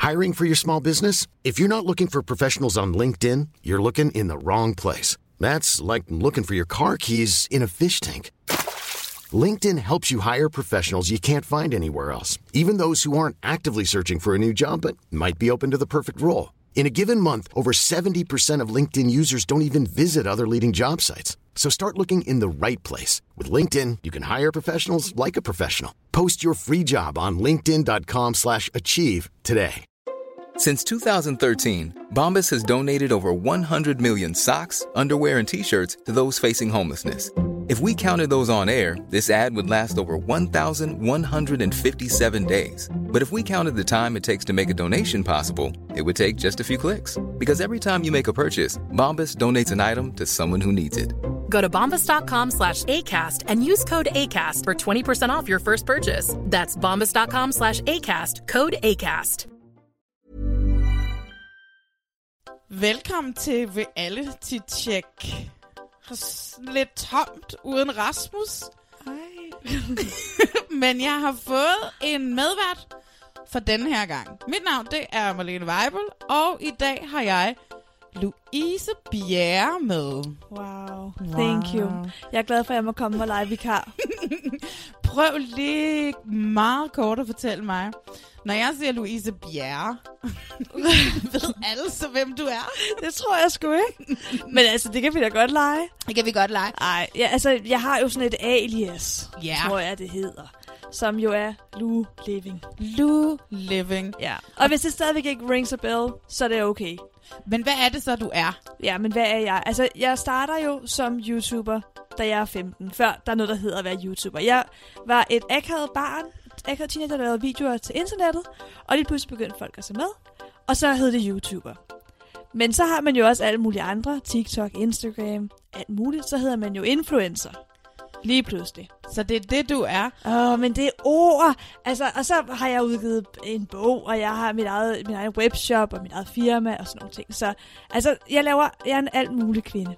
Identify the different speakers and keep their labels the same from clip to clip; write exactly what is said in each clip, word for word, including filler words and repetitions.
Speaker 1: Hiring for your small business? If you're not looking for professionals on LinkedIn, you're looking in the wrong place. That's like looking for your car keys in a fish tank. LinkedIn helps you hire professionals you can't find anywhere else, even those who aren't actively searching for a new job but might be open to the perfect role. In a given month, over seventy percent of LinkedIn users don't even visit other leading job sites. So start looking in the right place. With LinkedIn, you can hire professionals like a professional. Post your free job on linkedin dot com slash achieve today.
Speaker 2: Since two thousand thirteen, Bombas has donated over one hundred million socks, underwear, and T-shirts to those facing homelessness. If we counted those on air, this ad would last over one thousand one hundred fifty-seven days. But if we counted the time it takes to make a donation possible, it would take just a few clicks. Because every time you make a purchase, Bombas donates an item to someone who needs it.
Speaker 3: Go to bombas.com slash ACAST and use code ACAST for twenty percent off your first purchase. That's bombas.com slash ACAST. Code ACAST.
Speaker 4: Velkommen til Reality Check. Lidt tomt uden Rasmus. Men jeg har fået en medvært for denne her gang. Mit navn, det er Marlene Weibel, og i dag har jeg Louise Bjerre med.
Speaker 5: Wow, thank wow. you. Jeg er glad for, at jeg må komme og lege vikar.
Speaker 4: Prøv lige meget kort at fortælle mig. Når jeg siger Louise Bjerre, ved alle så, hvem du er?
Speaker 5: Det tror jeg sgu ikke. Men altså, det kan vi da godt lege.
Speaker 4: Det kan vi godt lege.
Speaker 5: Nej, ja, altså, jeg har jo sådan et alias,
Speaker 4: yeah.
Speaker 5: tror jeg, det hedder. Som jo er Lou Living.
Speaker 4: Lou Living.
Speaker 5: Ja. Og hvis det stadigvæk ikke rings a bell, så er det okay.
Speaker 4: Men hvad er det så, du er?
Speaker 5: Ja, men hvad er jeg? Altså, jeg starter jo som YouTuber, da jeg er femten. Før der er noget, der hedder at være YouTuber. Jeg var et akavet barn, akavet teenager, der lavede videoer til internettet. Og lige pludselig begyndte folk at se med. Og så hed det YouTuber. Men så har man jo også alle mulige andre. TikTok, Instagram, alt muligt. Så hedder man jo influencer. Lige pludselig.
Speaker 4: Så det er det, du er?
Speaker 5: Åh, oh, men det er ord. Altså, og så har jeg udgivet en bog, og jeg har mit eget, min egen webshop, og mit eget firma, og sådan nogle ting. Så altså, jeg laver, jeg er en alt mulig kvinde.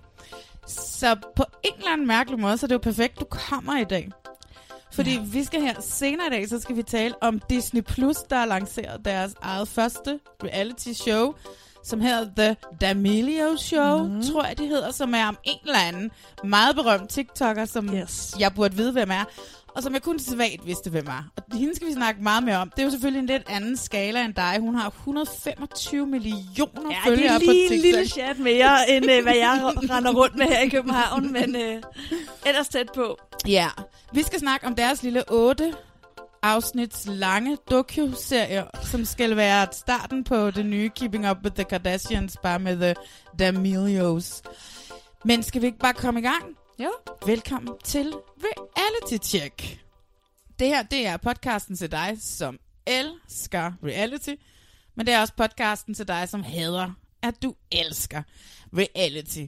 Speaker 4: Så på en eller anden mærkelig måde, så er det jo perfekt, du kommer i dag. Fordi ja. vi skal her senere i dag, så skal vi tale om Disney Plus, der har lanceret deres eget første reality show, som hedder The D'Amelio Show, mm. tror jeg, det hedder, som er om en eller anden meget berømt TikToker, som yes. jeg burde vide, hvem er, og som jeg kun svagt vidste, hvem er. Og hende skal vi snakke meget mere om. Det er jo selvfølgelig en lidt anden skala end dig. Hun har et hundrede og femogtyve millioner
Speaker 5: ja,
Speaker 4: følgere på TikTok.
Speaker 5: Ja, det er lige en lille chat mere, end uh, hvad jeg render rundt med her i København, men uh, ellers tæt på.
Speaker 4: Ja, vi skal snakke om deres lille otte afsnits lange docu-serie, som skal være starten på det nye Keeping Up with the Kardashians, bare med The D'Amelios. Men skal vi ikke bare komme i gang?
Speaker 5: Jo.
Speaker 4: Velkommen til Reality Check. Det her, det er podcasten til dig, som elsker reality, men det er også podcasten til dig, som hader, at du elsker reality.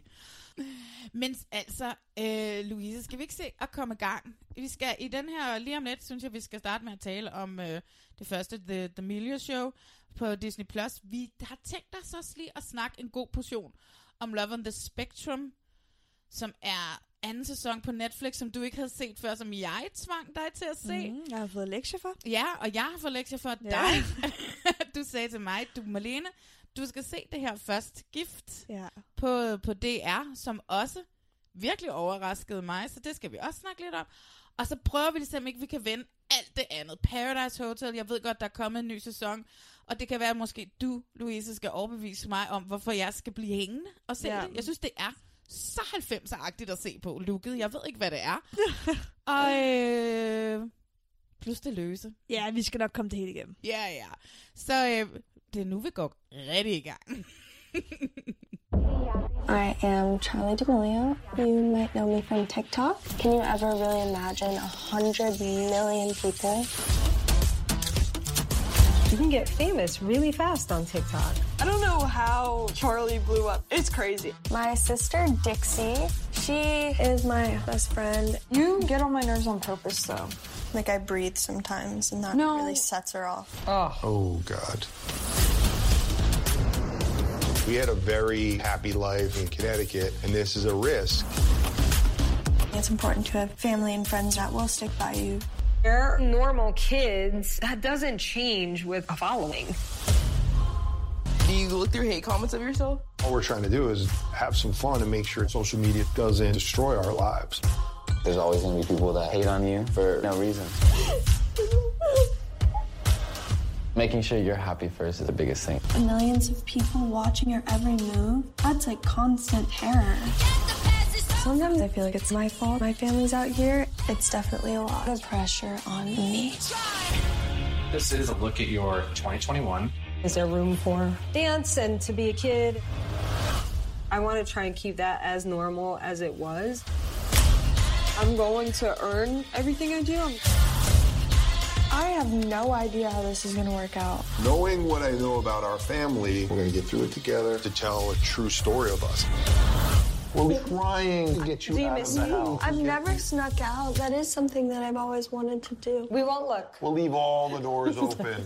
Speaker 4: Men altså, øh, Louise, skal vi ikke se at komme i gang? Vi skal i den her, lige om lidt, synes jeg, vi skal starte med at tale om øh, det første The D'Amelio Show på Disney Plus. Vi har tænkt os også lige at snakke en god portion om Love on the Spectrum, som er anden sæson på Netflix, som du ikke havde set før, som jeg tvang dig til at se.
Speaker 5: Mm, jeg har fået lektier for.
Speaker 4: Ja, og jeg har fået lektier for
Speaker 5: ja.
Speaker 4: dig. Du sagde til mig, du Marlene, du skal se det her først gift
Speaker 5: ja.
Speaker 4: på, på D R, som også virkelig overraskede mig, så det skal vi også snakke lidt om. Og så prøver vi ligesom ikke, vi kan vende alt det andet. Paradise Hotel, jeg ved godt, der er kommet en ny sæson, og det kan være, at måske du, Louise, skal overbevise mig om, hvorfor jeg skal blive hængende og se ja. det. Jeg synes, det er så halvfemser-agtigt at se på looket. Jeg ved ikke, hvad det er. og øh, plus det løse.
Speaker 5: Ja, vi skal nok komme det hele igennem.
Speaker 4: Ja, ja. Så øh, det er nu, vi går rigtig i gang.
Speaker 6: I am Charli D'Amelio. You might know me from TikTok. Can you ever really imagine a hundred million people?
Speaker 7: You can get famous really fast on TikTok.
Speaker 8: I don't know how Charli blew up. It's crazy.
Speaker 6: My sister Dixie, she is my best friend.
Speaker 8: You get on my nerves on purpose, though.
Speaker 6: Like I breathe sometimes, and that
Speaker 8: no.
Speaker 6: really sets her off.
Speaker 8: Oh.
Speaker 9: Oh, God. We had a very happy life in Connecticut, and this is a risk.
Speaker 6: It's important to have family and friends that will stick by you.
Speaker 7: They're normal kids. That doesn't change with a following.
Speaker 8: you look through hate comments of yourself?
Speaker 9: All we're trying to do is have some fun and make sure social media doesn't destroy our lives.
Speaker 10: There's always going to be people that hate on you for no reason. Making sure you're happy first is the biggest thing.
Speaker 6: Millions of people watching your every move, that's like constant terror. Sometimes I feel like it's my fault. My family's out here. It's definitely a lot of pressure on me.
Speaker 11: This is a look at your twenty twenty-one.
Speaker 7: Is there room for dance and to be a kid? I want to try and keep that as normal as it was.
Speaker 8: I'm going to earn everything I do.
Speaker 6: I have no idea how this is going to work out.
Speaker 9: Knowing what I know about our family, we're going to get through it together to tell a true story of us. We're trying to get you,
Speaker 6: do you
Speaker 9: out
Speaker 6: miss
Speaker 9: of the
Speaker 6: me?
Speaker 9: house.
Speaker 6: I've never snuck out. That is something that I've always wanted to do.
Speaker 7: We won't look.
Speaker 9: We'll leave all the doors open.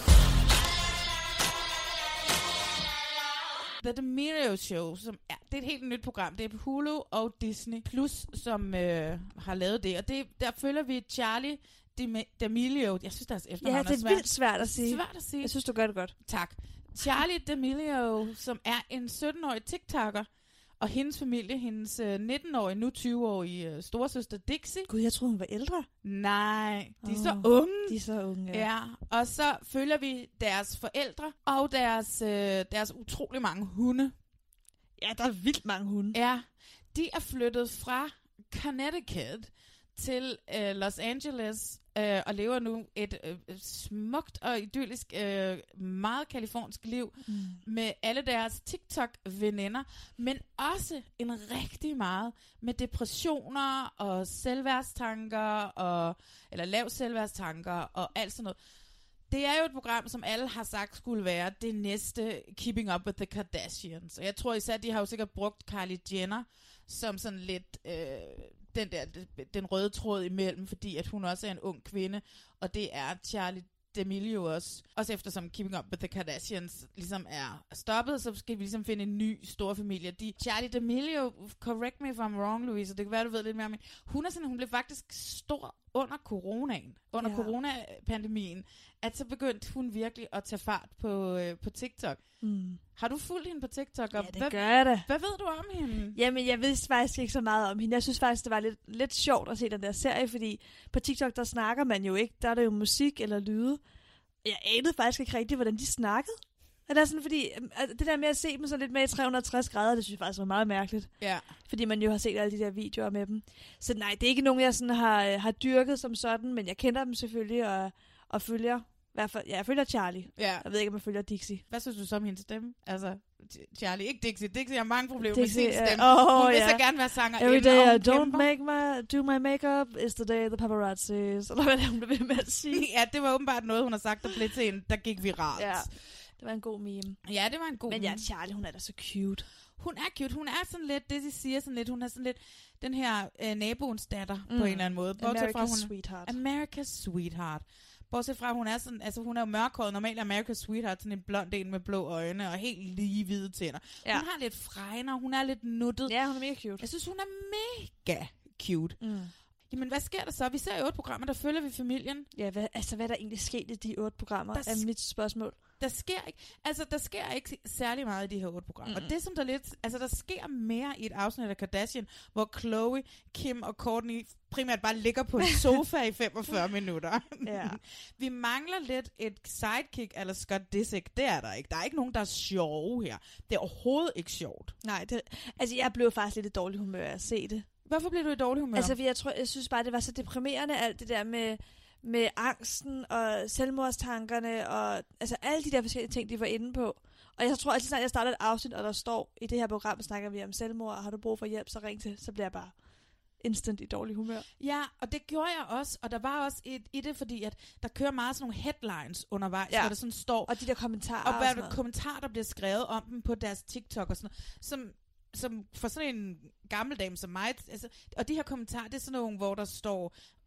Speaker 4: The D'Amelio Show, som er, det er et helt nyt program. Det er på Hulu og Disney Plus, som øh, har lavet det. Og det, der følger vi Charli D'Amelio. Jeg synes, deres efternavn
Speaker 5: ja, det er
Speaker 4: svært.
Speaker 5: vildt svært at sige.
Speaker 4: Svært at sige.
Speaker 5: Jeg synes, du gør det godt.
Speaker 4: Tak. Charli D'Amelio, som er en sytten-årig TikToker, og hendes familie, hendes øh, nitten-årige, nu tyve-årige øh, storesøster Dixie.
Speaker 5: Gud, jeg troede, hun var ældre.
Speaker 4: Nej, de er
Speaker 5: oh,
Speaker 4: så unge.
Speaker 5: De er så unge, ja.
Speaker 4: Ja, og så følger vi deres forældre og deres, øh, deres utrolig mange hunde.
Speaker 5: Ja, der er vildt mange hunde.
Speaker 4: Ja, de er flyttet fra Connecticut til øh, Los Angeles øh, og lever nu et øh, smukt og idyllisk, øh, meget kalifornisk liv mm. med alle deres TikTok-veninder, men også en rigtig meget med depressioner og selvværdstanker, og, eller lav selvværdstanker og alt sådan noget. Det er jo et program, som alle har sagt skulle være det næste Keeping Up with the Kardashians. Og jeg tror især, de har jo sikkert brugt Kylie Jenner som sådan lidt øh, den der den røde tråd imellem, fordi at hun også er en ung kvinde, og det er Charli D'Amelio også. Også eftersom Keeping Up with the Kardashians ligesom er stoppet, så skal vi ligesom finde en ny stor familie. De, Charli D'Amelio, correct me if I'm wrong, Louise, det kan være, du ved lidt mere om hende. Hun er sådan, hun blev faktisk stor under coronaen, under ja. coronapandemien, at så begyndte hun virkelig at tage fart på, øh, på TikTok. Mm. Har du fulgt hende på TikTok?
Speaker 5: Ja, det
Speaker 4: hvad,
Speaker 5: gør jeg da.
Speaker 4: Hvad ved du om hende?
Speaker 5: Jamen, jeg vidste faktisk ikke så meget om hende. Jeg synes faktisk, det var lidt, lidt sjovt at se den der serie, fordi på TikTok, der snakker man jo ikke. Der er der jo musik eller lyde. Jeg anede faktisk ikke rigtigt, hvordan de snakkede. Og det er sådan, fordi det der med at se dem så lidt med i tre hundrede og tres grader, det synes jeg faktisk var meget mærkeligt.
Speaker 4: Ja.
Speaker 5: Fordi man jo har set alle de der videoer med dem. Så nej, det er ikke nogen, jeg sådan har, har dyrket som sådan, men jeg kender dem selvfølgelig og, og følger. I hvert fald, ja, jeg følger Charli.
Speaker 4: Ja.
Speaker 5: Jeg ved ikke, om jeg følger Dixie.
Speaker 4: Hvad synes du så om hendes stemme? Altså, Charli, ikke Dixie. Dixie har mange problemer
Speaker 5: Dixie,
Speaker 4: med sin stemme.
Speaker 5: Uh, oh,
Speaker 4: hun vil
Speaker 5: yeah.
Speaker 4: så gerne være sanger.
Speaker 5: Every day I don't make my, do my makeup is the day the paparazzi. Eller hvad det, hun blev ved med at sige.
Speaker 4: Ja, det var åbenbart noget, hun har sagt, der blev til en, der gik viralt.
Speaker 5: Ja, det var en god meme.
Speaker 4: Ja, det var en god
Speaker 5: Men
Speaker 4: meme.
Speaker 5: ja, Charli, hun er da så cute.
Speaker 4: Hun er cute. Hun er sådan lidt, det de siger sådan lidt, hun er sådan lidt den her øh, naboens datter
Speaker 5: mm.
Speaker 4: på en eller anden måde.
Speaker 5: America's
Speaker 4: fra, hun,
Speaker 5: sweetheart.
Speaker 4: America's sweetheart. Bortset fra, hun er sådan, altså hun er jo mørkhåret. Normalt er America's sweetheart sådan en blond en med blå øjne og helt lige hvide tænder. Ja. Hun har lidt fregner, hun er lidt nuttet.
Speaker 5: Ja, hun er mega cute.
Speaker 4: Jeg synes, hun er mega cute. Mm. Jamen, hvad sker der så? Vi ser jo otte programmer, der følger vi familien.
Speaker 5: Ja, hvad, altså hvad er der egentlig sket i de otte programmer, der er mit spørgsmål.
Speaker 4: Der sker ikke, altså der sker ikke særlig meget i de her otte programmer. Mm. Og det som der lidt, altså der sker mere i et afsnit af Kardashian, hvor Khloe, Kim og Kourtney primært bare ligger på en sofa i femogfyrre minutter.
Speaker 5: Ja.
Speaker 4: Vi mangler lidt et sidekick eller Scott Disick. Det er der ikke. Der er ikke nogen, der er sjove her. Det er overhovedet ikke sjovt.
Speaker 5: Nej, det, altså jeg blev faktisk lidt i dårlig humør af at se det.
Speaker 4: Hvorfor blev du i dårlig humør?
Speaker 5: Altså, jeg, tror, jeg synes bare, det var så deprimerende, alt det der med, med angsten og selvmordstankerne, og altså alle de der forskellige ting, de var inde på. Og jeg tror altid, når jeg starter et afsnit, og der står, i det her program snakker vi om selvmord, og har du brug for hjælp, så ring til, så bliver jeg bare instant i dårlig humør.
Speaker 4: Ja, og det gjorde jeg også, og der var også et, i det, fordi at der kører meget sådan nogle headlines undervejs, ja. Hvor der sådan står...
Speaker 5: Og de der kommentarer
Speaker 4: og, og sådan kommentarer, der bliver skrevet om dem på deres TikTok og sådan noget, som... som for sådan en gammel dame som mig, altså, og de her kommentarer, det er sådan nogle, hvor der står,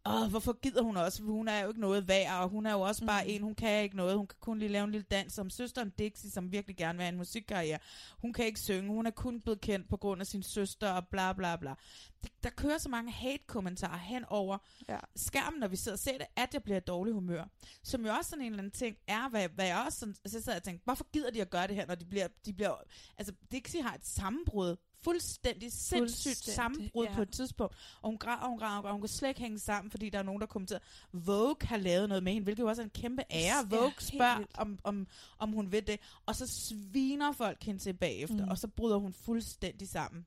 Speaker 4: åh, hvorfor gider hun også? Hun er jo ikke noget værd, og hun er jo også bare mm. en, hun kan ikke noget. Hun kan kun lige lave en lille dans, som søsteren Dixie, som virkelig gerne vil have en musikkarriere. Hun kan ikke synge, hun er kun blevet kendt på grund af sin søster, og bla bla bla. Der kører så mange hate-kommentarer hen over ja. skærmen, når vi sidder og ser det, at jeg bliver i dårlig humør. Som jo også sådan en eller anden ting er, hvad, hvad jeg også sådan, så sidder jeg og tænker, hvorfor gider de at gøre det her, når de bliver, de bliver altså Dixie har et sammenbrud, fuldstændig sindssygt sammenbrud ja. på et tidspunkt, og hun græder, hun græder, hun græder, hun kan slet ikke hænge sammen, fordi der er nogen, der kommenterer, Vogue har lavet noget med hende, hvilket jo også er en kæmpe ære. Vogue ja, spørger, om, om, om hun ved det, og så sviner folk hende til bagefter, mm. og så bryder hun fuldstændig sammen.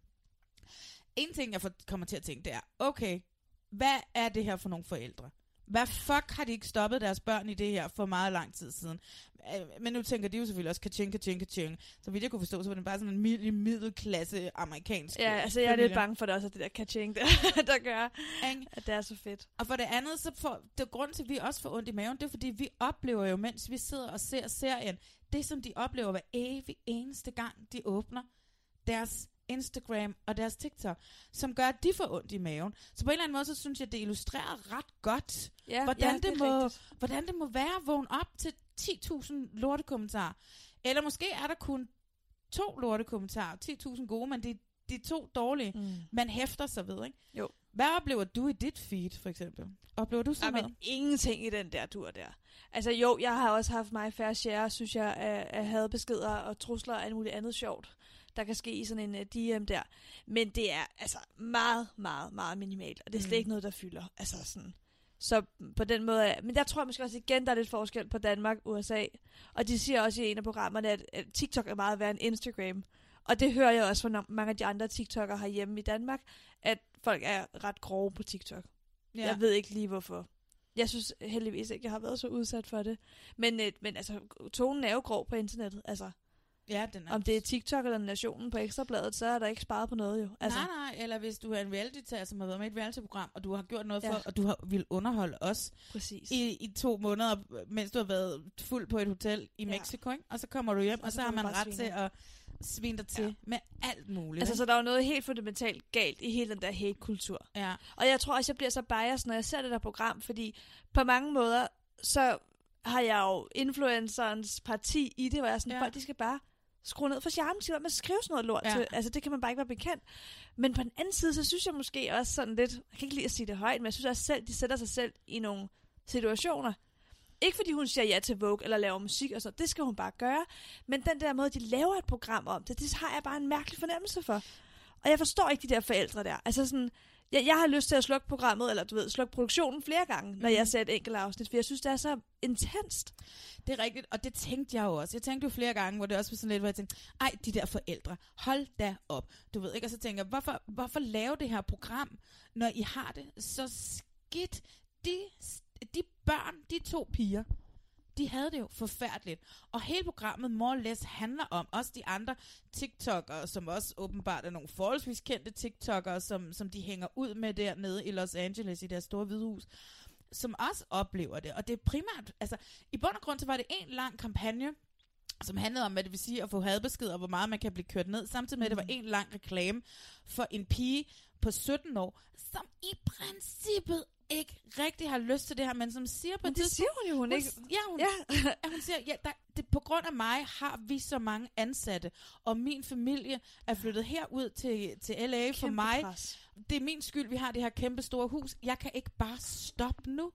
Speaker 4: En ting, jeg kommer til at tænke, det er, okay, hvad er det her for nogle forældre? Hvad fuck har de ikke stoppet deres børn i det her for meget lang tid siden? Men nu tænker de jo selvfølgelig også kaching, kaching, kaching. Så vidt jeg kunne forstå, så var det bare sådan en middel, middelklasse amerikansk.
Speaker 5: Ja, altså jeg er lidt bange for det også, at det der kaching, der, der gør, Eng. at det er så fedt. Og
Speaker 4: for det andet, så får, det grund til, at vi også får ondt i maven, det er fordi, vi oplever jo, mens vi sidder og ser serien, det som de oplever hver evig eneste gang, de åbner deres Instagram og deres TikTok, som gør, at de får ondt i maven. Så på en eller anden måde, så synes jeg, det illustrerer ret godt, ja, hvordan, ja, det det må, hvordan det må være at vågne op til ti tusind lortekommentarer. Eller måske er der kun to lortekommentarer, ti tusind gode, men de, de to dårlige, mm. man hæfter sig ved, ikke? Jo. Hvad oplever du i dit feed, for eksempel? Oplever du sådan noget?
Speaker 5: Men ingenting i den der dur der. Altså jo, jeg har også haft mig fair share, synes jeg, af, af hadbeskeder og trusler og alt muligt andet sjovt, der kan ske i sådan en uh, D M der. Men det er altså meget, meget, meget minimalt, og det er slet mm. ikke noget, der fylder. Altså sådan. Så på den måde, men der tror jeg måske også igen, der er lidt forskel på Danmark og U S A. Og de siger også i en af programmerne, at, at TikTok er meget værre end Instagram. Og det hører jeg også fra mange af de andre TikTokere herhjemme i Danmark, at folk er ret grove på TikTok. Ja. Jeg ved ikke lige hvorfor. Jeg synes heldigvis ikke, jeg har været så udsat for det. Men, øh, men altså, tonen er jo grov på internettet. Altså,
Speaker 4: ja, den er.
Speaker 5: Om det er TikTok eller Nationen på Ekstrabladet, så er der ikke sparet på noget jo. Altså.
Speaker 4: Nej, nej, eller hvis du er en reality-tager, som har været med i et reality-program, og du har gjort noget ja. for, og du har vil underholde os i, i to måneder, mens du har været fuld på et hotel i ja. Mexico, ikke? Og så kommer du hjem, og, og så, så har man ret til at svine dig til ja. med alt muligt.
Speaker 5: Altså, så der er jo noget helt fundamentalt galt i hele den der hate-kultur.
Speaker 4: Ja. Og
Speaker 5: jeg tror også, jeg bliver så biased, når jeg ser det der program, fordi på mange måder, så har jeg jo influencerens parti i det, hvor jeg er sådan, ja. folk, de skal bare skrue ned for charmen, til at skrive sådan noget lort ja. til. Altså, det kan man bare ikke være bekendt. Men på den anden side, så synes jeg måske også sådan lidt, jeg kan ikke lide at sige det højt, men jeg synes også selv, de sætter sig selv i nogle situationer. Ikke fordi hun siger ja til Vogue eller laver musik og sådan, det skal hun bare gøre. Men den der måde, de laver et program om det, det har jeg bare en mærkelig fornemmelse for. Og jeg forstår ikke de der forældre der. Altså sådan, jeg, jeg har lyst til at slukke programmet, eller du ved, slukke produktionen flere gange, når jeg ser et enkelt afsnit, for jeg synes, det er så intenst.
Speaker 4: Det er rigtigt, og det tænkte jeg jo også. Jeg tænkte jo flere gange, hvor det også var sådan lidt, hvor jeg tænkte, ej, de der forældre, hold da op. Du ved ikke, og så tænker jeg, hvorfor, hvorfor lave det her program, når I har det så skidt? De, de børn, de to piger, de havde det jo forfærdeligt. Og hele programmet more or less handler om også de andre TikTokere, som også åbenbart er nogle forholdsvis kendte TikTokere, som, som de hænger ud med dernede i Los Angeles i deres store hvide hus, som også oplever det. Og det er primært, altså i bund og grund, så var det en lang kampagne, som handlede om, hvad det vil sige at få hadbesked, og hvor meget man kan blive kørt ned, samtidig med, at det var en lang reklame for en pige på sytten år, som i princippet ikke rigtig har lyst til det her, men som siger på
Speaker 5: men det siger hun jo, hun, hun ikke.
Speaker 4: Ja, hun, ja. hun siger, ja, der, det, på grund af mig har vi så mange ansatte, og min familie er flyttet herud til, til L A kæmpe for mig. Pres. Det er min skyld, vi har det her kæmpe store hus. Jeg kan ikke bare stoppe nu.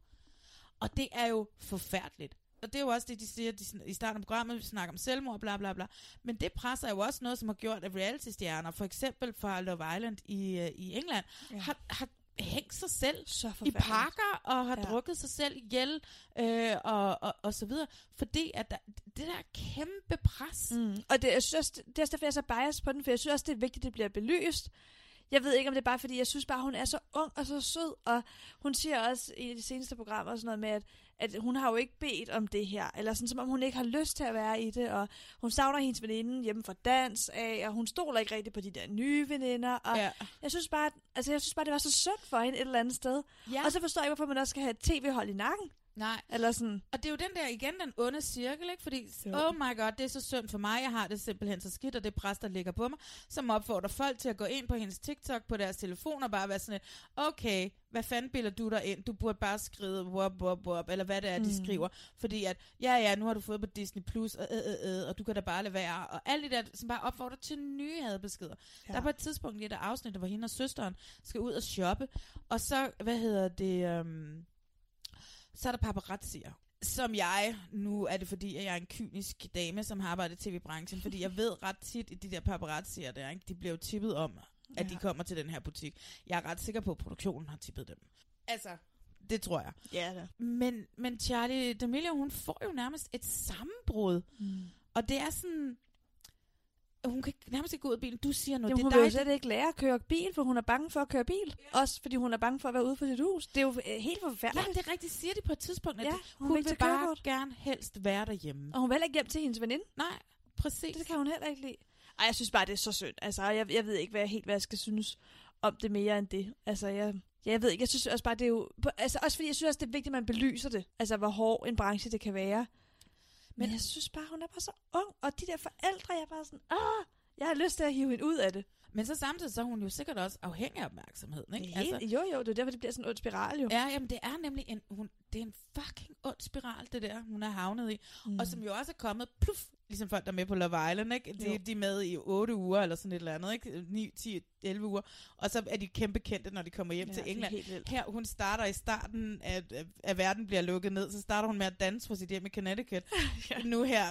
Speaker 4: Og det er jo forfærdeligt. Og det er jo også det, de siger de, i starten af programmet, vi snakker om selvmord, bla bla bla. Men det presser jo også noget, som har gjort, at reality-stjerner, for eksempel fra Love Island i, i England, ja. har, har hængt sig selv i parker og har ja. drukket sig selv ihjel øh, og, og, og så videre. Fordi at der, det der kæmpe pres.
Speaker 5: Mm. Og det, jeg synes, det er også derfor, jeg er så biased på den, for jeg synes også, det er vigtigt, at det bliver belyst. Jeg ved ikke, om det er bare, fordi jeg synes bare, hun er så ung og så sød, og hun siger også i de seneste programmer sådan noget med, at, at hun har jo ikke bedt om det her, eller sådan, som om hun ikke har lyst til at være i det, og hun savner hendes veninde hjemme fra dans af, og hun stoler ikke rigtig på de der nye veninder, og ja. jeg synes bare, altså jeg synes bare, det var så synd for hende et eller andet sted. Ja. Og så forstår jeg ikke, hvorfor man også skal have et tv-hold i nakken.
Speaker 4: Nej.
Speaker 5: Eller sådan.
Speaker 4: Og det er jo den der, igen, den onde cirkel, ikke? Fordi,
Speaker 5: jo.
Speaker 4: oh my god, det er så synd for mig, jeg har det simpelthen så skidt, og det pres, der ligger på mig, som opfordrer folk til at gå ind på hendes TikTok, på deres telefon, og bare være sådan et, okay, hvad fanden bilder du dig ind? Du burde bare skrive, wop, wop, wop, eller hvad det er, de
Speaker 5: Mm.
Speaker 4: skriver. Fordi at, ja, ja, nu har du fået på Disney Plus, og, øh, øh, øh, og du kan da bare lade være, og alt det der, som bare opfordrer til nye hadbeskeder. Ja. Der er på et tidspunkt i det afsnit, hvor hende og søsteren skal ud og shoppe, og så, hvad hedder det, øhm, så er der paparazzier. Som jeg, nu er det fordi, at jeg er en kynisk dame, som har arbejdet i tv-branchen, fordi jeg ved ret tit, at de der paparazzier der, ikke, de bliver jo tippet om, at ja. de kommer til den her butik. Jeg er ret sikker på, at produktionen har tippet dem. Altså, det tror jeg.
Speaker 5: Ja, da.
Speaker 4: Men, men Charli D'Amelio, hun får jo nærmest et sammenbrud. Mm. Og det er sådan... Hun kan nærmest ikke gå ud af bilen. Du siger noget.
Speaker 5: Jamen,
Speaker 4: det
Speaker 5: hun
Speaker 4: er
Speaker 5: vil jo
Speaker 4: dig,
Speaker 5: slet ikke lære at køre bil, for hun er bange for at køre bil. Ja. Også fordi hun er bange for at være ude for sit hus. Det er jo helt forfærdeligt.
Speaker 4: Ja, det er rigtigt. Siger de på et tidspunkt, at
Speaker 5: ja,
Speaker 4: hun,
Speaker 5: hun,
Speaker 4: hun
Speaker 5: vil,
Speaker 4: vil bare kørekort. Gerne helst være derhjemme.
Speaker 5: Og hun vil heller ikke hjem til hendes veninde.
Speaker 4: Nej, præcis.
Speaker 5: Det kan hun heller ikke lide. Ej, jeg synes bare, det er så synd. Altså, jeg, jeg ved ikke, hvad jeg helt hvad jeg skal synes om det mere end det. Altså, jeg, ja, jeg ved ikke. Jeg synes også bare, det er jo... Altså, også fordi jeg synes også, det er vigtigt, at man belyser det. Altså, hvor hård en branche det kan være. Men, Men jeg synes bare, hun er bare så ung. Og de der forældre, jeg er bare sådan... Åh! Jeg har lyst til at hive hende ud af det.
Speaker 4: Men så samtidig så er hun jo sikkert også afhængig af opmærksomheden, ikke?
Speaker 5: Helt, altså, jo, jo, det er derfor, det bliver sådan en ond spiral, jo.
Speaker 4: Ja, jamen det er nemlig en, hun, det er en fucking ond spiral, det der, hun er havnet i. Mm. Og som jo også er kommet, pluff, ligesom folk, der er med på Love Island, ikke? De, de er med i otte uger, eller sådan et eller andet, ikke? ni, ti, elleve uger. Og så er de kæmpe kendte, når de kommer hjem ja, til England. Her, hun starter i starten, at, at verden bliver lukket ned, så starter hun med at danse på sit hjem i Connecticut. Ja. Nu her.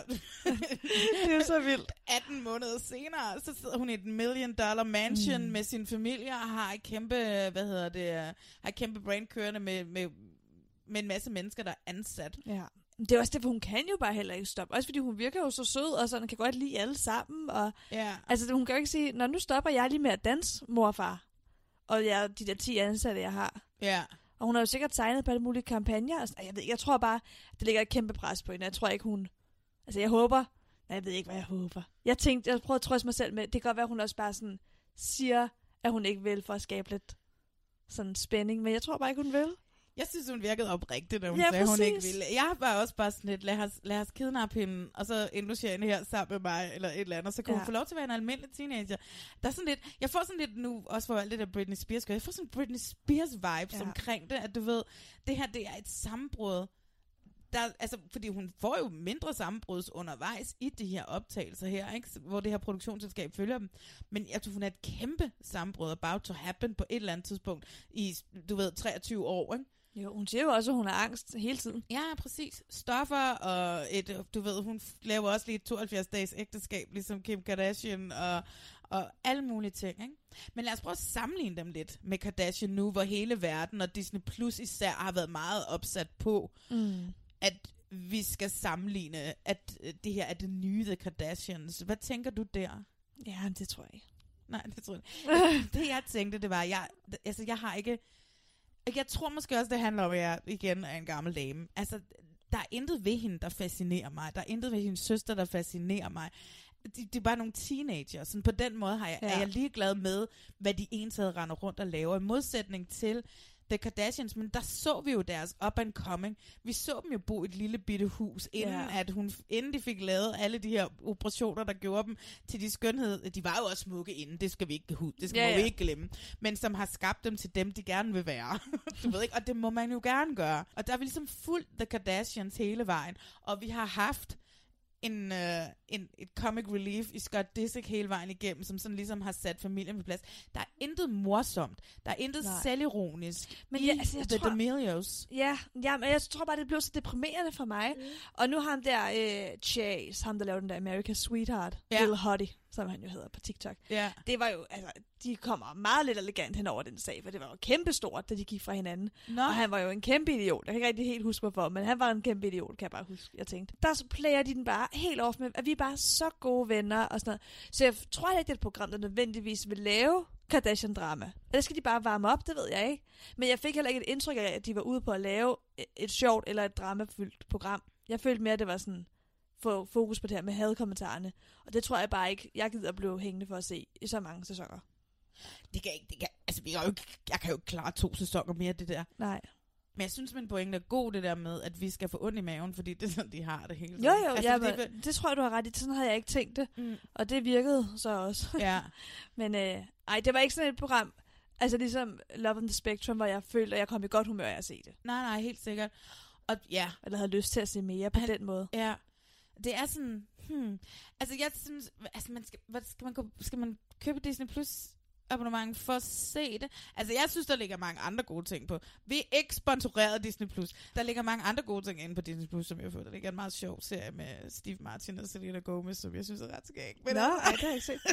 Speaker 5: Det er så vildt.
Speaker 4: atten måneder senere, så sidder hun i et million dollar mansion mm. med sin familie, og har et kæmpe, hvad hedder det, har et kæmpe brand kørende med, med, med en masse mennesker, der er ansat.
Speaker 5: Ja. Det er også det, for hun kan jo bare heller ikke stoppe. Også fordi hun virker jo så sød, og sådan kan godt lide alle sammen. Og,
Speaker 4: ja. Altså,
Speaker 5: hun kan jo ikke sige, når nu stopper jeg lige med at danse, mor og far. Og jeg, de der ti ansatte, jeg har.
Speaker 4: Ja.
Speaker 5: Og hun har jo sikkert tegnet på alle mulige kampagner. Og jeg, ved, jeg tror bare, det ligger et kæmpe pres på hende. Jeg tror ikke, hun... Altså, jeg håber... Nej, jeg ved ikke, hvad jeg håber. Jeg tænkte, jeg prøvede at trøste mig selv med, det kan godt være, at hun også bare sådan siger, at hun ikke vil for at skabe lidt sådan spænding. Men jeg tror bare ikke, hun vil.
Speaker 4: Jeg synes, hun virkede oprigtigt, da hun
Speaker 5: ja,
Speaker 4: sagde,
Speaker 5: præcis.
Speaker 4: hun ikke ville. Jeg var også bare sådan lidt, lad os, lad os kidnappe hende, og så indlogere hende her sammen med mig, eller et eller andet, så kan ja. hun få lov til at være en almindelig teenager. Der er sådan lidt, jeg får sådan lidt nu, også for alt det der Britney Spears gør, jeg får sådan en Britney Spears vibes ja. omkring det, at du ved, det her, det er et sammenbrud. Der, altså, fordi hun får jo mindre sammenbruds undervejs i de her optagelser her, ikke? Hvor det her produktionsselskab følger dem. Men jeg tror, hun er et kæmpe sammenbrud about to happen på et eller andet tidspunkt i, du ved, treogtyve år, ikke?
Speaker 5: Jo, hun siger jo også, at hun har angst hele tiden.
Speaker 4: Ja, præcis. Stoffer, og et, du ved, hun laver også lige et tooghalvfjerds dages ægteskab, ligesom Kim Kardashian, og, og alle mulige ting, ikke? Men lad os prøve at sammenligne dem lidt med Kardashian nu, hvor hele verden, og Disney Plus især, har været meget opsat på, mm. at vi skal sammenligne, at det her er det nye The Kardashians. Hvad tænker du der?
Speaker 5: Ja, det tror jeg ikke.
Speaker 4: Nej, det tror jeg ikke. Det jeg tænkte, det var, jeg, altså jeg har ikke... Jeg tror måske også, det handler om, at jeg igen er en gammel dame. Altså, der er intet ved hende, der fascinerer mig. Der er intet ved hendes søster, der fascinerer mig. De, de er bare nogle teenager. Så på den måde har jeg, ja. er jeg ligeglad med, hvad de ensad render rundt og laver. I modsætning til The Kardashians, men der så vi jo deres up and coming. Vi så dem jo bo i et lille bitte hus, inden, yeah. at hun, inden de fik lavet alle de her operationer, der gjorde dem til de skønhed. De var jo også smukke inden, det skal vi ikke, det skal yeah, vi ikke glemme. Men som har skabt dem til dem, de gerne vil være. Du ved ikke, og det må man jo gerne gøre. Og der har vi ligesom fulgt The Kardashians hele vejen, og vi har haft en, øh, en, et comic relief i Scott Disick hele vejen igennem, som sådan ligesom har sat familien på plads. Der er intet morsomt. Der er intet Nej. selvironisk men i ja, altså, The tror, D'Amelios.
Speaker 5: Ja, ja, men jeg tror bare, det blev så deprimerende for mig. Mm. Og nu har han der øh, Chase, ham der lavede den der America's Sweetheart, ja. Lil Hottie, som han jo hedder på TikTok.
Speaker 4: Ja.
Speaker 5: Det var jo, altså, de kommer meget lidt elegant hen over den sag, for det var jo kæmpestort, da de gik fra hinanden. Nå. Og han var jo en kæmpe idiot. Jeg kan ikke rigtig helt huske, hvorfor, men han var en kæmpe idiot, kan jeg bare huske. Jeg tænkte, der så player de den bare helt off med, at vi er bare så gode venner og sådan noget. Så jeg tror ikke, det er et program, der nødvendigvis vil lave Kardashian-drama. Eller skal de bare varme op, det ved jeg ikke. Men jeg fik heller ikke et indtryk af, at de var ude på at lave et sjovt eller et dramafyldt program. Jeg følte mere, at det var sådan, få fokus på det her med hadkommentarerne. Og det tror jeg bare ikke, jeg gider at blive hængende for at se i så mange sæsoner.
Speaker 4: Det kan ikke, det kan, altså vi kan jo ikke, jeg kan jo ikke klare to sæsoner mere det der.
Speaker 5: Nej.
Speaker 4: Men jeg synes, min pointe er god, det der med, at vi skal få ondt i maven, fordi det er sådan, de har det hele tiden.
Speaker 5: Jo, jo,
Speaker 4: altså,
Speaker 5: ja,
Speaker 4: det,
Speaker 5: det, det tror jeg, du har ret i. Sådan havde jeg ikke tænkt det. Mm. Og det virkede så også.
Speaker 4: Ja.
Speaker 5: Men øh, ej, det var ikke sådan et program, altså ligesom Love on the Spectrum, hvor jeg følte, at jeg kom i godt humør af at se det.
Speaker 4: Nej, nej, helt sikkert. Og ja.
Speaker 5: Eller havde lyst til at se mere på Han, den måde.
Speaker 4: Ja. Det er sådan, hmm. Altså, jeg synes, altså, man skal, hvad, skal, man gå, skal man købe Disney Plus abonnement for at se det? Altså, jeg synes, der ligger mange andre gode ting på. Vi er ikke sponsoreret af Disney Plus. Der ligger mange andre gode ting inde på Disney Plus, som jeg får. Der ligger en meget sjov serie med Steve Martin og Selena Gomez, som jeg synes er ret skægt.
Speaker 5: Nå, ej, det har jeg ikke set.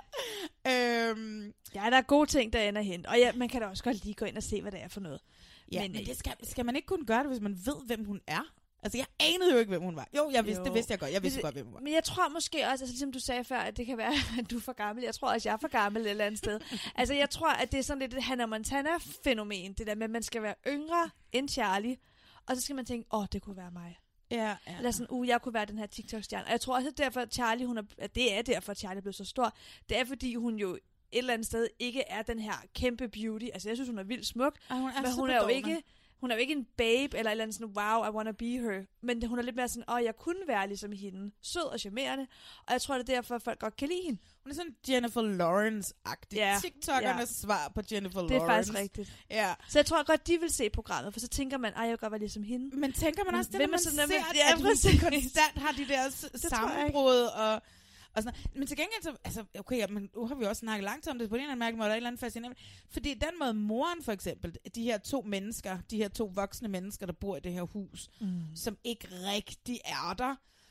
Speaker 5: øhm, ja, der er gode ting, der ender hen. Og ja, man kan da også godt lige gå ind og se, hvad det er for noget.
Speaker 4: Ja, men, men det skal, skal man ikke kunne gøre det, hvis man ved, hvem hun er? Altså, jeg anede jo ikke, hvem hun var. Jo, jeg vidste, jo. det vidste jeg godt. Jeg vidste men, godt, hvem hun var.
Speaker 5: Men jeg tror måske også, altså, ligesom du sagde før, at det kan være, at du er for gammel. Jeg tror også, jeg er for gammel et eller andet sted. Altså, jeg tror, at det er sådan lidt et Hannah Montana-fænomen. Det der med, at man skal være yngre end Charlie. Og så skal man tænke, åh, oh, det kunne være mig.
Speaker 4: Ja, ja.
Speaker 5: Eller sådan, uh, jeg kunne være den her TikTok-stjerne. Og jeg tror også, at derfor, at Charlie, hun er, at det er derfor, at Charlie blev så stor. Det er, fordi hun jo et eller andet sted ikke er den her kæmpe beauty. Altså, jeg synes, hun er vildt smuk.
Speaker 4: Ej, hun er
Speaker 5: men hun er jo ikke... Hun er jo ikke en babe, eller et eller andet sådan, wow, I wanna be her. Men hun er lidt mere sådan, åh, oh, jeg kunne være ligesom hende. Sød og charmerende. Og jeg tror, det er derfor, at folk godt kan lide hende.
Speaker 4: Hun er sådan Jennifer Lawrence-agtig. Ja, TikTokernes ja. svar på Jennifer Lawrence.
Speaker 5: Det er faktisk rigtigt.
Speaker 4: Ja.
Speaker 5: Så jeg tror godt, de vil se programmet, for så tænker man, ej, jeg vil godt være ligesom hende.
Speaker 4: Men tænker man også, det, når man ser,
Speaker 5: at,
Speaker 4: ja, at hun konstant har de der sammenbrud og... Og sådan, men til gengæld, så, altså, okay, ja, men nu har vi også snakket langt om det, på en eller anden mærke måde, der er et eller andet fascinerende. Fordi den måde, moren for eksempel, de her to mennesker, de her to voksne mennesker, der bor i det her hus, mm. som ikke rigtig er der.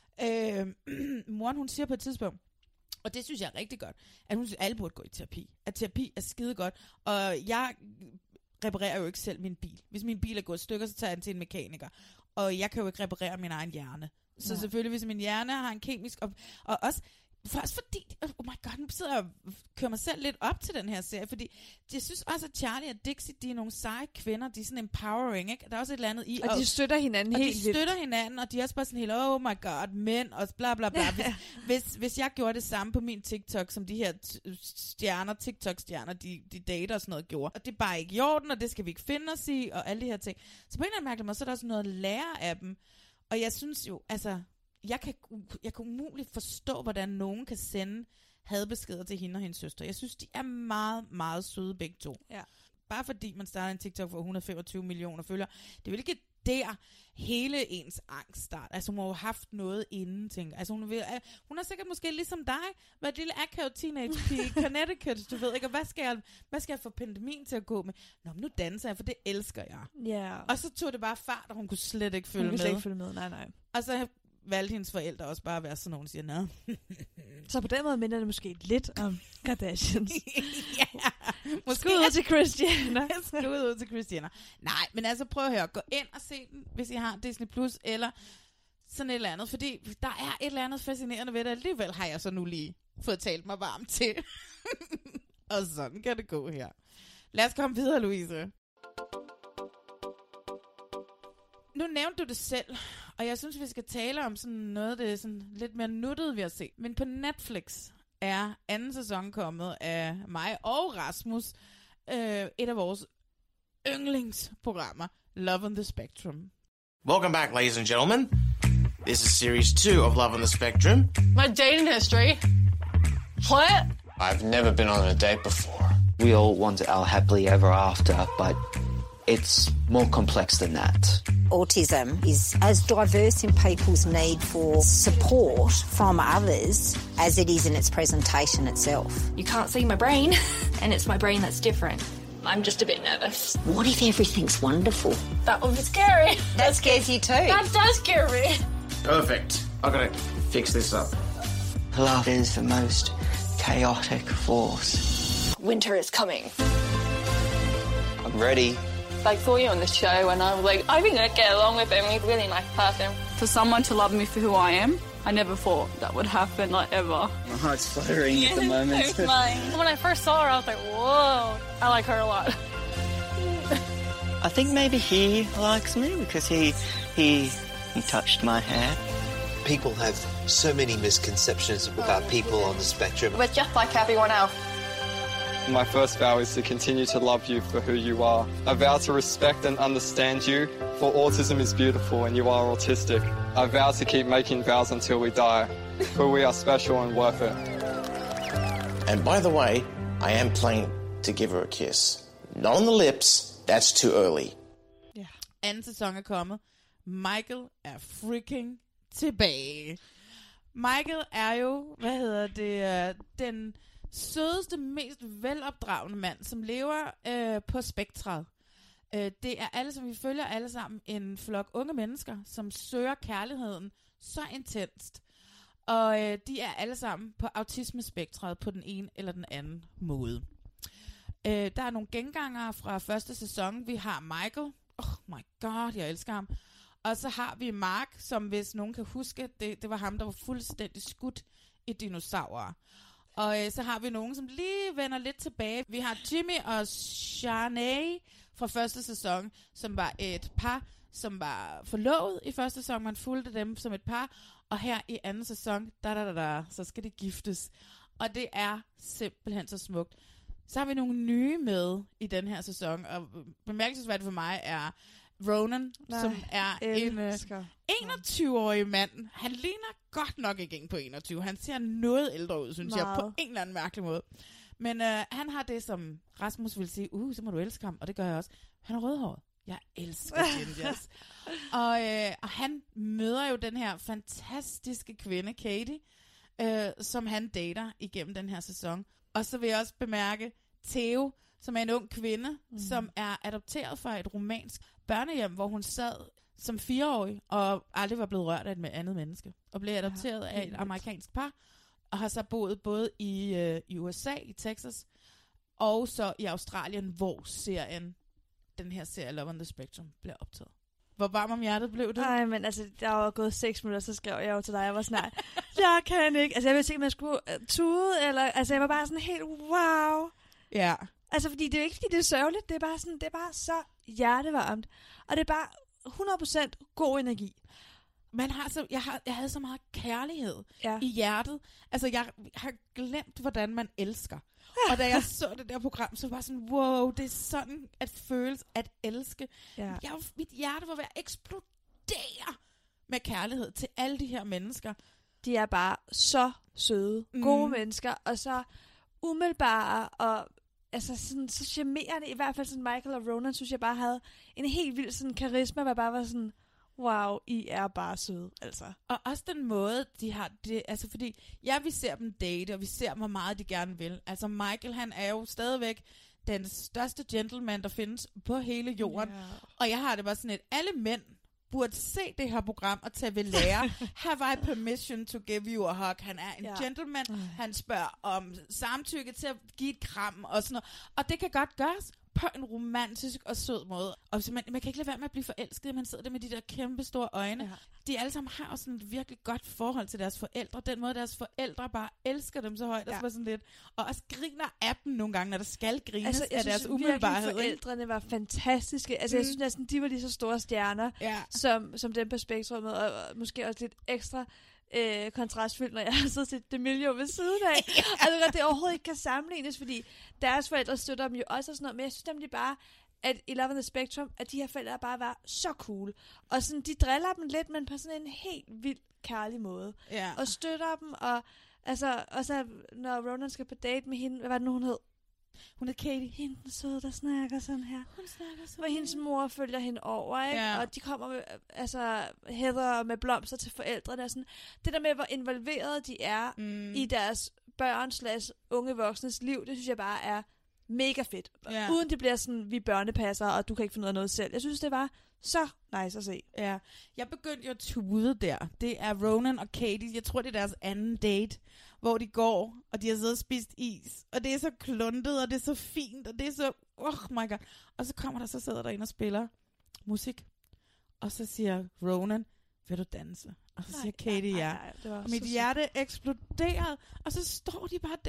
Speaker 4: Øh, moren, hun siger på et tidspunkt, og det synes jeg er rigtig godt, at hun synes, at alle burde gå i terapi. At terapi er skide godt. Og jeg reparerer jo ikke selv min bil. Hvis min bil er gået i stykker, så tager jeg den til en mekaniker. Og jeg kan jo ikke reparere min egen hjerne. Så ja. Selvfølgelig, hvis min hjerne har en kemisk... Op- og også... For også fordi, oh my god, nu sidder jeg og kører mig selv lidt op til den her serie, fordi jeg synes også, at Charlie og Dixie, de er nogle seje kvinder, de er sådan empowering, ikke? Der er også et eller andet i.
Speaker 5: Og, og de støtter hinanden
Speaker 4: og
Speaker 5: helt
Speaker 4: de støtter vildt. hinanden, og de er også bare sådan helt, oh my god, mænd, og bla bla bla. Hvis, hvis, hvis jeg gjorde det samme på min TikTok, som de her t- stjerner, TikTok-stjerner, de, de dater og sådan noget gjorde, og det er bare ikke i orden, og det skal vi ikke finde os i, og alle de her ting. Så på en eller anden mærkelig måde, så er der også noget at lære af dem. Og jeg synes jo, altså... Jeg kan, jeg kan umuligt forstå, hvordan nogen kan sende hadbeskeder til hende og hendes søster. Jeg synes, de er meget, meget søde begge to.
Speaker 5: Ja.
Speaker 4: Bare fordi man starter en TikTok for et hundrede og femogtyve millioner følgere. Det er vel ikke der hele ens angst starter. Altså hun har jo haft noget inden, tænker. Altså hun, vil, hun har sikkert måske ligesom dig været et lille akavet teenage pige i Connecticut, du ved ikke, og hvad skal, jeg, hvad skal jeg få pandemien til at gå med? Nå, men nu danser jeg, for det elsker jeg.
Speaker 5: Yeah.
Speaker 4: Og så tog det bare fart, og hun kunne slet ikke følge
Speaker 5: hun
Speaker 4: med.
Speaker 5: Hun kunne slet ikke følge med, nej, nej.
Speaker 4: Og så valgte hendes forældre også bare at være sådan nogen, der siger, nå.
Speaker 5: Så på den måde minder det måske lidt om Kardashians.
Speaker 4: Ja, måske.
Speaker 5: Skud ud til Christiana.
Speaker 4: Skud ud til Christiana. Nej, men altså prøv at høre. Gå ind og se den, hvis I har Disney Plus, eller sådan et eller andet. Fordi der er et eller andet fascinerende ved det. Alligevel har jeg så nu lige fået talt mig varmt til. Og sådan kan det gå her. Lad os komme videre, Louise. Nu nævnte du det selv, og jeg synes, vi skal tale om sådan noget, det er sådan lidt mere nuttet, vi har set. Men på Netflix er anden sæson kommet af mig og Rasmus, øh, et af vores yndlingsprogrammer, Love on the Spectrum.
Speaker 12: Welcome back, ladies and gentlemen. This is series two of Love on the Spectrum.
Speaker 8: My dating history. What?
Speaker 10: I've never been on a date before.
Speaker 13: We all want our happily ever after, but it's more complex than that.
Speaker 14: Autism is as diverse in people's need for support from others as it is in its presentation itself.
Speaker 15: You can't see my brain, and it's my brain that's different. I'm just a bit nervous.
Speaker 14: What if everything's wonderful?
Speaker 15: That would be scary.
Speaker 14: That scares you too.
Speaker 15: That does scare me.
Speaker 12: Perfect. I've got to fix this up.
Speaker 13: Love is the most chaotic force.
Speaker 15: Winter is coming.
Speaker 13: I'm ready.
Speaker 8: I saw you on the show and I was like, I think I'd get along with him. He's a really nice person.
Speaker 16: For someone to love me for who I am, I never thought that would happen, like, ever.
Speaker 13: My heart's fluttering at the moment.
Speaker 8: So mine. When I first saw her, I was like, whoa, I like her a lot.
Speaker 13: I think maybe he likes me because he, he, he touched my hair.
Speaker 17: People have so many misconceptions about people on the spectrum.
Speaker 8: We're just like everyone else.
Speaker 17: My first vow is to continue to love you for who you are. I vow to respect and understand you, for autism is beautiful and you are autistic. I vow to keep making vows until we die, for we are special and worth it.
Speaker 12: And by the way, I am planning to give her a kiss. Not on the lips, that's too early.
Speaker 4: Ja. Anden sæson er kommet. Michael er freaking tilbage. Michael er jo, hvad hedder det, den sødeste, mest velopdragende mand, som lever øh, på spektret. Øh, det er alle, som vi følger alle sammen, en flok unge mennesker, som søger kærligheden så intenst. Og øh, de er alle sammen på autismespektret på den ene eller den anden måde. Øh, der er nogle gengangere fra første sæson. Vi har Michael. Oh my god, jeg elsker ham. Og så har vi Mark, som hvis nogen kan huske, det, det var ham, der var fuldstændig skudt i dinosaurer. Og øh, så har vi nogen, som lige vender lidt tilbage. Vi har Jimmy og Shanae fra første sæson, som var et par, som var forlovet i første sæson. Man fulgte dem som et par. Og her i anden sæson, da, da, da, da, så skal de giftes. Og det er simpelthen så smukt. Så har vi nogle nye med i den her sæson. Og bemærkelsesværdigt for mig er Ronan, Nej, som er en uh, enogtyve-årig mand. Han ligner godt nok ikke på enogtyve. Han ser noget ældre ud, synes Meget. jeg, på en eller anden mærkelig måde. Men uh, han har det, som Rasmus vil sige, uh, så må du elske ham, og det gør jeg også. Han er rødhåret. Jeg elsker gingers. og, øh, og han møder jo den her fantastiske kvinde, Katie, øh, som han dater igennem den her sæson. Og så vil jeg også bemærke Theo, som er en ung kvinde, mm. som er adopteret fra et romansk børnehjem, hvor hun sad som fireårig og aldrig var blevet rørt af et andet menneske. Og blev adopteret ja, af et amerikansk par, og har så boet både i, øh, i U S A, i Texas, og så i Australien, hvor serien den her serie Love on the Spectrum bliver optaget. Hvor varm om hjertet blev det?
Speaker 5: Nej, men altså, der var gået seks minutter, så skrev jeg jo til dig, jeg var snart, jeg kan ikke. Altså, jeg ville se, om jeg skulle uh, tude, eller, altså, jeg var bare sådan helt, wow.
Speaker 4: Ja.
Speaker 5: Altså, fordi det er jo ikke, fordi det er sørgeligt, det er bare sådan, det er bare så hjertevarmt. Og det er bare hundrede procent god energi.
Speaker 4: Man har så, jeg, har, jeg havde så meget kærlighed
Speaker 5: ja.
Speaker 4: i hjertet. Altså, jeg har glemt, hvordan man elsker. Og da jeg så det der program, så var jeg sådan, wow, det er sådan at føles at elske. Ja. Jeg, mit hjerte var ved at eksplodere med kærlighed til alle de her mennesker.
Speaker 5: De er bare så søde, gode mm. mennesker, og så umiddelbare, og altså sådan, så charmerende. I hvert fald sådan Michael og Ronan, synes jeg bare havde en helt vild sådan karisma, hvor bare var sådan, wow, I er bare søde, altså.
Speaker 4: Og også den måde, de har det, altså fordi, ja, vi ser dem date, og vi ser, hvor meget de gerne vil. Altså Michael, han er jo stadigvæk den største gentleman, der findes på hele jorden. Yeah. Og jeg har det bare sådan, at alle mænd burde se det her program og tage ved lære. Have I permission to give you a hug? Han er en yeah. gentleman. Mm. Han spørger om samtykke til at give et kram og sådan noget. Og det kan godt gøres på en romantisk og sød måde. Og man, man kan ikke lade være med at blive forelsket, man sidder der med de der kæmpe store øjne. Ja. De alle sammen har også sådan et virkelig godt forhold til deres forældre. Den måde, deres forældre bare elsker dem så højt. Ja. Og, sådan lidt, og også griner af dem nogle gange, når der skal grines altså, af deres umiddelbarhed.
Speaker 5: Forældrene var fantastiske. Altså, mm. jeg synes næsten, de var lige så store stjerner, ja. som, som dem på Spektrummet, og, og måske også lidt ekstra Øh, kontrastfyldt, når jeg har siddet til Demilio ved siden af. Ja. Altså, det overhovedet ikke kan sammenlignes, fordi deres forældre støtter dem jo også og sådan noget, men jeg synes nemlig bare, at i Love on the Spectrum, at de her forældre bare var så cool. Og sådan, de driller dem lidt, men på sådan en helt vild kærlig måde.
Speaker 4: Ja.
Speaker 5: Og støtter dem, og altså, og så når Ronan skal på date med hende, hvad var det nu, hun hed?
Speaker 4: Hun er Katie.
Speaker 5: Hende den søde, der snakker sådan her.
Speaker 4: Hun snakker sådan.
Speaker 5: Hvor hendes mor følger hende over, ikke?
Speaker 4: Ja.
Speaker 5: Og de kommer med, altså, Heather med blomster til forældrene og sådan. Det der med, hvor involveret de er mm. i deres børn slash unge voksnes liv, det synes jeg bare er mega fedt. Ja. Uden det bliver sådan, vi børnepasser, og du kan ikke finde ud af noget selv. Jeg synes, det var så nice at se.
Speaker 4: Ja. Jeg begyndte jo at tude der. Det er Ronan og Katie. Jeg tror, det er deres anden date, hvor de går, og de har siddet og spist is. Og det er så kluntet, og det er så fint, og det er så, oh my god. Og så kommer der, så sidder der en og spiller musik. Og så siger Ronan, vil du danse? Og så nej, siger Katie ja. Nej, nej, nej, og mit hjerte eksploderede. Og så står de bare der og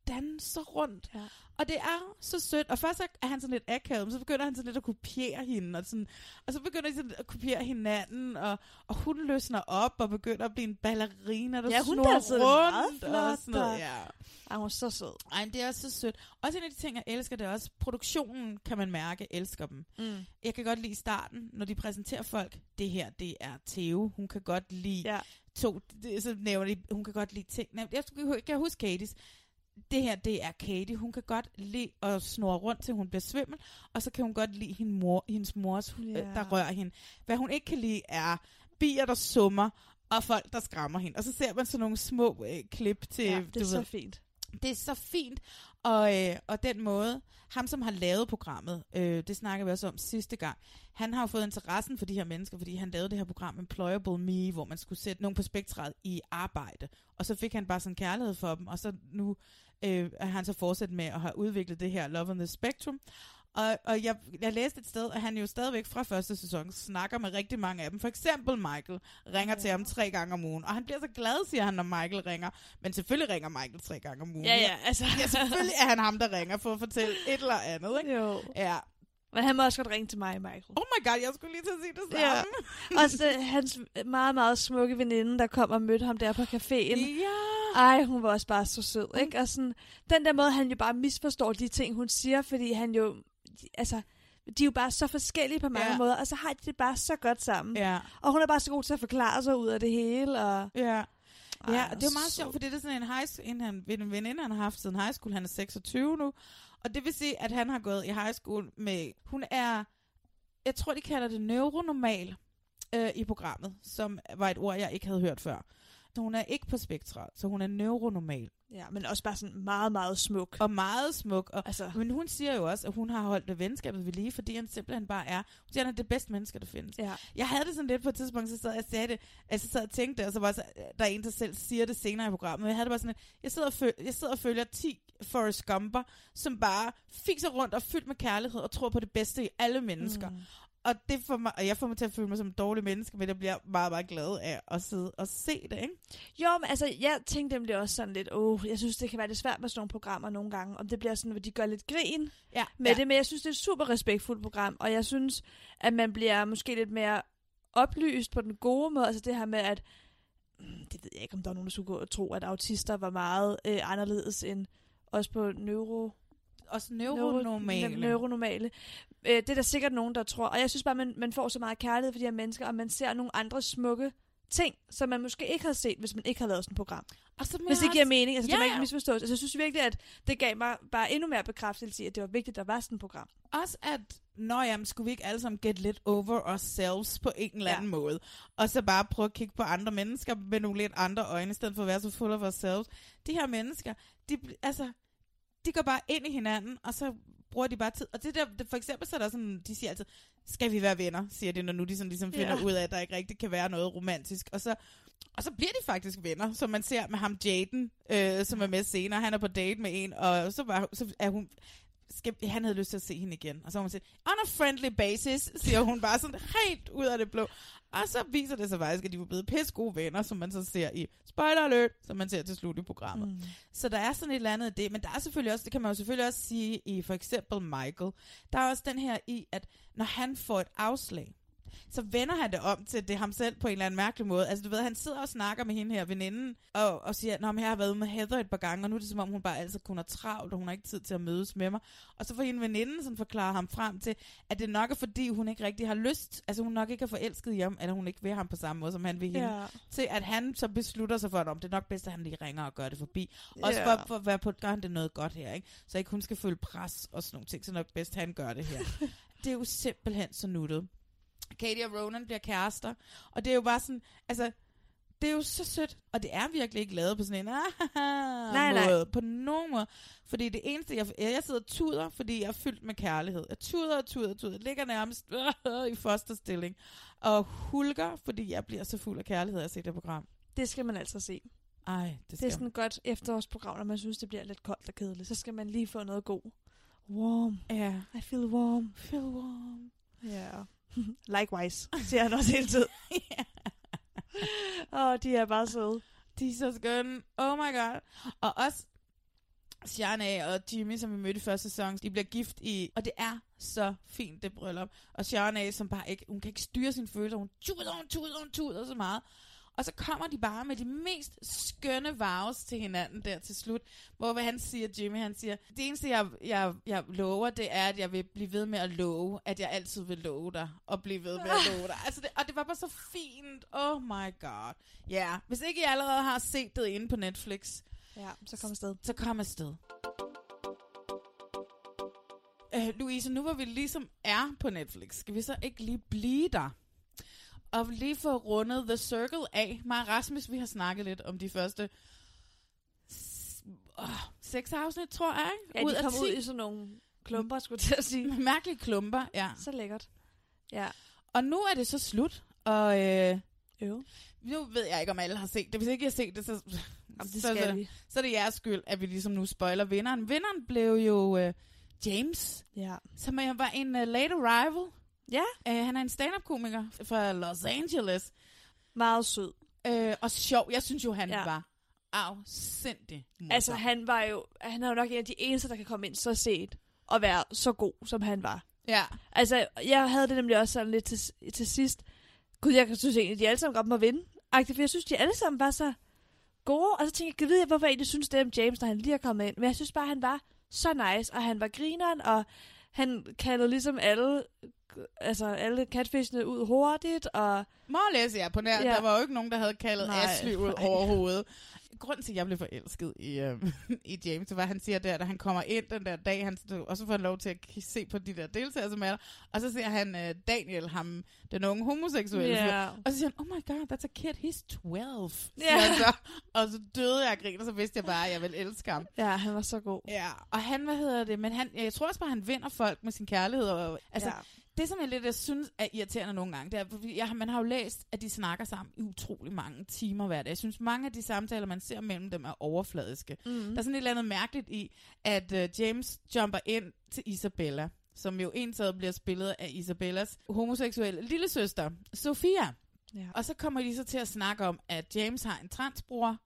Speaker 4: danser rundt.
Speaker 5: Ja.
Speaker 4: Og det er så sødt. Og først er han sådan lidt akavet, men så begynder han sådan lidt at kopiere hende. Og, sådan, og så begynder de sådan at kopiere hinanden, og, og hun løsner op og begynder at blive en ballerina, der
Speaker 5: ja, hun
Speaker 4: snor
Speaker 5: rundt.
Speaker 4: Meget
Speaker 5: flot,
Speaker 4: og sådan noget. Ja.
Speaker 5: Ej, hun er så sød.
Speaker 4: Ej, det er også så sødt. Også en af de ting, jeg elsker, det er også produktionen, kan man mærke, elsker dem.
Speaker 5: Mm.
Speaker 4: Jeg kan godt lide starten, når de præsenterer folk. Det her, det er Theo. Hun kan godt lide
Speaker 5: ja.
Speaker 4: to, det, så nævner de, hun kan godt lide ting. Jeg kan huske Katie's. Det her, det er Katie. Hun kan godt lide at snurre rundt, til hun bliver svimmel, og så kan hun godt lide hendes, mor, hendes mors, yeah. der rører hende. Hvad hun ikke kan lide, er bier, der summer, og folk, der skræmmer hende. Og så ser man sådan nogle små øh, klip til...
Speaker 5: Ja, det er
Speaker 4: du
Speaker 5: så
Speaker 4: ved.
Speaker 5: fint.
Speaker 4: Det er så fint, og, øh, og den måde, ham som har lavet programmet, øh, det snakker vi også om sidste gang, han har jo fået interessen for de her mennesker, fordi han lavede det her program Employable Me, hvor man skulle sætte nogen på spektret i arbejde, og så fik han bare sådan en kærlighed for dem, og så nu øh, er han så fortsat med at have udviklet det her Love on the Spectrum. Og, og jeg, jeg læste et sted, at han jo stadigvæk fra første sæson snakker med rigtig mange af dem. For eksempel Michael ringer ja. til ham tre gange om ugen. Og han bliver så glad, siger han, når Michael ringer. Men selvfølgelig ringer Michael tre gange om ugen.
Speaker 5: Ja, ja, altså.
Speaker 4: Ja, selvfølgelig er han ham, der ringer for at fortælle et eller andet, ikke?
Speaker 5: Jo.
Speaker 4: Ja.
Speaker 5: Men han må også godt ringe til mig, Michael.
Speaker 4: Oh my god, jeg skulle lige til at sige det samme.
Speaker 5: Ja. Også det, hans meget, meget smukke veninde, der kom og mødte ham der på caféen.
Speaker 4: Ja.
Speaker 5: Ej, hun var også bare så sød, mm. ikke? Og sådan, den der måde, han jo bare misforstår de ting, hun siger, fordi han jo... Altså, de er jo bare så forskellige på mange ja. måder, og så har de det bare så godt sammen.
Speaker 4: Ja.
Speaker 5: Og hun er bare så god til at forklare sig ud af det hele. Og...
Speaker 4: Ja,
Speaker 5: Ej,
Speaker 4: ja, det er meget sjovt, for det er sådan en, high school, en, en veninde, han har haft siden high school. Han er seksogtyve nu, og det vil sige, at han har gået i high school med... Hun er, jeg tror, de kalder det neuronormal øh, i programmet, som var et ord, jeg ikke havde hørt før. Så hun er ikke på spektret, så hun er neuronormal.
Speaker 5: Ja, men også bare sådan meget, meget smuk.
Speaker 4: Og meget smuk. Og,
Speaker 5: altså.
Speaker 4: Men hun siger jo også, at hun har holdt det venskabet ved lige, fordi han simpelthen bare er, hun siger, han er det bedste menneske, der findes.
Speaker 5: Ja.
Speaker 4: Jeg havde det sådan lidt på et tidspunkt, så sad jeg sagde det, altså sad og tænkte, og så var så, der er en, der selv siger det senere i programmet, men jeg havde det bare sådan, jeg sidder og, føl- jeg sidder og følger ti Forrest Gumper, som bare fiser rundt og fyldt med kærlighed, og tror på det bedste i alle mennesker. Mm. Og, det får mig, og jeg får mig til at føle mig som en dårlig menneske, men jeg bliver meget, meget glad af at sidde og se det, ikke?
Speaker 5: Jo, men altså, jeg tænkte nemlig også sådan lidt, åh, jeg synes, det kan være lidt svært med sådan nogle programmer nogle gange, om det bliver sådan, hvor de gør lidt grin
Speaker 4: ja,
Speaker 5: med
Speaker 4: ja.
Speaker 5: det, men jeg synes, det er et super respektfuldt program, og jeg synes, at man bliver måske lidt mere oplyst på den gode måde, altså det her med, at, det ved jeg ikke, om der er nogen, der skulle gå og tro, at autister var meget øh, anderledes end også på neuro...
Speaker 4: Også neuronormale.
Speaker 5: Neuro, neuronormale. Øh, det er der sikkert nogen, der tror. Og jeg synes bare, man, man får så meget kærlighed for de her mennesker, og man ser nogle andre smukke ting, som man måske ikke har set, hvis man ikke har lavet sådan et program.
Speaker 4: Og så
Speaker 5: hvis det giver mening. Altså,
Speaker 4: ja.
Speaker 5: det må ikke misforstås. Altså, jeg synes virkelig, at det gav mig bare endnu mere bekræftelse i, at det var vigtigt, at der var sådan et program.
Speaker 4: Også at, nå jamen, skulle vi ikke alle sammen get lidt over ourselves på en eller anden ja. måde, og så bare prøve at kigge på andre mennesker med nogle lidt andre øjne, i stedet for at være så full of ourselves. De her mennesker, de, altså... de går bare ind i hinanden, og så bruger de bare tid. Og det der, det, for eksempel så er der sådan, de siger altid, skal vi være venner, siger de, når nu de sådan ligesom finder ja. ud af, at der ikke rigtig kan være noget romantisk. Og så, og så bliver de faktisk venner, som man ser med ham Jaden, øh, som er med senere. Han er på date med en, og så, var, så er hun... Skal, han havde lyst til at se hende igen. Og så har hun sagt, on a friendly basis, siger hun bare sådan helt ud af det blå. Og så viser det sig faktisk, at de var blevet pisse gode venner, som man så ser i spoiler alert, som man ser til slut i programmet. Mm. Så der er sådan et eller andet af det, men der er selvfølgelig også, det kan man jo selvfølgelig også sige i for eksempel Michael, der er også den her i, at når han får et afslag, så vender han det om til det ham selv på en eller anden mærkelig måde. Altså du ved, han sidder og snakker med hende her, veninden, og, og siger, nå, men jeg har været med Heather et par gange, og nu er det som om, hun bare altid kun er travlt, og hun har ikke tid til at mødes med mig. Og så får hende veninden sådan forklarer ham frem til, at det nok er fordi, hun ikke rigtig har lyst, altså hun nok ikke er forelsket i ham, eller hun ikke vil ham på samme måde, som han vil hende. Ja. Til at han så beslutter sig for, at om det er nok bedst, at han lige ringer og gør det forbi. Også ja. for, for at være på, gør han det noget godt her, ikke? Så ikke hun skal føle pres og sådan nogle ting, så nok bedst, at han gør det her. Det er jo simpelthen så nuttet. Katie og Ronan bliver kærester, og det er jo bare sådan, altså, det er jo så sødt, og det er virkelig ikke lavet på sådan en nej, måde, nej. på nogen måde, fordi det eneste, jeg, jeg sidder og tuder, fordi jeg er fyldt med kærlighed. Jeg tuder og tuder og tuder, jeg ligger nærmest øh, i fosterstilling, og hulker, fordi jeg bliver så fuld af kærlighed af at se det program.
Speaker 5: Det skal man altså se.
Speaker 4: Ej, det,
Speaker 5: det er sådan et godt efterårsprogram, når man synes, det bliver lidt koldt og kedeligt, så skal man lige få noget god. Warm.
Speaker 4: Ja. Yeah.
Speaker 5: I feel warm.
Speaker 4: Feel warm.
Speaker 5: Ja. Yeah. Likewise, siger han også hele tiden. Åh, oh, de er bare søde.
Speaker 4: De er så skønne. Oh my god. Og også, Shana og Jimmy, som vi mødte i første sæson, de bliver gift i, og det er så fint, det bryllup. Og Shana, som bare ikke, hun kan ikke styre sine følelser, hun tuder, hun tuder, hun tuder så meget. Og så kommer de bare med de mest skønne vows til hinanden der til slut, hvor hvad han siger, Jimmy, han siger, det eneste, jeg, jeg, jeg lover, det er, at jeg vil blive ved med at love, at jeg altid vil love dig, og blive ved med at love dig. Altså det, og det var bare så fint. Oh my god. Ja, yeah. Hvis ikke I allerede har set det inde på Netflix,
Speaker 5: ja, så kom afsted.
Speaker 4: Så kom afsted. Uh, Louise, nu hvor vi ligesom er på Netflix, skal vi så ikke lige blive der? Og lige få rundet The Circle af. Mig og Rasmus, vi har snakket lidt om de første s- åh, seks afsnit, tror jeg.
Speaker 5: Ja,
Speaker 4: ud
Speaker 5: de kom
Speaker 4: af
Speaker 5: ud i sådan nogle klumper, skulle jeg til at sige.
Speaker 4: Mærkelige klumper, ja.
Speaker 5: Så lækkert. Ja.
Speaker 4: Og nu er det så slut, og øh,
Speaker 5: jo.
Speaker 4: Nu ved jeg ikke, om alle har set det. Hvis ikke I har set det, så,
Speaker 5: Jamen, det
Speaker 4: så,
Speaker 5: skal
Speaker 4: så,
Speaker 5: vi.
Speaker 4: så er det jeres skyld, at vi ligesom nu spoiler vinderen. Vinderen blev jo øh, James,
Speaker 5: ja.
Speaker 4: som var en uh, late arrival.
Speaker 5: Ja.
Speaker 4: Uh, han er en stand-up-komiker fra Los Angeles.
Speaker 5: Meget sød.
Speaker 4: Uh, og sjov. Jeg synes jo, han
Speaker 5: ja.
Speaker 4: var afsindig morsom.
Speaker 5: Altså, han var jo, han er jo nok en af de eneste, der kan komme ind så set og være så god, som han var.
Speaker 4: Ja.
Speaker 5: Altså, jeg havde det nemlig også sådan lidt til, til sidst. Gud, jeg synes egentlig, de alle sammen godt må vinde. For jeg synes, de alle sammen var så gode. Og så tænkte jeg, kan vide, hvorfor jeg egentlig synes det om James, når han lige er kommet ind. Men jeg synes bare, han var så nice, og han var grineren, og han kaldede ligesom alle, altså alle catfishene ud hurtigt, og...
Speaker 4: Må læse jer på nær. Ja. Der var jo ikke nogen, der havde kaldet nej, Ashley ud nej. overhovedet. Grunden til, at jeg blev forelsket i, øh, i James, det var, at han siger der, da han kommer ind den der dag, han, og så får han lov til at se på de der deltagere, som er der, og så ser han øh, Daniel, ham, den unge homoseksuelle,
Speaker 5: yeah.
Speaker 4: og så siger han, oh my god, that's a kid, he's twelve.
Speaker 5: Yeah.
Speaker 4: Så, og så døde jeg af grin, og så vidste jeg bare, at jeg ville elske ham.
Speaker 5: Ja, han var så god.
Speaker 4: Ja, og han, hvad hedder det, men han, jeg tror også bare, han vinder folk med sin kærlighed, og, altså, ja. Det, som jeg lidt jeg synes er irriterende nogle gange, det er, fordi jeg, man har jo læst, at de snakker sammen i utrolig mange timer hver dag. Jeg synes, mange af de samtaler, man ser mellem dem, er overfladiske. Mm. Der er sådan et eller andet mærkeligt i, at uh, James jumper ind til Isabella, som jo ensat bliver spillet af Isabellas homoseksuelle lillesøster, Sofia. Ja. Og så kommer de så til at snakke om, at James har en transbror,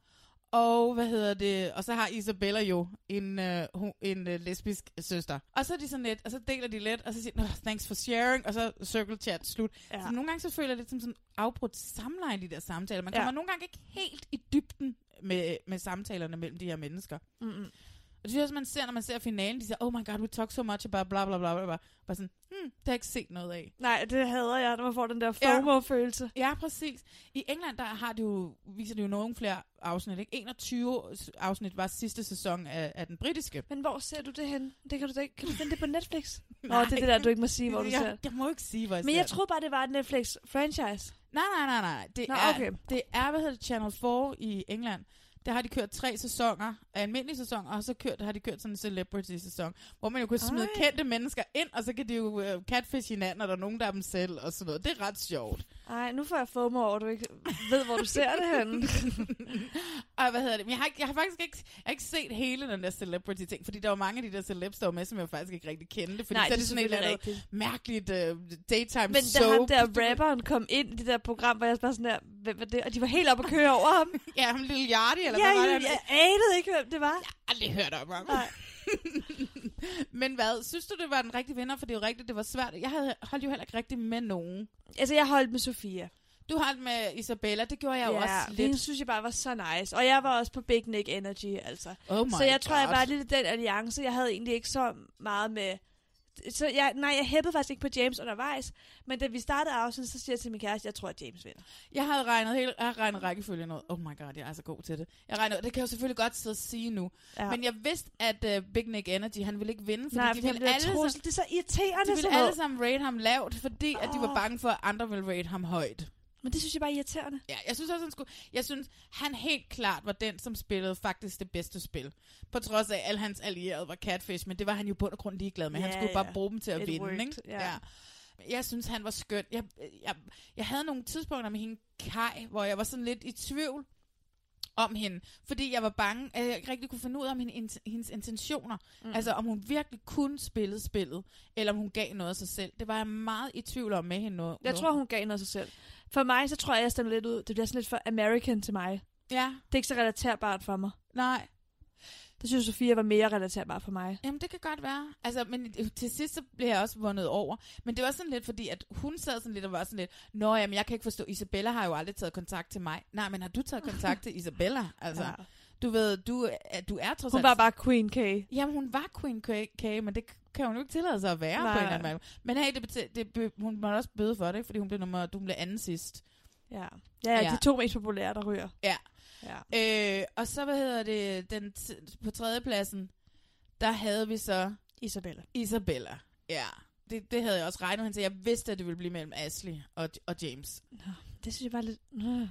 Speaker 4: og hvad hedder det? Og så har Isabella jo en, øh, en øh, lesbisk søster. Og så er de sådan lidt, og så deler de lidt, og så siger de, thanks for sharing, og så circle chat slut. Ja. Så nogle gange så føler jeg lidt som sådan afbrudt samleje i de der samtaler. Man kommer ja. nogle gange ikke helt i dybden med, med samtalerne mellem de her mennesker. Mm-hmm. Og det synes også, man ser, når man ser finalen, de siger, oh my god, we talk so much about bla bla bla bla. Bare sådan, hmm, det har jeg ikke set noget af.
Speaker 5: Nej, det hader jeg, når man får den der FOMO-følelse.
Speaker 4: Ja, ja, præcis. I England, der har de jo, viser de jo nogle flere afsnit, ikke? enogtyve afsnit var sidste sæson af, af den britiske.
Speaker 5: Men hvor ser du det hen? Det kan du da ikke. Kan du finde det på Netflix? Nå, det er det der, du ikke må sige, hvor du
Speaker 4: jeg,
Speaker 5: ser.
Speaker 4: Jeg må ikke sige, hvor jeg
Speaker 5: Men
Speaker 4: ser
Speaker 5: jeg troede bare, det var et Netflix-franchise.
Speaker 4: Nej, nej, nej, nej. Det,
Speaker 5: Nå,
Speaker 4: er,
Speaker 5: okay.
Speaker 4: det er, hvad hedder det, Channel fire i England. Der har de kørt tre sæsoner af almindelige sæsoner, og så kørt, har de kørt sådan en celebrity-sæson, hvor man jo kan smide Ej. kendte mennesker ind, og så kan de jo uh, catfish hinanden, og der er nogen, der er dem selv, og sådan noget. Det er ret sjovt.
Speaker 5: Ej, nu får jeg FOMO over, du ikke ved, hvor du ser det henne.
Speaker 4: Og hvad hedder det? Men jeg har, ikke, jeg har faktisk ikke, jeg har ikke set hele den der celebrity-ting, fordi der var mange af de der celebs, der var med, som jeg faktisk ikke rigtig kendte. Fordi
Speaker 5: Nej,
Speaker 4: så er
Speaker 5: det
Speaker 4: det sådan et eller andet
Speaker 5: rigtigt.
Speaker 4: mærkeligt uh, daytime
Speaker 5: Men
Speaker 4: soap.
Speaker 5: Men da ham der rapperen kom ind i det der program, hvor jeg bare sådan der, hvem var det? Og de var helt oppe at køre over ham.
Speaker 4: Ja, ham Lille Yardi, eller
Speaker 5: ja,
Speaker 4: hvad var
Speaker 5: jeg,
Speaker 4: det?
Speaker 5: Jeg anede ikke, hvem det var.
Speaker 4: Jeg har aldrig hørt om ham. Men hvad, synes du, det var den rigtige vinder? For det er jo rigtigt, det var svært. Jeg havde holdt jo heller ikke rigtig med nogen.
Speaker 5: Altså, jeg holdt med Sofia.
Speaker 4: Du holdt med Isabella, det gjorde jeg jo
Speaker 5: ja,
Speaker 4: også lidt.
Speaker 5: Ja, det synes jeg bare var så nice. Og jeg var også på Big Nick Energy, altså.
Speaker 4: Oh my
Speaker 5: så jeg
Speaker 4: God.
Speaker 5: tror, jeg var lidt den alliance. Jeg havde egentlig ikke så meget med... Så jeg, nej, jeg hæppede faktisk ikke på James undervejs. Men da vi startede afsnit, så siger jeg til min kæreste, jeg tror, at James vinder.
Speaker 4: Jeg havde regnet hele, jeg havde regnet rækkefølgen ud. Oh my god, jeg er så god til det. Jeg regnede, det kan jeg jo selvfølgelig godt sidde og sige nu. Ja. Men jeg vidste, at uh, Big Nick Energy, han ville ikke vinde. Fordi
Speaker 5: nej,
Speaker 4: de
Speaker 5: ville alle
Speaker 4: sammen,
Speaker 5: det er så irriterende.
Speaker 4: De ville alle sammen rate ham lavt, fordi oh. at de var bange for, at andre ville rate ham højt.
Speaker 5: Men det synes jeg bare er irriterende.
Speaker 4: Ja, jeg synes også, han skulle... Jeg synes, han helt klart var den, som spillede faktisk det bedste spil. På trods af, at alle hans allierede var catfish, men det var han jo bund og grund ligeglad med. Yeah, han skulle yeah. bare bruge dem til at It vinde, worked, ikke? Yeah. Ja. Jeg synes, han var skøn. Jeg, jeg, jeg havde nogle tidspunkter med hende Kai, hvor jeg var sådan lidt i tvivl om hende, fordi jeg var bange, at jeg ikke rigtig kunne finde ud af om hende, hendes intentioner. Mm. Altså, om hun virkelig kunne spille spillet, eller om hun gav noget af sig selv. Det var jeg meget i tvivl om med hende nu.
Speaker 5: Jeg tror, hun gav noget af sig selv. For mig, så tror jeg, jeg stemmer lidt ud. Det bliver sådan lidt for American til mig.
Speaker 4: Ja.
Speaker 5: Det er ikke så relaterbart for mig.
Speaker 4: Nej.
Speaker 5: Der synes jeg, Sofia var mere relaterbar for mig.
Speaker 4: Jamen, det kan godt være. Altså, men til sidst så blev jeg også vundet over. Men det var sådan lidt, fordi at hun sad sådan lidt og var sådan lidt, nå, jamen, jeg kan ikke forstå, Isabella har jo aldrig taget kontakt til mig. Nej, men har du taget kontakt til Isabella? Altså, ja. Du ved, du, du er trods alt...
Speaker 5: Hun var bare Queen K.
Speaker 4: Jamen, hun var Queen K, men det kan hun jo ikke tillade sig at være Nej. på en eller anden måde. Men hey, det, det, det, hun må også bøde for det, fordi hun blev nummer, du blev anden sidst.
Speaker 5: Ja. Ja, ja, de to mest populære, der ryger.
Speaker 4: Ja. ja. Øh, og så, hvad hedder det, den t- på tredjepladsen, der havde vi så...
Speaker 5: Isabella.
Speaker 4: Isabella, ja. Det, det havde jeg også regnet hen til. Jeg vidste, at det ville blive mellem Ashley og, og James.
Speaker 5: Nå, det synes jeg var lidt... Nå.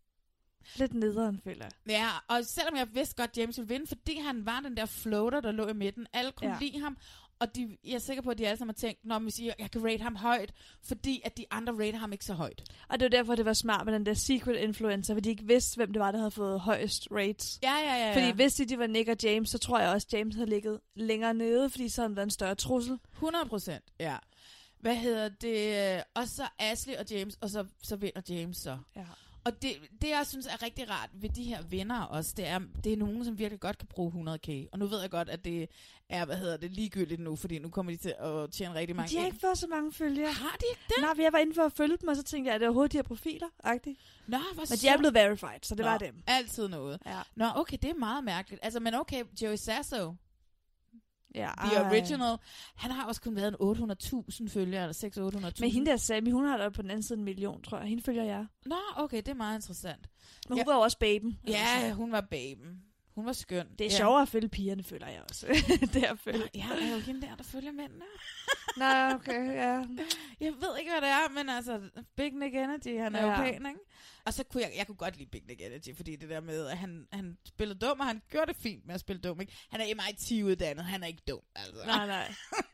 Speaker 5: Lidt nederen, føler jeg.
Speaker 4: Ja, og selvom jeg vidste godt, at James ville vinde, fordi han var den der floater, der lå i midten. Alle kunne ja. lide ham, og de, jeg er sikker på, at de alle sammen har tænkt, når vi siger, jeg kan rate ham højt, fordi at de andre rater ham ikke så højt.
Speaker 5: Og det var derfor, det var smart med den der secret influencer, fordi de ikke vidste, hvem det var, der havde fået højest rates.
Speaker 4: Ja, ja, ja. ja.
Speaker 5: Fordi hvis de, de var Nick og James, så tror jeg også, at James havde ligget længere nede, fordi så havde han været en større trussel.
Speaker 4: hundrede procent, ja. Hvad hedder det? Og så Ashley og James, og så, så vinder James så.
Speaker 5: Ja.
Speaker 4: Og det, det, jeg synes er rigtig rart ved de her vinder også, det er, det er nogen, som virkelig godt kan bruge hundrede k. Og nu ved jeg godt, at det er, hvad hedder det, ligegyldigt nu, fordi nu kommer de til at tjene rigtig mange.
Speaker 5: De har ikke fået så mange følgere.
Speaker 4: Har de ikke det?
Speaker 5: Nej, jeg var inde for at følge dem, og så tænkte jeg, at det er overhovedet de her profiler, agtigt.
Speaker 4: Nå, hvor
Speaker 5: Men de er blevet verified, så det
Speaker 4: Nå,
Speaker 5: var dem.
Speaker 4: Altid noget.
Speaker 5: Ja.
Speaker 4: Nå, okay, det er meget mærkeligt. Altså, men okay, Joey Sasso,
Speaker 5: ja,
Speaker 4: The Original, han har også kun været en otte hundrede tusind følgere, eller seks hundrede otte hundrede tusind.
Speaker 5: Men hende der Sammy, hun har da på den anden side en million, tror jeg. Hende følger jeg.
Speaker 4: Nå, okay, det er meget interessant.
Speaker 5: Men hun
Speaker 4: ja.
Speaker 5: var jo også baben.
Speaker 4: Ja, hun var baben. Hun var skøn.
Speaker 5: Det er
Speaker 4: ja.
Speaker 5: sjovere at følge pigerne, føler jeg også. det er følge.
Speaker 4: Ja, jeg er jo hende der, der følger mændene.
Speaker 5: Nej, okay, ja.
Speaker 4: Jeg ved ikke, hvad det er, men altså, Big Nick Energy, han er ja. jo pæn, ikke? Og så kunne jeg, jeg kunne godt lide Big Nick Energy, fordi det der med, at han, han spillede dum, og han gjorde det fint med at spille dum, ikke? Han er M I T-uddannet, han er ikke dum, altså.
Speaker 5: Nej, nej.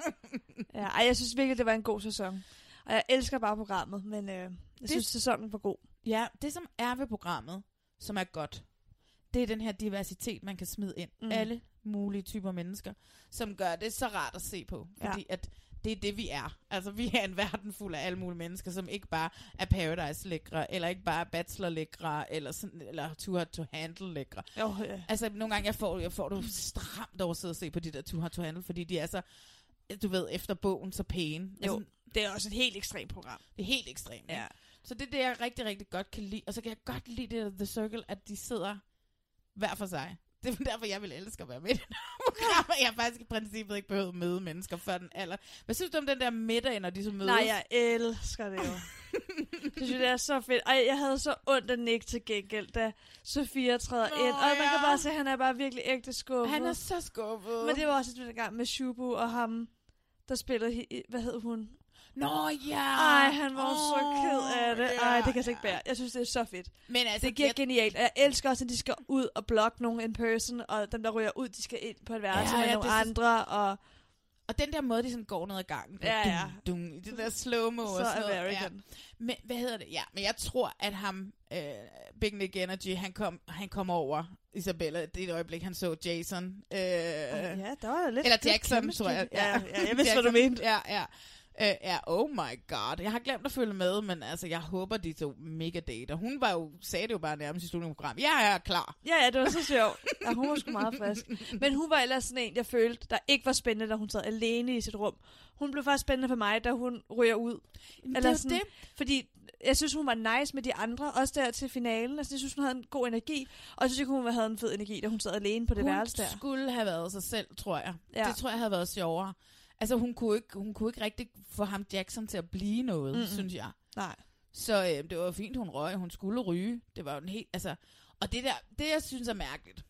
Speaker 5: ja, ej, jeg synes virkelig, det var en god sæson. Og jeg elsker bare programmet, men øh, jeg det, synes, sæsonen var god.
Speaker 4: Ja, det som er ved programmet, som er godt, det er den her diversitet, man kan smide ind. Mm. Alle mulige typer mennesker, som gør det så rart at se på. Fordi ja. at det er det, vi er. Altså, vi er en verden fuld af alle mulige mennesker, som ikke bare er Paradise-lækre, eller ikke bare er Bachelor-lækre, eller, sådan, eller Too Hot to Handle-lækre.
Speaker 5: Oh, ja.
Speaker 4: Altså, nogle gange jeg får, jeg får det stramt over at sidde og se på de der Too Hot to Handle, fordi de er så, du ved, efter bogen så pæne.
Speaker 5: Jo,
Speaker 4: altså,
Speaker 5: det er også et helt ekstremt program.
Speaker 4: Det er helt ekstremt.
Speaker 5: Ja.
Speaker 4: Så det er det, jeg rigtig, rigtig godt kan lide. Og så kan jeg godt lide det The Circle, at de sidder hver for sig. Det er derfor, jeg vil elske at være med i det program. Jeg har faktisk i princippet ikke behøvet at møde mennesker før den alder. Hvad synes du om den der middag, når de så mødes?
Speaker 5: Nej, jeg elsker det jo. Det synes det er så fedt. Ej, jeg havde så ondt af Nick til gengæld, da Sofia træder Nå, ind. Og man ja. kan bare se, at han er bare virkelig ægte skuffet.
Speaker 4: Han er så skuffet.
Speaker 5: Men det var også et gang med Shubu og ham, der spillede, hvad hed hun?
Speaker 4: Nå ja!
Speaker 5: Ej, han var oh, så ked af det. Ja, Ej, det kan jeg så ikke bære. Jeg synes, det er så fedt.
Speaker 4: Men altså,
Speaker 5: det giver jeg... genialt. Jeg elsker også, at de skal ud og blokke nogen in person, og dem, der ryger ud, de skal ind på et værelse ja, med ja, nogle andre. Og...
Speaker 4: og den der måde, de sådan går ned ad gangen.
Speaker 5: Ja, ja.
Speaker 4: Dum, dum, i det der slow-mo
Speaker 5: så
Speaker 4: og sådan noget.
Speaker 5: American.
Speaker 4: Ja. Men hvad hedder det? Ja, men jeg tror, at ham, øh, Big Nick Energy, han kom, han kom over Isabella. Det er et øjeblik, han så Jason. Øh,
Speaker 5: ja, der var lidt...
Speaker 4: Eller Jackson, tror jeg.
Speaker 5: Ja, ja, jeg vidste, hvad du mente.
Speaker 4: Ja, ja. Uh, ja, oh my god. Jeg har glemt at følge med, men altså, jeg håber, de to mega dater. Hun var jo, sagde det jo bare nærmest i slutningen af programmet. Ja, jeg er klar.
Speaker 5: Ja, ja, det var så sjovt. Ja, hun var sgu meget frisk. Men hun var ellers sådan en, jeg følte, der ikke var spændende, da hun sad alene i sit rum. Hun blev faktisk spændende for mig, da hun ryger ud.
Speaker 4: Jamen,
Speaker 5: Eller
Speaker 4: det
Speaker 5: sådan,
Speaker 4: det.
Speaker 5: Fordi jeg synes, hun var nice med de andre, også der til finalen. Altså, jeg synes, hun havde en god energi. Og jeg synes ikke, hun havde en fed energi, da hun sad alene på det
Speaker 4: hun
Speaker 5: værelse der.
Speaker 4: Hun skulle have været sig selv, tror jeg.
Speaker 5: Ja.
Speaker 4: Det tror jeg havde været sjovere. Altså, hun kunne ikke, hun kunne ikke rigtig få ham Jackson til at blive noget, mm-hmm. synes jeg.
Speaker 5: Nej.
Speaker 4: Så øh, det var fint, hun røg. Hun skulle ryge. Det var jo en helt, altså... Og det der, det jeg synes er mærkeligt,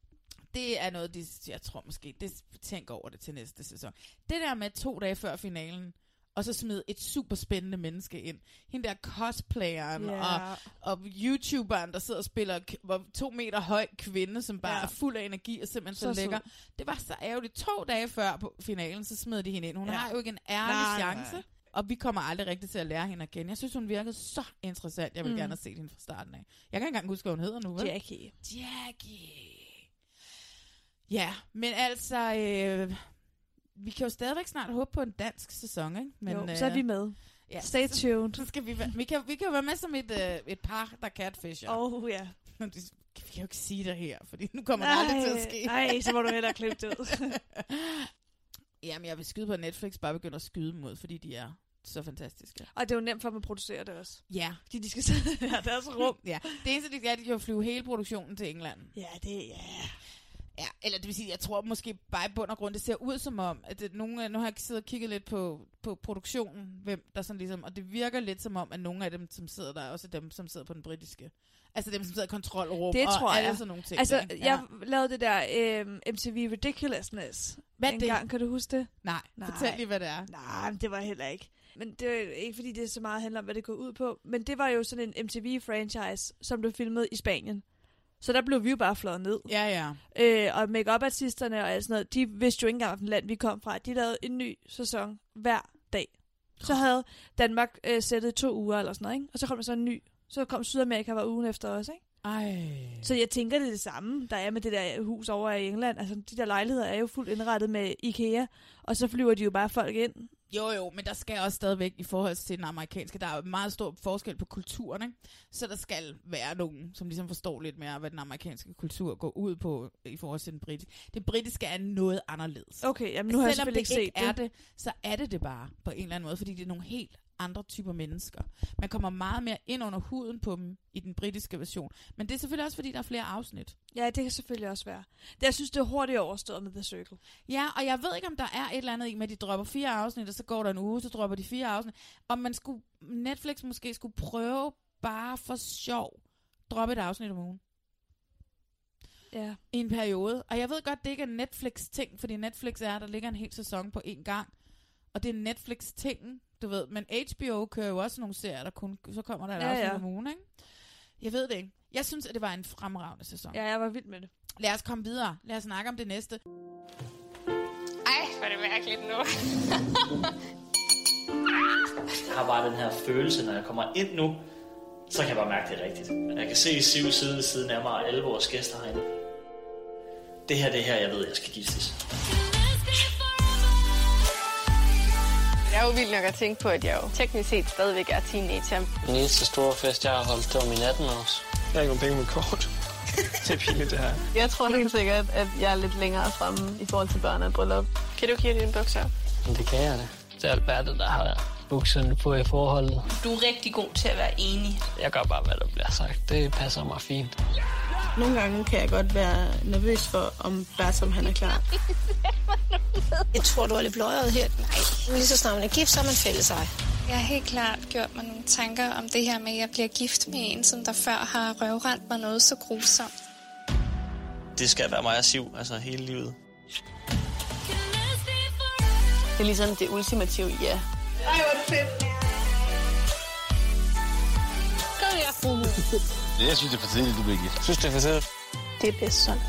Speaker 4: det er noget, de, jeg tror måske, det tænker over det til næste sæson. Det der med to dage før finalen, og så smide et super spændende menneske ind. Hende der cosplayeren yeah. og, og YouTuberen, der sidder og spiller k- to meter høj kvinde, som bare yeah. er fuld af energi og simpelthen så, så lækker. Det var så ærgerligt. To dage før på finalen, så smed de hende ind. Hun yeah. har jo ikke en ærlig nej, chance. Nej. Og vi kommer aldrig rigtig til at lære hende igen. Jeg synes, hun virkede så interessant. Jeg vil mm. gerne have set hende fra starten af. Jeg kan ikke engang huske, hvad hun hedder nu. Vel?
Speaker 5: Jackie.
Speaker 4: Jackie. Ja, men altså... Øh, vi kan jo stadigvæk snart håbe på en dansk sæson, ikke? Men,
Speaker 5: jo, så er vi med.
Speaker 4: Ja,
Speaker 5: Stay tuned.
Speaker 4: Så, så skal vi, vi, kan, vi kan jo være med som et, øh, et par, der catfisher.
Speaker 5: Oh, ja.
Speaker 4: Yeah. Vi kan jo ikke sige det her, fordi nu kommer det aldrig til at ske.
Speaker 5: Nej, så må du hellere klippe det ud.
Speaker 4: Jamen, jeg vil skyde på Netflix, bare begynde at skyde mod, fordi de er så fantastiske.
Speaker 5: Og det er jo nemt for dem at producere det også.
Speaker 4: Ja.
Speaker 5: Fordi de skal sidde i deres rum.
Speaker 4: Ja. Det eneste, de kan, er, at de kan flyve hele produktionen til England.
Speaker 5: Ja, det ja.
Speaker 4: Ja, eller det vil sige, jeg tror måske bare i bund og grund, det ser ud som om, at det, nogle, nu har jeg siddet og kigget lidt på, på produktionen, hvem der sådan ligesom, og det virker lidt som om, at nogle af dem, som sidder der, også er dem, som sidder på den britiske. Altså dem, som sidder i kontrolrum,
Speaker 5: det
Speaker 4: og
Speaker 5: tror jeg.
Speaker 4: alle sådan nogle ting.
Speaker 5: Altså,
Speaker 4: der, ja.
Speaker 5: jeg lavede det der øh, M T V Ridiculousness.
Speaker 4: Hvad
Speaker 5: en
Speaker 4: det?
Speaker 5: gang, kan du huske det?
Speaker 4: Nej, Nej. Fortæl lige, hvad det er.
Speaker 5: Nej, det var heller ikke. Men det er ikke, fordi det så meget handler om, hvad det går ud på. Men det var jo sådan en M T V-franchise, som blev filmet i Spanien. Så der blev vi jo bare flået ned.
Speaker 4: Ja, ja.
Speaker 5: Øh, og make-up-artisterne og alt sådan noget, de vidste jo ikke engang, hvilket land vi kom fra. De lavede en ny sæson hver dag. Så havde Danmark øh, sættet i to uger eller sådan noget, ikke? Og så kom der så en ny. Så kom Sydamerika var ugen efter os, ikke?
Speaker 4: Ej.
Speaker 5: Så jeg tænker, det er det samme, der er med det der hus over i England. Altså, de der lejligheder er jo fuldt indrettet med IKEA, og så flyver de jo bare folk ind.
Speaker 4: Jo, jo, men der skal også stadigvæk i forhold til den amerikanske, der er meget stor forskel på kulturen, ikke? Så der skal være nogen, som ligesom forstår lidt mere, hvad den amerikanske kultur går ud på i forhold til den britiske. Det britiske er noget anderledes.
Speaker 5: Okay, jamen nu har jeg selvfølgelig ikke set det.
Speaker 4: Selvom det ikke er det, så er det det bare på en eller anden måde, fordi det er nogle helt andre typer mennesker. Man kommer meget mere ind under huden på dem i den britiske version. Men det er selvfølgelig også, fordi der er flere afsnit.
Speaker 5: Ja, det kan selvfølgelig også være. Det, jeg synes, det er hurtigt overstået med The Circle.
Speaker 4: Ja, og jeg ved ikke, om der er et eller andet i med, at de dropper fire afsnit, og så går der en uge, så dropper de fire afsnit. Om man skulle, Netflix måske skulle prøve bare for sjov, droppe et afsnit om ugen.
Speaker 5: Ja.
Speaker 4: I en periode. Og jeg ved godt, det ikke er Netflix-ting, fordi Netflix er, der ligger en hel sæson på én gang. Og det er Netflix-tingen, du ved. Men H B O kører jo også nogle serier, der kun, så kommer der et
Speaker 5: ja,
Speaker 4: afsnit
Speaker 5: ja.
Speaker 4: om ugen, ikke? Jeg ved det ikke. Jeg synes, at det var en fremragende sæson.
Speaker 5: Ja, jeg var vild med det.
Speaker 4: Lad os komme videre. Lad os snakke om det næste.
Speaker 8: Ej, hvor er det mærkeligt nu.
Speaker 18: Jeg har bare den her følelse, når jeg kommer ind nu, så kan jeg bare mærke, det er rigtigt. Jeg kan se Siv sidde ved siden af mig og alle vores gæster herinde. Det her, det er her, jeg ved, jeg skal giftes.
Speaker 8: Jeg er jo vildt nok at tænke på, at jeg jo teknisk set stadigvæk er teenager.
Speaker 19: Den eneste store fest, jeg har holdt, det var min atten års. Jeg har ikke nogen penge med kort. Det er pinligt, det her.
Speaker 8: Jeg tror helt sikkert, at jeg er lidt længere fremme i forhold til børn og bryllup. Kan du give dine bukser?
Speaker 19: Men det kan jeg da. Det er Alberte, der har bukserne på i forholdet.
Speaker 15: Du er rigtig god til at være enig.
Speaker 19: Jeg gør bare, hvad der bliver sagt. Det passer mig fint.
Speaker 20: Nogle gange kan jeg godt være nervøs for, om Bertram han er klar.
Speaker 21: Jeg tror, du er lidt bløjet her. Nej, lige så snart man er gift, så er man fælles sig.
Speaker 22: Jeg har helt klart gjort mig nogle tanker om det her med, at jeg bliver gift med en, som der før har røvrendt mig noget så grusomt.
Speaker 18: Det skal være mig og Siv, altså hele livet.
Speaker 8: Det er ligesom det ultimative ja.
Speaker 20: Ej, hvor er det fedt.
Speaker 8: Kom her.
Speaker 23: Jeg synes, det er for tidligt, du bliver gift.
Speaker 19: Jeg synes, det er for tidligt.
Speaker 20: Det er bedst sådan.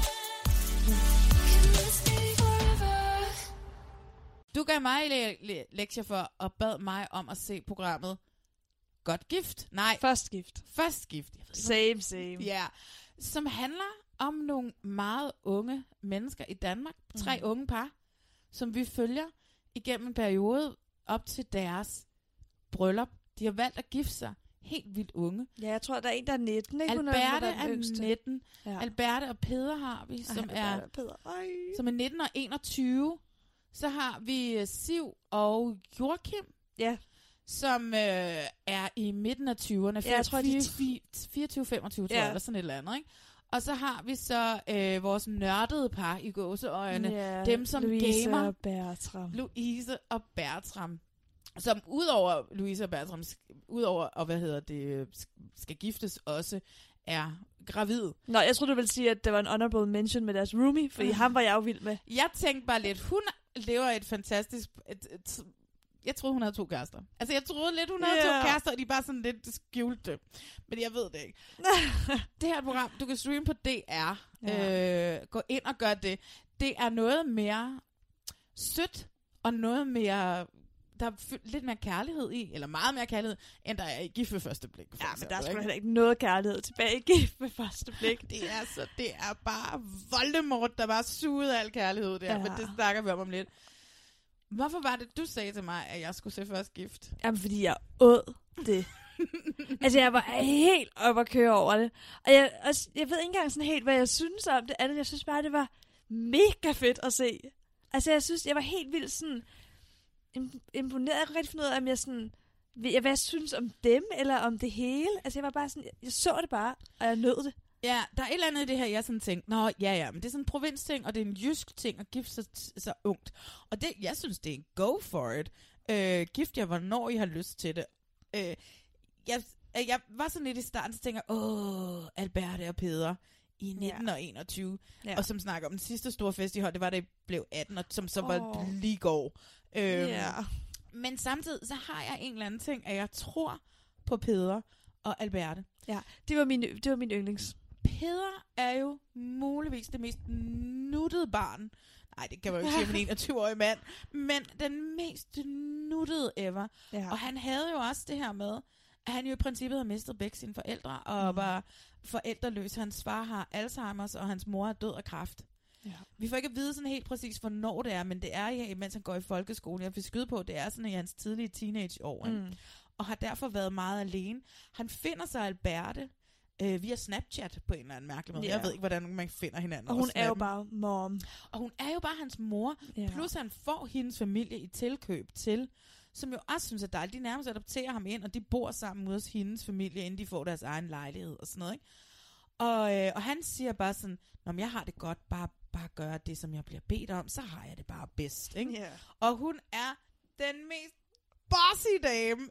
Speaker 4: Du gav mig le- le- lektier for og bad mig om at se programmet Godt Gift. Nej.
Speaker 5: Først gift.
Speaker 4: Først gift. Jeg ved
Speaker 5: same, same.
Speaker 4: Ja. Som handler om nogle meget unge mennesker i Danmark. Tre mm. unge par, som vi følger igennem en periode op til deres bryllup. De har valgt at gifte sig helt vildt unge.
Speaker 5: Ja, jeg tror, der er en, der er nitten. Ikke?
Speaker 4: Alberte er, er nitten.
Speaker 5: Ja.
Speaker 4: Alberte og Peder har vi, som,
Speaker 5: Ej,
Speaker 4: er, som er nitten og enogtyve. Så har vi Siv og Joachim,
Speaker 5: ja.
Speaker 4: som øh, er i midten af tyverne.
Speaker 5: Ja, jeg tror,
Speaker 4: fireogtyve femogtyve, tror
Speaker 5: ja.
Speaker 4: jeg, eller sådan et eller andet, ikke? Og så har vi så øh, vores nørdede par i gåseøjne.
Speaker 5: Ja,
Speaker 4: dem, som
Speaker 5: Louise
Speaker 4: gamer.
Speaker 5: og Bertram.
Speaker 4: Louise og Bertram. Som udover Louise og Bertram, udover og hvad hedder det, skal giftes også, er gravid.
Speaker 5: Nå, jeg troede, du ville sige, at det var en honorable mention med deres roomie, fordi uh. ham var jeg jo vild med.
Speaker 4: Jeg tænkte bare lidt, hun lever et fantastisk... Et, et, jeg troede, hun havde to kærester. Altså, jeg troede lidt, hun havde yeah. to kærester, og de er bare sådan lidt skjulte. Men jeg ved det ikke. Det her program, du kan streame på D R. Ja. Øh, gå ind og gør det. Det er noget mere sødt, og noget mere... Der er lidt mere kærlighed i, eller meget mere kærlighed, end der er i Gift ved første blik.
Speaker 5: Ja, men der er sgu heller ikke noget kærlighed tilbage i Gift ved første blik.
Speaker 4: Det er så, det er bare Voldemort, der bare sugede al kærlighed der, ja. Men det snakker vi om om lidt. Hvorfor var det, du sagde til mig, at jeg skulle se Først Gift?
Speaker 5: Jamen, fordi jeg åd det Altså, jeg var helt op at køre over det. Og jeg, også, jeg ved ikke engang sådan helt, hvad jeg synes om det andet. Jeg synes bare, det var mega fedt at se. Altså, jeg synes, jeg var helt vildt sådan imponeret. Jeg kunne rigtig finde ud af, om jeg sådan... Hvad jeg synes om dem, eller om det hele. Altså, jeg var bare sådan... Jeg så det bare, og jeg nød det.
Speaker 4: Ja, der er et eller andet i det her, jeg sådan tænkte, nå, ja, ja, men det er sådan en provinsting, og det er en jysk ting at gifte sig så ungt. Og det, jeg synes, det er en go for it. Øh, gift jer, hvornår I har lyst til det. Øh, jeg, jeg var sådan lidt i starten, så tænker jeg, åh, Alberte og Peder i nitten og enogtyve, ja. Og som snakker om den sidste store fest, de holdt, det var, da I blev atten, og som så var oh. lige går. Øh,
Speaker 5: ja.
Speaker 4: Men samtidig, så har jeg en eller anden ting, at jeg tror på Peder og Alberte.
Speaker 5: Ja, det var min, det var min yndlings.
Speaker 4: Peder er jo muligvis det mest nuttede barn. Nej, det kan man jo ikke sige om en enogtyve-årig mand. Men den mest nuttede ever. Ja. Og han havde jo også det her med, at han jo i princippet har mistet begge sine forældre, og mm. var forældreløs. Hans far har Alzheimer's, og hans mor er død af kræft. Ja. Vi får ikke at vide sådan helt præcis, hvornår det er, men det er, ja, mens han går i folkeskole. Jeg vil skyde på, det er sådan i hans tidlige teenageår. Mm. Og har derfor været meget alene. Han finder sig Alberte, Øh, via Snapchat på en eller anden mærkelig måde. Yeah. Jeg ved ikke, hvordan man finder hinanden.
Speaker 5: Og hun er jo bare mom.
Speaker 4: Og hun er jo bare hans mor. Yeah. Plus han får hendes familie i tilkøb til, som jo også synes er dejligt. De nærmest adopterer ham ind, og de bor sammen hos hendes familie, inden de får deres egen lejlighed og sådan noget. Ikke? Og, øh, og han siger bare sådan, når jeg har det godt, bare, bare gøre det, som jeg bliver bedt om, så har jeg det bare bedst. Ikke? Yeah. Og hun er den mest bossy dame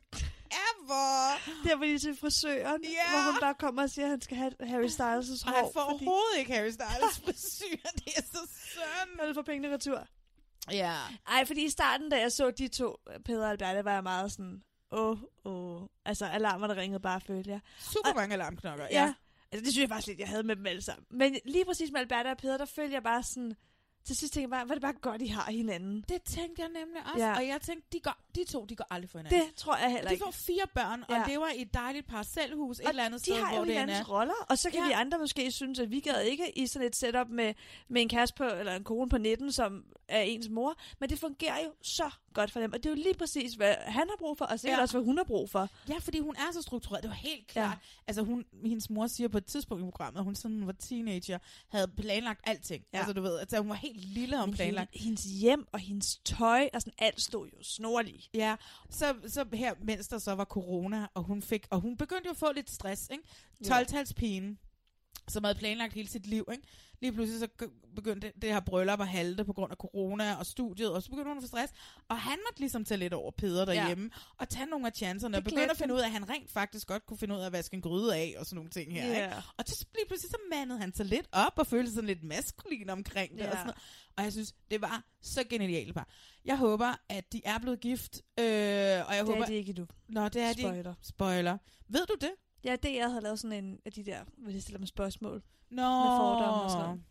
Speaker 4: ever.
Speaker 5: Der var lige til frisøren, yeah. hvor hun bare kommer og siger, at han skal have Harry Styles' hår.
Speaker 4: Og han får fordi... overhovedet ikke Harry Styles' frisyr. Det er så synd.
Speaker 5: Han vil få pengene retur.
Speaker 4: Ja. Yeah.
Speaker 5: Ej, fordi i starten, da jeg så de to, Peder og Alberte, var jeg meget sådan, åh, oh, åh. Oh. Altså, alarmer, der ringede bare, følte jeg.
Speaker 4: Super og, mange alarmknokker, ja.
Speaker 5: ja. Altså, det synes jeg faktisk lidt, jeg havde med dem alle sammen. Men lige præcis med Alberte og Peder, der følte jeg bare sådan... Til sidst tænkte jeg bare, var det bare godt, I har hinanden.
Speaker 4: Det tænkte jeg nemlig også. Ja. Og jeg tænkte, de, går, de to, de går aldrig for hinanden.
Speaker 5: Det tror jeg heller ikke.
Speaker 4: De får fire børn, og ja. lever i et dejligt parcelhus et eller andet
Speaker 5: de
Speaker 4: sted,
Speaker 5: har
Speaker 4: hvor
Speaker 5: jo
Speaker 4: det er.
Speaker 5: hinandens roller, og så kan ja. vi andre måske synes, at vi gad ikke i sådan et setup med, med en kæreste på, eller en kone på nitten, som er ens mor. Men det fungerer jo så godt for dem. Og det er jo lige præcis, hvad han har brug for, og sikkert ja. også, hvad hun har brug for.
Speaker 4: Ja, fordi hun er så struktureret. Det var helt klart. Ja. Altså, hun, hendes mor siger på et tidspunkt i programmet, at hun sådan hun var teenager, havde planlagt alting. Ja. Altså, du ved, altså, hun var helt lille om planlagt.
Speaker 5: Hendes hjem og hendes tøj, og sådan alt stod jo snorligt.
Speaker 4: Ja, så, så her, mens der så var corona, og hun fik, og hun begyndte jo at få lidt stress, ikke? tolv-talspigen, som havde planlagt hele sit liv, ikke? Lige pludselig så begyndte det her bryllup at halte på grund af corona og studiet, og så begyndte hun at få stress. Og han måtte ligesom tage lidt over Peder derhjemme, ja. og tage nogle af chancerne, og begynde at finde ud af, at han rent faktisk godt kunne finde ud af at vaske en gryde af, og sådan nogle ting her. Yeah. Ikke? Og så lige pludselig så mandede han sig lidt op, og følte sig sådan lidt maskulin omkring det, yeah. og sådan noget. Og jeg synes, det var så genialt bare. Jeg håber, at de er blevet gift, øh, og jeg
Speaker 5: det
Speaker 4: håber...
Speaker 5: er de ikke, du.
Speaker 4: Nå, det er
Speaker 5: Spoiler.
Speaker 4: de Spoiler. Ved du det?
Speaker 5: Ja, det jeg havde lavet sådan en af de der, hvor de stiller med spørgsmål.
Speaker 4: Nå.
Speaker 5: Med fordomme og sådan.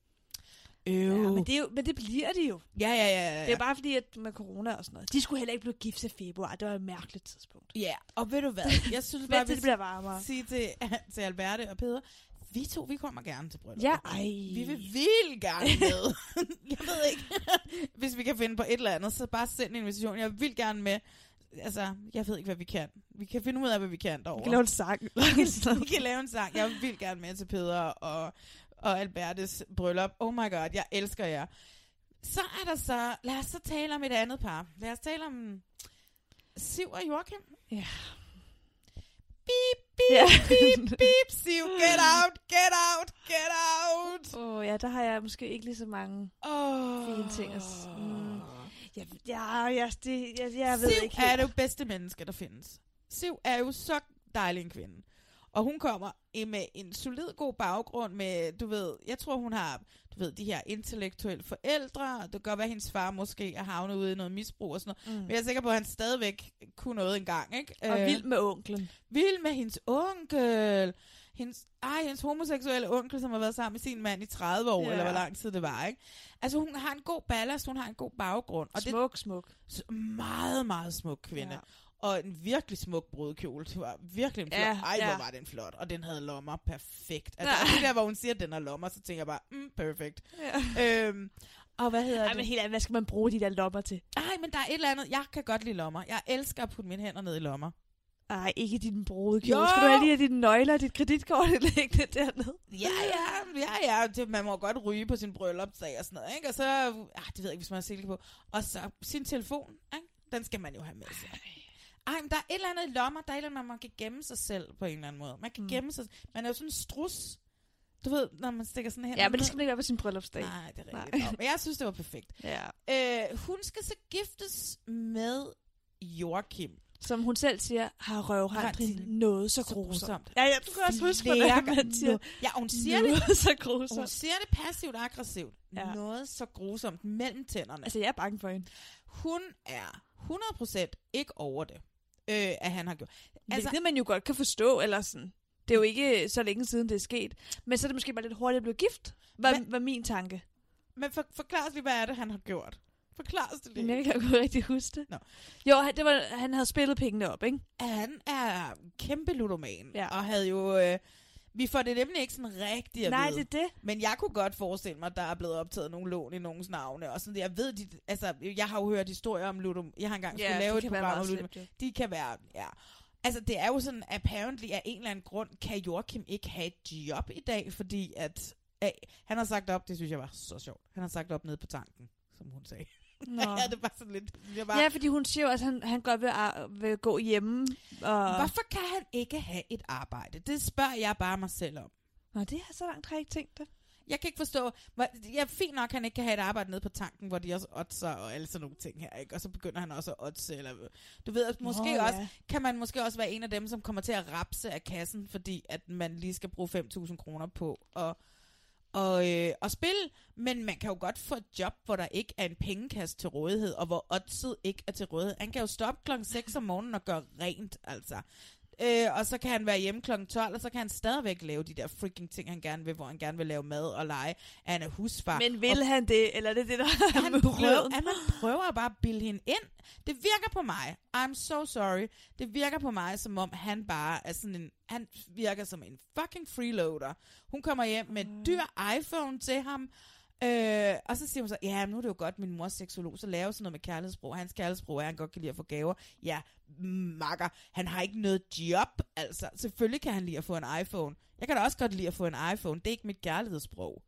Speaker 4: Øh.
Speaker 5: Ja, men det, er jo, men det bliver de jo.
Speaker 4: Ja, ja, ja, ja.
Speaker 5: Det er bare fordi, at med corona og sådan noget. De skulle heller ikke blive gift i februar. Det var et mærkeligt tidspunkt.
Speaker 4: Ja, og ved du hvad? Jeg synes bare,
Speaker 5: vi det bliver varmere.
Speaker 4: Sige til, til Alberte og Peder, vi to, vi kommer gerne til bryllup.
Speaker 5: Ja, ej.
Speaker 4: Vi vil vildt gerne med. Jeg ved ikke. Hvis vi kan finde på et eller andet, så bare send en invitation. Jeg vil gerne med. Altså, jeg ved ikke, hvad vi kan. Vi kan finde ud af, hvad vi kan derovre.
Speaker 5: Vi kan lave en sang.
Speaker 4: Vi kan lave en sang. Jeg vil vildt gerne med til Peder og, og Albertes bryllup. Oh my god, jeg elsker jer. Så er der så... Lad os så tale om et andet par. Lad os tale om Siv og Joachim.
Speaker 5: Ja.
Speaker 4: Beep, beep, yeah. beep, beep, Siv. Get out, get out, get out.
Speaker 5: Åh oh, ja, der har jeg måske ikke lige så mange oh. fine ting at... Mm. Ja, ja, ja, det, jeg, jeg ved
Speaker 4: Siv
Speaker 5: ikke
Speaker 4: helt. Er det jo bedste menneske, der findes. Siv er jo så dejlig en kvinde. Og hun kommer med en solid god baggrund med, du ved, jeg tror hun har, du ved, de her intellektuelle forældre. Det kan godt være, at hendes far måske er havnet ude i noget misbrug og sådan noget. Mm. Men jeg er sikker på, at han stadigvæk kunne noget engang, ikke?
Speaker 5: Og øh, vild med onklen.
Speaker 4: Vild med hendes onkel. Hendes, ej, hendes homoseksuelle onkel, som har været sammen med sin mand i tredive år, yeah. eller hvor lang tid det var, ikke? Altså, hun har en god ballast, hun har en god baggrund. Og
Speaker 5: smuk,
Speaker 4: det,
Speaker 5: smuk.
Speaker 4: Meget, meget smuk kvinde. Ja. Og en virkelig smuk brudekjole. Det var virkelig en flot. Ja, ej, ja. Hvor var den flot. Og den havde lommer perfekt. Altså, ja. det der, hvor hun siger, at den har lommer, så tænker jeg bare, mm, perfekt. Ja. Øhm, og hvad hedder
Speaker 5: ej,
Speaker 4: det?
Speaker 5: Men helt andet, hvad skal man bruge de der lommer til?
Speaker 4: Ej, men der er et eller andet. Jeg kan godt lide lommer. Jeg elsker at putte mine hænder ned i lommer.
Speaker 5: Ej, ikke din brudekjole. Skal du have lige have dine nøgler og dit kreditkort liggende dernede?
Speaker 4: Ja, ja, ja, ja. Det, man må godt ryge på sin bryllupsdag og sådan noget, ikke? Og så, ah, det ved jeg ikke, hvis man har silke på. Og så sin telefon, ikke? Den skal man jo have med sig. Ej, men der er et eller andet i lommer, der er et eller andet, man kan gemme sig selv på en eller anden måde. Man kan mm. gemme sig, man er jo sådan en strus. Du ved, når man stikker sådan her.
Speaker 5: Ja, men det skal man ikke være på sin bryllupsdag.
Speaker 4: Nej, det er rigtigt. Men jeg synes, det var perfekt.
Speaker 5: Ja.
Speaker 4: Øh, hun skal så giftes med Joachim.
Speaker 5: Som hun selv siger, har røvrendring noget så grusomt. Ja, ja, du kan også huske,
Speaker 4: hvordan
Speaker 5: man siger.
Speaker 4: Ja, hun siger
Speaker 5: noget
Speaker 4: det.
Speaker 5: så grusomt.
Speaker 4: Hun siger det passivt og aggressivt. Ja. Noget så grusomt mellem tænderne.
Speaker 5: Altså, jeg er bange for hende.
Speaker 4: Hun er hundrede procent ikke over det, øh, at han har gjort.
Speaker 5: Altså, hvilket man jo godt kan forstå, eller sådan. Det er jo ikke så længe siden, det er sket. Men så er det måske bare lidt hurtigt at blive gift, var, men, var min tanke.
Speaker 4: Men for, forklar os lige, hvad er det, han har gjort? Forklar os det lige.
Speaker 5: Men jeg kan jo rigtig huske det.
Speaker 4: No.
Speaker 5: Jo, han, det var, han havde spillet pengene op, ikke?
Speaker 4: Han er kæmpe ludoman,
Speaker 5: ja.
Speaker 4: Og havde jo... Øh, vi får det nemlig ikke sådan rigtigt at
Speaker 5: Nej,
Speaker 4: vide.
Speaker 5: det er det.
Speaker 4: Men jeg kunne godt forestille mig, at der er blevet optaget nogle lån i nogens navne. Og sådan, jeg ved, de, altså, jeg har jo hørt historier om ludom. Jeg har engang
Speaker 5: ja,
Speaker 4: skulle lave et program om
Speaker 5: ludom.
Speaker 4: De kan være... Ja. Altså, det er jo sådan, apparently af en eller anden grund, kan Joachim ikke have et job i dag, fordi at... Øh, han har sagt op, det synes jeg var så sjovt. Han har sagt op nede på tanken, som hun sagde.
Speaker 5: Nå.
Speaker 4: Ja, det var sådan lidt... Bare...
Speaker 5: Ja, fordi hun siger jo, at han, han godt vil, uh, vil gå hjemme. Og...
Speaker 4: Hvorfor kan han ikke have et arbejde? Det spørger jeg bare mig selv om.
Speaker 5: Nå, det har så langt, har jeg ikke tænkt det.
Speaker 4: Jeg kan ikke forstå... Hvor, ja, fint nok, han ikke kan have et arbejde nede på tanken, hvor de også oddser og alle sådan nogle ting her, ikke? Og så begynder han også at oddse, eller... Du ved, at måske
Speaker 5: Nå,
Speaker 4: også...
Speaker 5: Ja.
Speaker 4: Kan man måske også være en af dem, som kommer til at rapse af kassen, fordi at man lige skal bruge fem tusind kroner på og... Og, øh, og spille, men man kan jo godt få et job, hvor der ikke er en pengekasse til rådighed, og hvor oddset ikke er til rådighed. Han kan jo stoppe klokken seks om morgenen og gøre rent, altså. Øh, og så kan han være hjemme klokken tolv, og så kan han stadigvæk lave de der freaking ting, han gerne vil, hvor han gerne vil lave mad og lege. Han er husfar.
Speaker 5: Men vil
Speaker 4: og,
Speaker 5: han det, eller er det det, der er
Speaker 4: han prøver, at man prøver bare at bilde hende ind. Det virker på mig. I'm so sorry. Det virker på mig, som om han bare er sådan en... Han virker som en fucking freeloader. Hun kommer hjem med et dyr iPhone til ham. Øh, og så siger hun så, ja, nu er det jo godt, min mor er seksolog, så laver sådan noget med kærlighedssprog. Hans kærlighedssprog er, at han godt kan lide at få gaver. Ja, makker, han har ikke noget job, altså. Selvfølgelig kan han lide at få en iPhone. Jeg kan da også godt lide at få en iPhone. Det er ikke mit kærlighedssprog.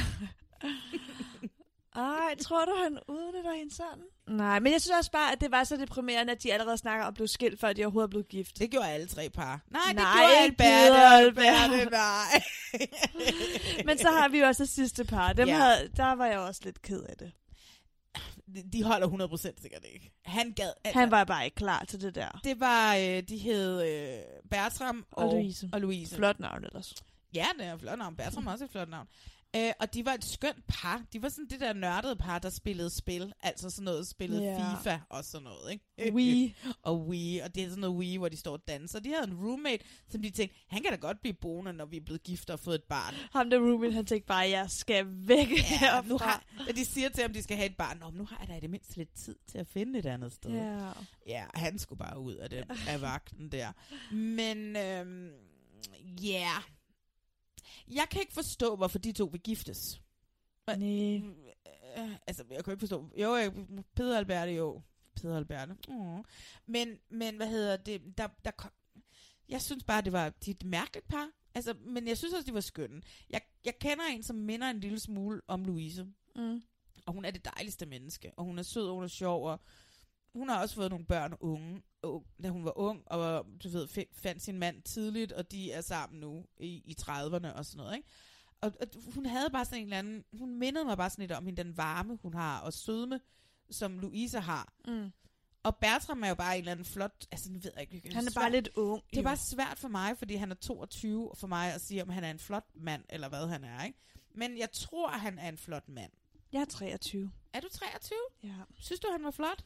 Speaker 5: Ej, tror du, han udnytter hende sådan? Nej, men jeg synes også bare, at det var så deprimerende, at de allerede snakker om at blive skilt, før de overhovedet blev gift.
Speaker 4: Det gjorde alle tre par. Nej, det
Speaker 5: nej,
Speaker 4: gjorde Alberte, Alberte, nej.
Speaker 5: Men så har vi jo også det sidste par. Dem
Speaker 4: ja.
Speaker 5: havde, der var jeg også lidt ked af det.
Speaker 4: De holder hundrede procent sikkert ikke. Han gad...
Speaker 5: Altså, han var bare ikke klar til det der.
Speaker 4: Det var, øh, de hed øh, Bertram og,
Speaker 5: og, Louise.
Speaker 4: og Louise.
Speaker 5: Flot navn ellers.
Speaker 4: Ja, det er et flot navn. Bertram er også et flot navn. Øh, og de var et skønt par. De var sådan det der nørdede par, der spillede spil. Altså sådan noget, spillede yeah. FIFA og sådan noget, ikke?
Speaker 5: Wii.
Speaker 4: og Wii. Og det er sådan noget Wii, hvor de står og danser. De havde en roommate, som de tænkte, han kan da godt blive boende, når vi er blevet gift og fået et barn.
Speaker 5: Ham der roommate, han tænkte bare, jeg skal væk
Speaker 4: ja,
Speaker 5: herfra.
Speaker 4: Nu har, de siger til ham, de skal have et barn. Nå, nu har jeg da i det mindste lidt tid til at finde et andet sted.
Speaker 5: Yeah.
Speaker 4: Ja, han skulle bare ud af, den, af vagten der. Men, øhm, ja... Yeah. Jeg kan ikke forstå, hvorfor de to vil giftes.
Speaker 5: Nej.
Speaker 4: Øh, altså, jeg kan ikke forstå. Jo, jeg, Peder Alberte, jo. Peder Alberte. Uh. Men, men, hvad hedder det? Der, der kom, jeg synes bare, det var de et mærkeligt par. Altså, men jeg synes også, de var skønne. Jeg, jeg kender en, som minder en lille smule om Louise.
Speaker 5: Mm.
Speaker 4: Og hun er det dejligste menneske. Og hun er sød, og hun er sjov, og hun har også fået nogle børn og unge, og, da hun var ung, og du ved, fandt sin mand tidligt, og de er sammen nu i, i trediverne og sådan noget, ikke? Og, og hun havde bare sådan en eller anden, hun mindede mig bare sådan lidt om hende, den varme, hun har, og sødme, som Louise har.
Speaker 5: Mm.
Speaker 4: Og Bertram er jo bare en eller anden flot, altså nu ved jeg ikke.
Speaker 5: Han er
Speaker 4: svært,
Speaker 5: bare lidt ung.
Speaker 4: Det er bare svært for mig, fordi han er toogtyve, for mig at sige, om han er en flot mand, eller hvad han er, ikke? Men jeg tror, han er en flot mand.
Speaker 5: Jeg er treogtyve.
Speaker 4: Er du treogtyve?
Speaker 5: Ja.
Speaker 4: Synes du, han var flot?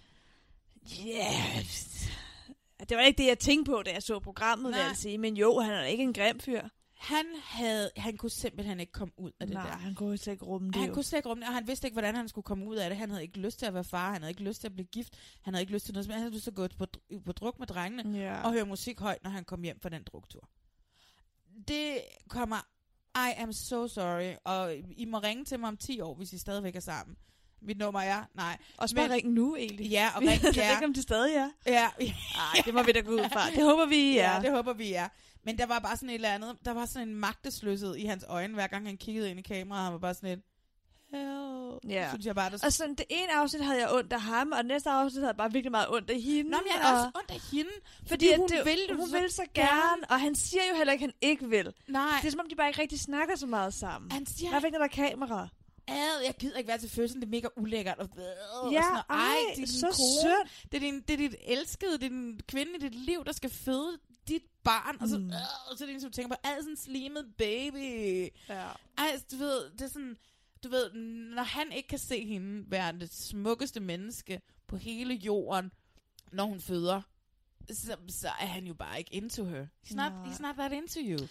Speaker 5: Ja, yeah. Det var ikke det, jeg tænkte på, da jeg så programmet, vil jeg sige. Men jo, han er ikke en grim fyr.
Speaker 4: Han havde, han kunne simpelthen ikke komme ud af det
Speaker 5: Nej,
Speaker 4: der.
Speaker 5: han kunne slet ikke rumme det.
Speaker 4: Han
Speaker 5: jo.
Speaker 4: kunne slet ikke rumme det, og han vidste ikke, hvordan han skulle komme ud af det. Han havde ikke lyst til at være far, han havde ikke lyst til at blive gift, han havde ikke lyst til noget, men han havde lyst til at gå på, på druk med drengene,
Speaker 5: ja.
Speaker 4: og høre musik højt, når han kom hjem fra den druktur. Det kommer, I am so sorry, og I må ringe til mig om ti år, hvis I stadigvæk er sammen. mit nummer er, nej.
Speaker 5: Og så bare ring nu, egentlig.
Speaker 4: Ja, og ring, ja.
Speaker 5: Jeg ved ikke, om de stadig er.
Speaker 4: Ja.
Speaker 5: Nej, det må vi da gå ud fra. Det håber vi, ja.
Speaker 4: Ja, det håber vi, ja. Men der var bare sådan et eller andet, der var sådan en magtesløshed i hans øjne, hver gang han kiggede ind i kameraet, han var bare sådan et, hell,
Speaker 5: ja.
Speaker 4: synes jeg bare, der...
Speaker 5: Og sådan, det ene afsnit havde jeg ondt af ham, og det næste afsnit havde jeg bare virkelig meget ondt af hende.
Speaker 4: Nå, men jeg havde og... også ondt af hende, fordi,
Speaker 5: fordi
Speaker 4: hun,
Speaker 5: det,
Speaker 4: vil,
Speaker 5: hun
Speaker 4: så
Speaker 5: vil så gerne, og han siger jo heller ikke, at han ikke vil.
Speaker 4: Nej.
Speaker 5: Det er som om, de bare ikke rigtig snakker så meget sammen.
Speaker 4: Han siger...
Speaker 5: Der er ikke noget, der er kamera.
Speaker 4: Ad, jeg gider ikke være til fødslen, det er mega ulækkert. Og, øh,
Speaker 5: ja,
Speaker 4: og ej, ej, det er
Speaker 5: så
Speaker 4: sødt. Det er, din, det er dit elskede, det er din kvinde i dit liv, der skal føde dit barn. Og så, mm. øh, og så er det en, som tænker på, alt sådan slimet baby.
Speaker 5: Ja.
Speaker 4: Ej, du ved, det er sådan, du ved, når han ikke kan se hende være det smukkeste menneske på hele jorden, når hun føder, så, så er han jo bare ikke into her. He's not, he's not that into you.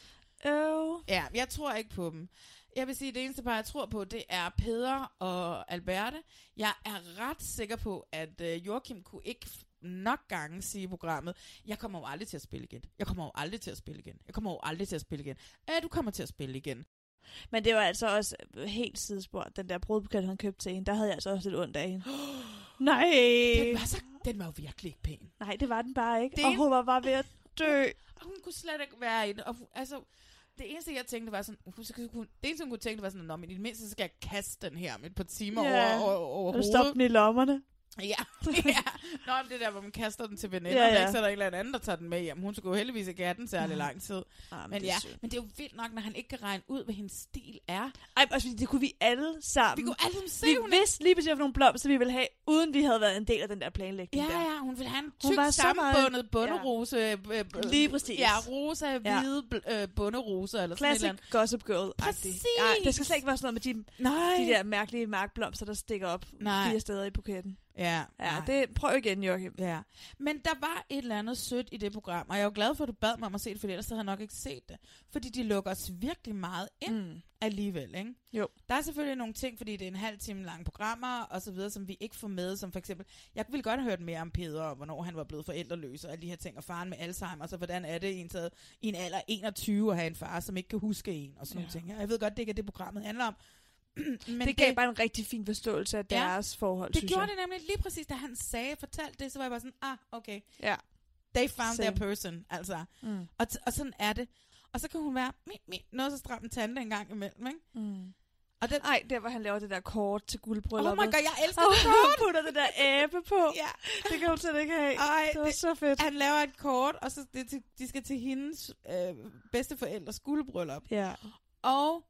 Speaker 5: Oh.
Speaker 4: Ja, jeg tror ikke på dem. Jeg vil sige, at det eneste par, jeg tror på, det er Peder og Alberte. Jeg er ret sikker på, at uh, Joachim kunne ikke nok gange sige i programmet, jeg kommer jo aldrig til at spille igen. Jeg kommer jo aldrig til at spille igen. Jeg kommer jo aldrig til at spille igen. Ja, du kommer til at spille igen.
Speaker 5: Men det var altså også helt sidespor. Den der brudbuket, han købte til hende, der havde jeg altså også lidt ondt af hende. Nej!
Speaker 4: Den var, så, den var jo virkelig ikke pæn.
Speaker 5: Nej, det var den bare ikke.
Speaker 4: Det
Speaker 5: og hun var bare ved at dø.
Speaker 4: Og hun kunne slet ikke være i det. Og, altså... Det eneste, jeg tænkte, var sådan... Det eneste, hun kunne tænke, var sådan... Nå, men i det mindste, så skal jeg kaste den her med et par timer
Speaker 5: yeah.
Speaker 4: over, over, over hovedet.
Speaker 5: Stop den i lommerne.
Speaker 4: Ja, ja. Nå, men det der, hvor man kaster den til veninder, ja, ja. Ikke, så er der en eller anden, der tager den med hjem. Hun skulle jo heldigvis ikke have den særlig lang tid. Ah, men, men, ja, men det er jo vildt nok, når han ikke kan regne ud, hvad hendes stil er.
Speaker 5: Ej, altså, det kunne vi alle sammen.
Speaker 4: Vi kunne alle sammen se,
Speaker 5: vi
Speaker 4: hun
Speaker 5: vidste lige præcis, nogle blomster vi ville have, uden vi havde været en del af den der planlægning.
Speaker 4: Ja,
Speaker 5: der.
Speaker 4: ja, hun ville have en tyk sammenbundet bunderose. Ja. Øh, øh,
Speaker 5: lige præcis.
Speaker 4: Ja, rosa, hvide ja. øh, bunderoser. Eller
Speaker 5: Classic
Speaker 4: sådan
Speaker 5: Gossip Girl.
Speaker 4: Præcis.
Speaker 5: Ja, det skal slet ikke være sådan noget med de,
Speaker 4: Nej.
Speaker 5: de der mærkelige markblomster, der stikker op
Speaker 4: Nej.
Speaker 5: fire steder i buketten.
Speaker 4: Ja,
Speaker 5: ja det, prøv igen, Joachim.
Speaker 4: Ja. Men der var et eller andet sødt i det program, og jeg er jo glad for, at du bad mig om at se det, for ellers havde jeg nok ikke set det. Fordi de lukker os virkelig meget ind mm. alligevel, ikke?
Speaker 5: Jo.
Speaker 4: Der er selvfølgelig nogle ting, fordi det er en halv time lange programmer, og så videre, som vi ikke får med, som for eksempel, jeg ville godt have hørt mere om Peder, og hvornår han var blevet forældreløs, og alle de her ting, og faren med Alzheimer, så hvordan er det i en, taget, i en alder enogtyve at have en far, som ikke kan huske en, og sådan ja. nogle ting. Jeg ved godt, det ikke er det, programmet handler om.
Speaker 5: Men det gav det, bare en rigtig fin forståelse af deres ja, forhold,
Speaker 4: det
Speaker 5: synes
Speaker 4: gjorde
Speaker 5: jeg.
Speaker 4: det nemlig lige præcis, da han sagde, fortalte det, så var jeg bare sådan, ah, okay.
Speaker 5: Ja.
Speaker 4: They found
Speaker 5: Same.
Speaker 4: their person, altså.
Speaker 5: Mm.
Speaker 4: Og, t- og sådan er det. Og så kan hun være mi, mi, noget så stramt en tante en gang imellem, ikke?
Speaker 5: Mm.
Speaker 4: Og den,
Speaker 5: Ej, der hvor han laver det der kort til guldbrylluppet.
Speaker 4: Oh my god, jeg elsker
Speaker 5: og
Speaker 4: det kort!
Speaker 5: Og putter det der æbe på.
Speaker 4: Ja.
Speaker 5: Det kan hun slet ikke have.
Speaker 4: Ej,
Speaker 5: det var
Speaker 4: det,
Speaker 5: så fedt.
Speaker 4: Han laver et kort, og så det til, de skal til hendes øh, bedsteforældres guldbryllup.
Speaker 5: Ja.
Speaker 4: Og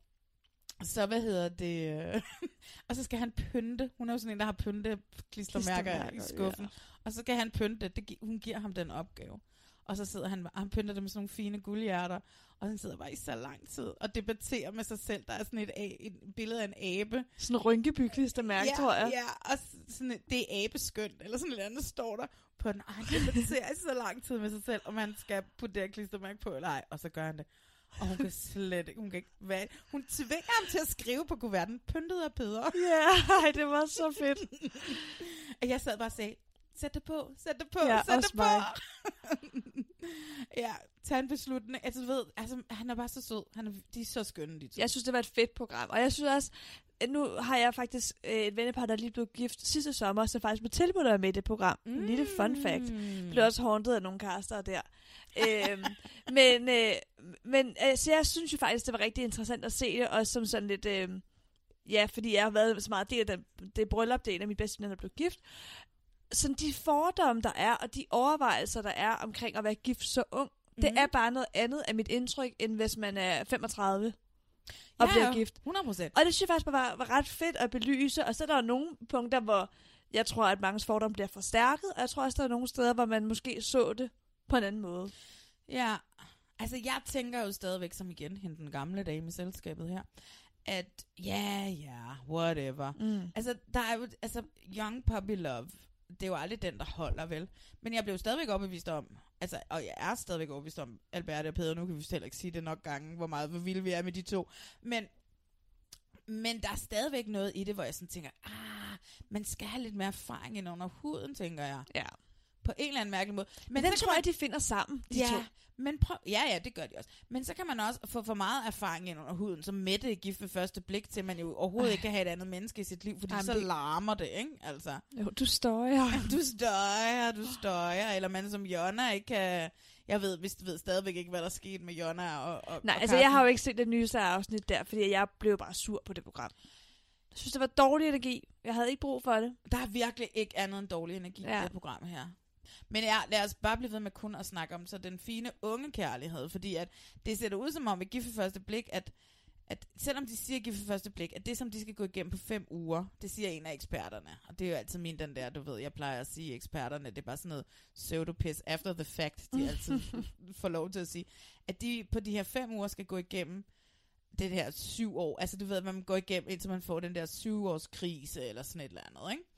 Speaker 4: så, hvad hedder det? Øh, og så skal han pynte. Hun er jo sådan en, der har pynte klistermærker i skuffen. Ja. Og så skal han pynte det. det. Hun giver ham den opgave. Og så sidder han, han pynter det med sådan nogle fine guldhjerter. Og han sidder bare i så lang tid og debatterer med sig selv. Der er sådan et, a- et billede af en abe.
Speaker 5: Sådan en rynkeby-klistermærke,
Speaker 4: ja, tror jeg. Ja, og sådan et, det er abeskønt. Eller sådan et andet står der på den. Og han debatterer i så lang tid med sig selv, om han skal putte det her klistermærke på eller ej. Og så gør han det. Og hun kan slet ikke, hun kan ikke, hvad? Hun tvinger ham til at skrive på kuverten, pyntet af Peder.
Speaker 5: Ja, yeah, det var så fedt.
Speaker 4: Og jeg sad bare og sagde, sæt det på, sæt det på,
Speaker 5: ja,
Speaker 4: sæt det på.
Speaker 5: Ja,
Speaker 4: tag en beslutning. Altså, du ved, altså, han er bare så sød. Han er, de er så skønne, de to.
Speaker 5: Jeg synes, det var et fedt program. Og jeg synes også, nu har jeg faktisk øh, et vennepar, der lige blev gift sidste sommer, så faktisk blev tilbudt at være med i det program. Mm. En lille fun fact. Blev også haunted af nogle kaster der. øhm, men øh, men altså, jeg synes jo faktisk, det var rigtig interessant at se det, også som sådan lidt, øh, ja, fordi jeg har været så meget del af den, det bryllup, det er en af mine bedste venner, der blev gift. Sådan de fordomme, der er, og de overvejelser, der er omkring at være gift så ung, mm. det er bare noget andet af mit indtryk, end hvis man er femogtredive og
Speaker 4: ja,
Speaker 5: bliver gift.
Speaker 4: hundrede procent.
Speaker 5: Og det synes jeg faktisk var, var ret fedt at belyse, og så er der jo nogle punkter, hvor jeg tror, at mange fordomme bliver forstærket, og jeg tror også, der er nogle steder, hvor man måske så det på en anden måde.
Speaker 4: Ja, altså jeg tænker jo stadigvæk som igen, hende den gamle dame i selskabet her, at ja, ja, whatever.
Speaker 5: Mm.
Speaker 4: Altså, der er jo, altså, young puppy love, det er jo aldrig den, der holder, vel? Men jeg blev stadigvæk overbevist om, altså, og jeg er stadigvæk overbevist om, Alberte og Peder, nu kan vi heller ikke sige det nok gange, hvor meget hvor vilde vi er med de to, men, men der er stadigvæk noget i det, hvor jeg sådan tænker, ah, man skal have lidt mere erfaring ind under huden, tænker jeg.
Speaker 5: Ja.
Speaker 4: På på en eller anden mærkelig måde.
Speaker 5: Men, men den tror man, jeg, de finder sammen, de
Speaker 4: ja,
Speaker 5: to.
Speaker 4: Men prøv, ja, ja, det gør de også. Men så kan man også få for meget erfaring ind under huden, som Mette er gift ved første blik, til man jo overhovedet Ej. ikke kan have et andet menneske i sit liv, fordi Ej, så det... larmer det, ikke? Altså.
Speaker 5: Jo, du støjer.
Speaker 4: Du støjer, du støjer. Eller man som Jonna ikke kan... Jeg ved, hvis du ved stadigvæk ikke, hvad der skete med Jonna og, og
Speaker 5: Nej,
Speaker 4: og
Speaker 5: altså jeg har jo ikke set det nyeste afsnit der, fordi jeg blev bare sur på det program. Jeg synes, det var dårlig energi. Jeg havde ikke brug for det.
Speaker 4: Der er virkelig ikke andet end dårlig energi ja. i det program her. Men ja, lad os bare blive ved med kun at snakke om så den fine unge kærlighed, fordi at det ser ud som om ved gift ved første blik, at, at selvom de siger gift ved første blik, at det som de skal gå igennem på fem uger, det siger en af eksperterne. Og det er jo altid min den der, du ved, jeg plejer at sige eksperterne, det er bare sådan noget pseudopiss after the fact, de altid får lov til at sige, at de på de her fem uger skal gå igennem det her syv år, altså du ved, at man går igennem, indtil man får den der syv års krise, eller sådan et eller andet, ikke?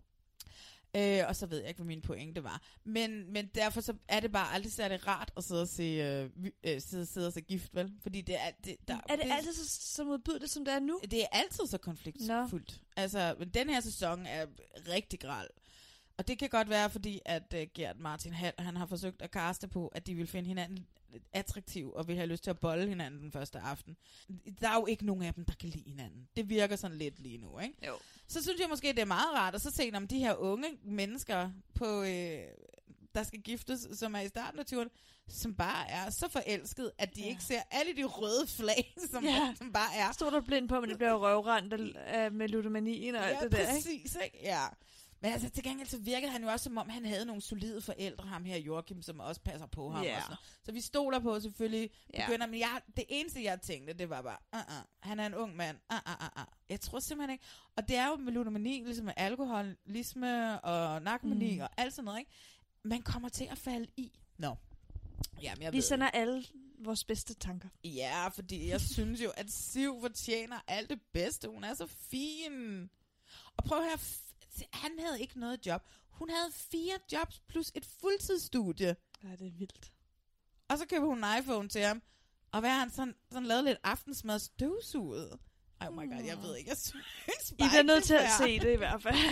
Speaker 4: Øh, og så ved jeg ikke, hvad min pointe var. Men, men derfor så er det bare aldrig særlig rart at sidde og se, øh, øh, sidde, sidde og se gift, vel? Fordi det er... Det, der,
Speaker 5: er det,
Speaker 4: det
Speaker 5: altid så, så modbydeligt, som det er nu?
Speaker 4: Det er altid så konfliktfuldt. No. Altså, men den her sæson er rigtig gral. Og det kan godt være, fordi at uh, Gert Martin Hall, han har forsøgt at kaste på, at de vil finde hinanden attraktiv, og vil have lyst til at bolle hinanden den første aften. Der er jo ikke nogen af dem, der kan lide hinanden. Det virker sådan lidt lige nu, ikke?
Speaker 5: Jo.
Speaker 4: Så synes jeg måske, det er meget rart at så se om de her unge mennesker, på, øh, der skal giftes, som er i starten af tyverne, som bare er så forelsket, at de ja. ikke ser alle de røde flag, som,
Speaker 5: ja.
Speaker 4: som bare er.
Speaker 5: Står der blind på, men det bliver røvrendt øh, med ludomanien og
Speaker 4: ja,
Speaker 5: alt det der, ikke?
Speaker 4: Ja, præcis, ikke? Ja. Men altså, til gengæld så virkede han jo også, som om han havde nogle solide forældre, ham her Joachim, som også passer på ham. Yeah. Og sådan. Så vi stoler på selvfølgelig, begynder, yeah. men jeg, det eneste, jeg tænkte, det var bare, uh-uh, han er en ung mand, uh-uh, uh-uh. Jeg tror simpelthen ikke, og det er jo med ludomani, ligesom med alkoholisme og narkomani mm. og alt sådan noget, ikke? Man kommer til at falde i. Nå. No. Jamen, jeg
Speaker 5: vi
Speaker 4: ved.
Speaker 5: sender alle vores bedste tanker.
Speaker 4: Ja, fordi jeg synes jo, at Siv fortjener alt det bedste. Hun er så fin. Og prøv her. Han havde ikke noget job. Hun havde fire jobs plus et fuldtidsstudie.
Speaker 5: Ja, det er vildt.
Speaker 4: Og så køber hun en iPhone til ham. Og hvad har han sådan, sådan lavet lidt aftensmad støvsuget? Oh my god, jeg ved ikke. Jeg synes
Speaker 5: I bliver nødt til at se det i hvert fald.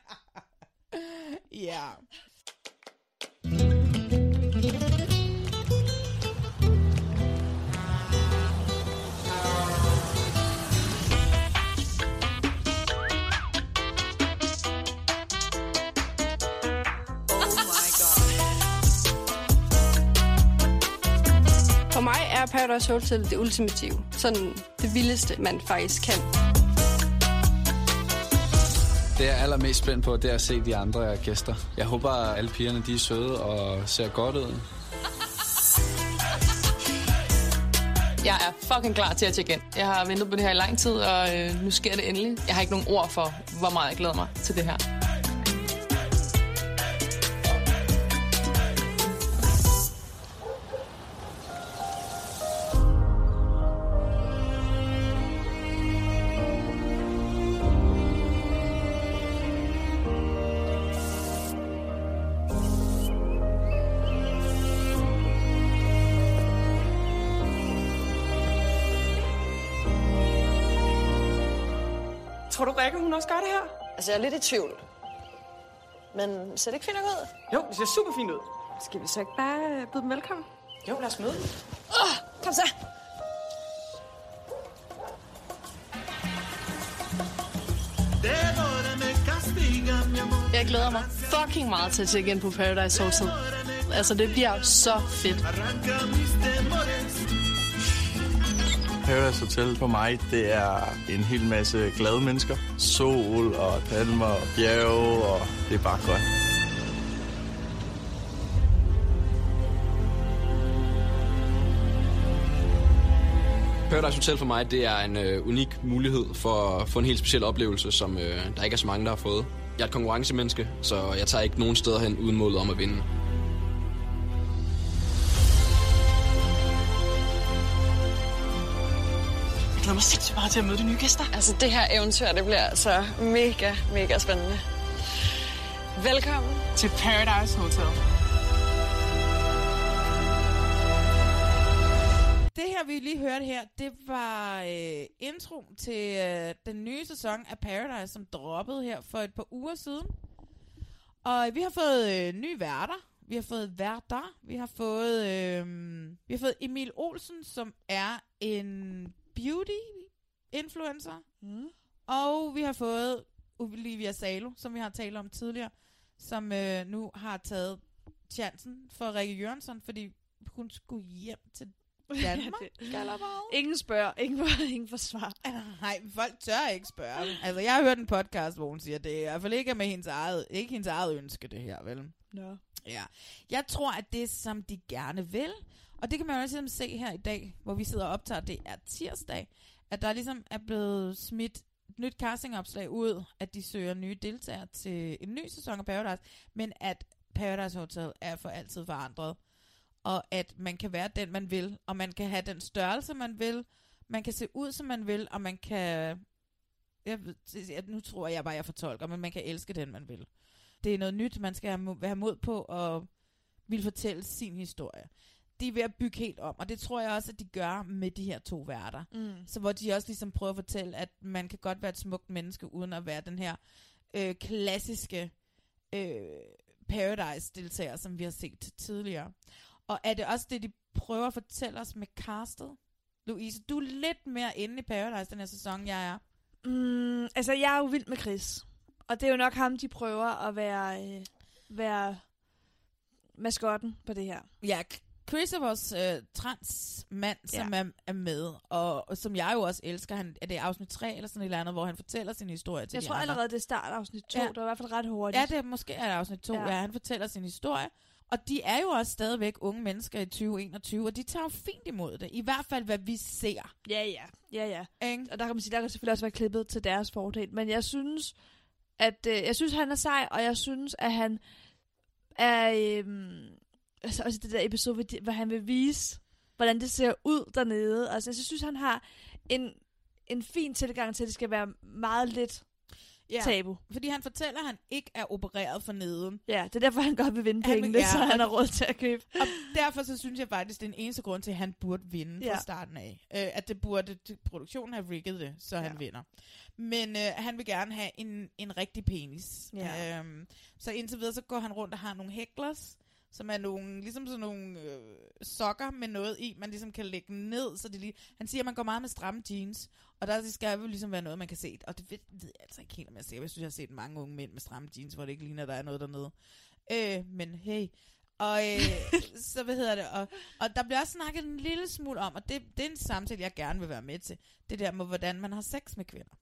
Speaker 4: Ja.
Speaker 1: For mig er Paradise Hotel det ultimative. Sådan det vildeste, man faktisk kan.
Speaker 11: Det jeg er allermest spændt på, det er at se de andre gæster. Jeg håber, at alle pigerne de er søde og ser godt ud.
Speaker 2: Jeg er fucking klar til at tjekke ind. Jeg har ventet på det her i lang tid, og øh, nu sker det endelig. Jeg har ikke nogen ord for, hvor meget jeg glæder mig til det her.
Speaker 1: Tror du, Rikke, hun også gør det her?
Speaker 23: Altså, jeg er lidt i tvivl. Men ser det ikke fint nok ud?
Speaker 1: Jo, det ser super fint ud. Skal vi så ikke bare byde dem velkommen? Jo, lad os møde.
Speaker 23: Åh, kom så!
Speaker 2: Jeg glæder mig fucking meget til at tjekke ind på Paradise Hotel. Altså, det bliver så fedt.
Speaker 24: Paradise Hotel for mig, det er en hel masse glade mennesker. Sol og palmer og bjerge, og det er bare godt.
Speaker 25: Paradise Hotel for mig, det er en øh, unik mulighed for at få en helt speciel oplevelse, som øh, der ikke er så mange, der har fået. Jeg er et konkurrencemenneske, så jeg tager ikke nogen steder hen uden målet om at vinde.
Speaker 1: Jeg glæder mig sindssygt meget til at møde de nye gæster.
Speaker 23: Altså, det her eventyr, det bliver altså mega, mega spændende. Velkommen
Speaker 1: til Paradise Hotel.
Speaker 4: Det her, vi lige hørte her, det var øh, intro til øh, den nye sæson af Paradise, som droppede her for et par uger siden. Og vi har fået øh, nye værter. Vi har fået værter. Vi har fået, øh, vi har fået Emil Olsen, som er en beauty-influencer.
Speaker 5: Mm.
Speaker 4: Og vi har fået Olivia Salo, som vi har talt om tidligere, som øh, nu har taget chancen for Rikke Jørgensen, fordi hun skulle hjem til Danmark.
Speaker 5: Ingen spørger, ingen får, ingen får svar.
Speaker 4: Nej, folk tør ikke spørge. Altså, jeg har hørt en podcast, hvor hun siger, det er i hvert fald ikke med hendes eget, ikke hendes eget ønske, det her, vel?
Speaker 5: No.
Speaker 4: Ja. Jeg tror, at det som de gerne vil, og det kan man jo også se her i dag, hvor vi sidder og optager, det er tirsdag, at der ligesom er blevet smidt et nyt castingopslag ud, at de søger nye deltagere til en ny sæson af Paradise, men at Paradise Hotel er for altid forandret, og at man kan være den, man vil, og man kan have den størrelse, man vil, man kan se ud, som man vil, og man kan, jeg, nu tror jeg bare, jeg fortolker, men man kan elske den, man vil. Det er noget nyt, man skal have mod på, og vil fortælle sin historie. De er ved at bygge helt om, og det tror jeg også, at de gør med de her to værter. Mm. Så hvor de også ligesom prøver at fortælle, at man kan godt være et smukt menneske, uden at være den her øh, klassiske øh, Paradise-deltager, som vi har set tidligere. Og er det også det, de prøver at fortælle os med castet? Louise, du er lidt mere inde i Paradise den her sæson, jeg er.
Speaker 5: Mm, altså, jeg er jo vild med Chris. Og det er jo nok ham, de prøver at være, øh, være maskotten på det her.
Speaker 4: Ja, Chris er vores øh, transmand, som ja. er, er med, og, og som jeg jo også elsker. Han, er det afsnit tre eller sådan et eller andet, hvor han fortæller sin historie til
Speaker 5: Jeg
Speaker 4: de
Speaker 5: tror
Speaker 4: andre.
Speaker 5: allerede, det starter afsnit to.
Speaker 4: Ja.
Speaker 5: Det var i hvert fald ret hurtigt.
Speaker 4: Ja, det er måske er det afsnit to. Ja. ja, han fortæller sin historie. Og de er jo også stadigvæk unge mennesker i tyve enogtyve, og de tager jo fint imod det. I hvert fald, hvad vi ser.
Speaker 5: Ja, ja. ja, ja.
Speaker 4: Eng?
Speaker 5: Og der kan man sige, der kan selvfølgelig også være klippet til deres fordel. Men jeg synes, at øh, jeg synes, han er sej, og jeg synes, at han er... Øh, altså også det der episode, hvor, de, hvor han vil vise, hvordan det ser ud dernede. Altså, jeg synes, han har en, en fin tilgang til, at det skal være meget lidt
Speaker 4: ja,
Speaker 5: tabu.
Speaker 4: Fordi han fortæller, at han ikke er opereret for neden.
Speaker 5: Ja, det er derfor, han godt vil vinde pengene, ja, så han har råd til at købe.
Speaker 4: Og derfor så synes jeg faktisk, det er den eneste grund til, at han burde vinde ja. fra starten af. Øh, at det burde produktionen have rigget det, så ja. han vinder. Men øh, han vil gerne have en, en rigtig penis. Ja. Øhm, så indtil videre, så går han rundt og har nogle hecklers, som er nogle, ligesom sådan nogle øh, sokker med noget i, man ligesom kan lægge ned, så det lige... Han siger, at man går meget med stramme jeans, og der skal jo ligesom være noget, man kan se. Og det ved, ved jeg altså ikke helt, om jeg ser. Jeg synes, jeg har set mange unge mænd med stramme jeans, hvor det ikke ligner, at der er noget dernede. Øh, men hey. Og øh, så hvad hedder det? Og, og der bliver også snakket en lille smule om, og det, det er en samtale, jeg gerne vil være med til. Det der med, hvordan man har sex med kvinder.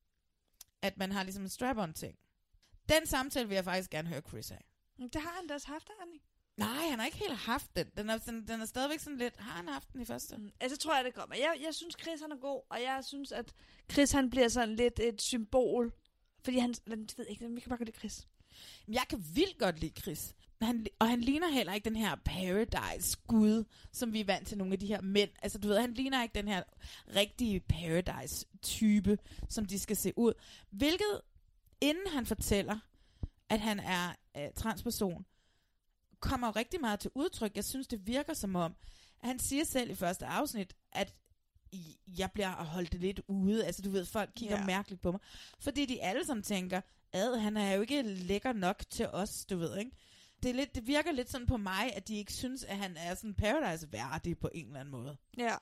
Speaker 4: At man har ligesom en strap-on-ting. Den samtale vil jeg faktisk gerne høre Chris af.
Speaker 5: Det har han da også haft, har han ikke?
Speaker 4: Nej, han har ikke helt haft den. Den er, den, den er stadigvæk sådan lidt... Har han haft den i første? Mm,
Speaker 5: altså, tror jeg, det kommer. Jeg, jeg synes, Chris han er god, og jeg synes, at Chris han bliver sådan lidt et symbol. Fordi han... Jeg ved ikke, jeg kan bare godt lide Chris.
Speaker 4: Jeg kan vildt godt lide Chris. Han, og han ligner heller ikke den her Paradise-gud, som vi er vant til nogle af de her mænd. Altså, du ved, han ligner ikke den her rigtige Paradise-type, som de skal se ud. Hvilket, inden han fortæller, at han er øh, transperson, kommer jo rigtig meget til udtryk. Jeg synes, det virker som om, at han siger selv i første afsnit, at jeg bliver holdt lidt ude. Altså, du ved, folk kigger ja. mærkeligt på mig. Fordi de alle sammen tænker, ad, han er jo ikke lækker nok til os, du ved, ikke? Det, er lidt, det virker lidt sådan på mig, at de ikke synes, at han er sådan Paradise-værdig på en eller anden måde.
Speaker 5: Ja.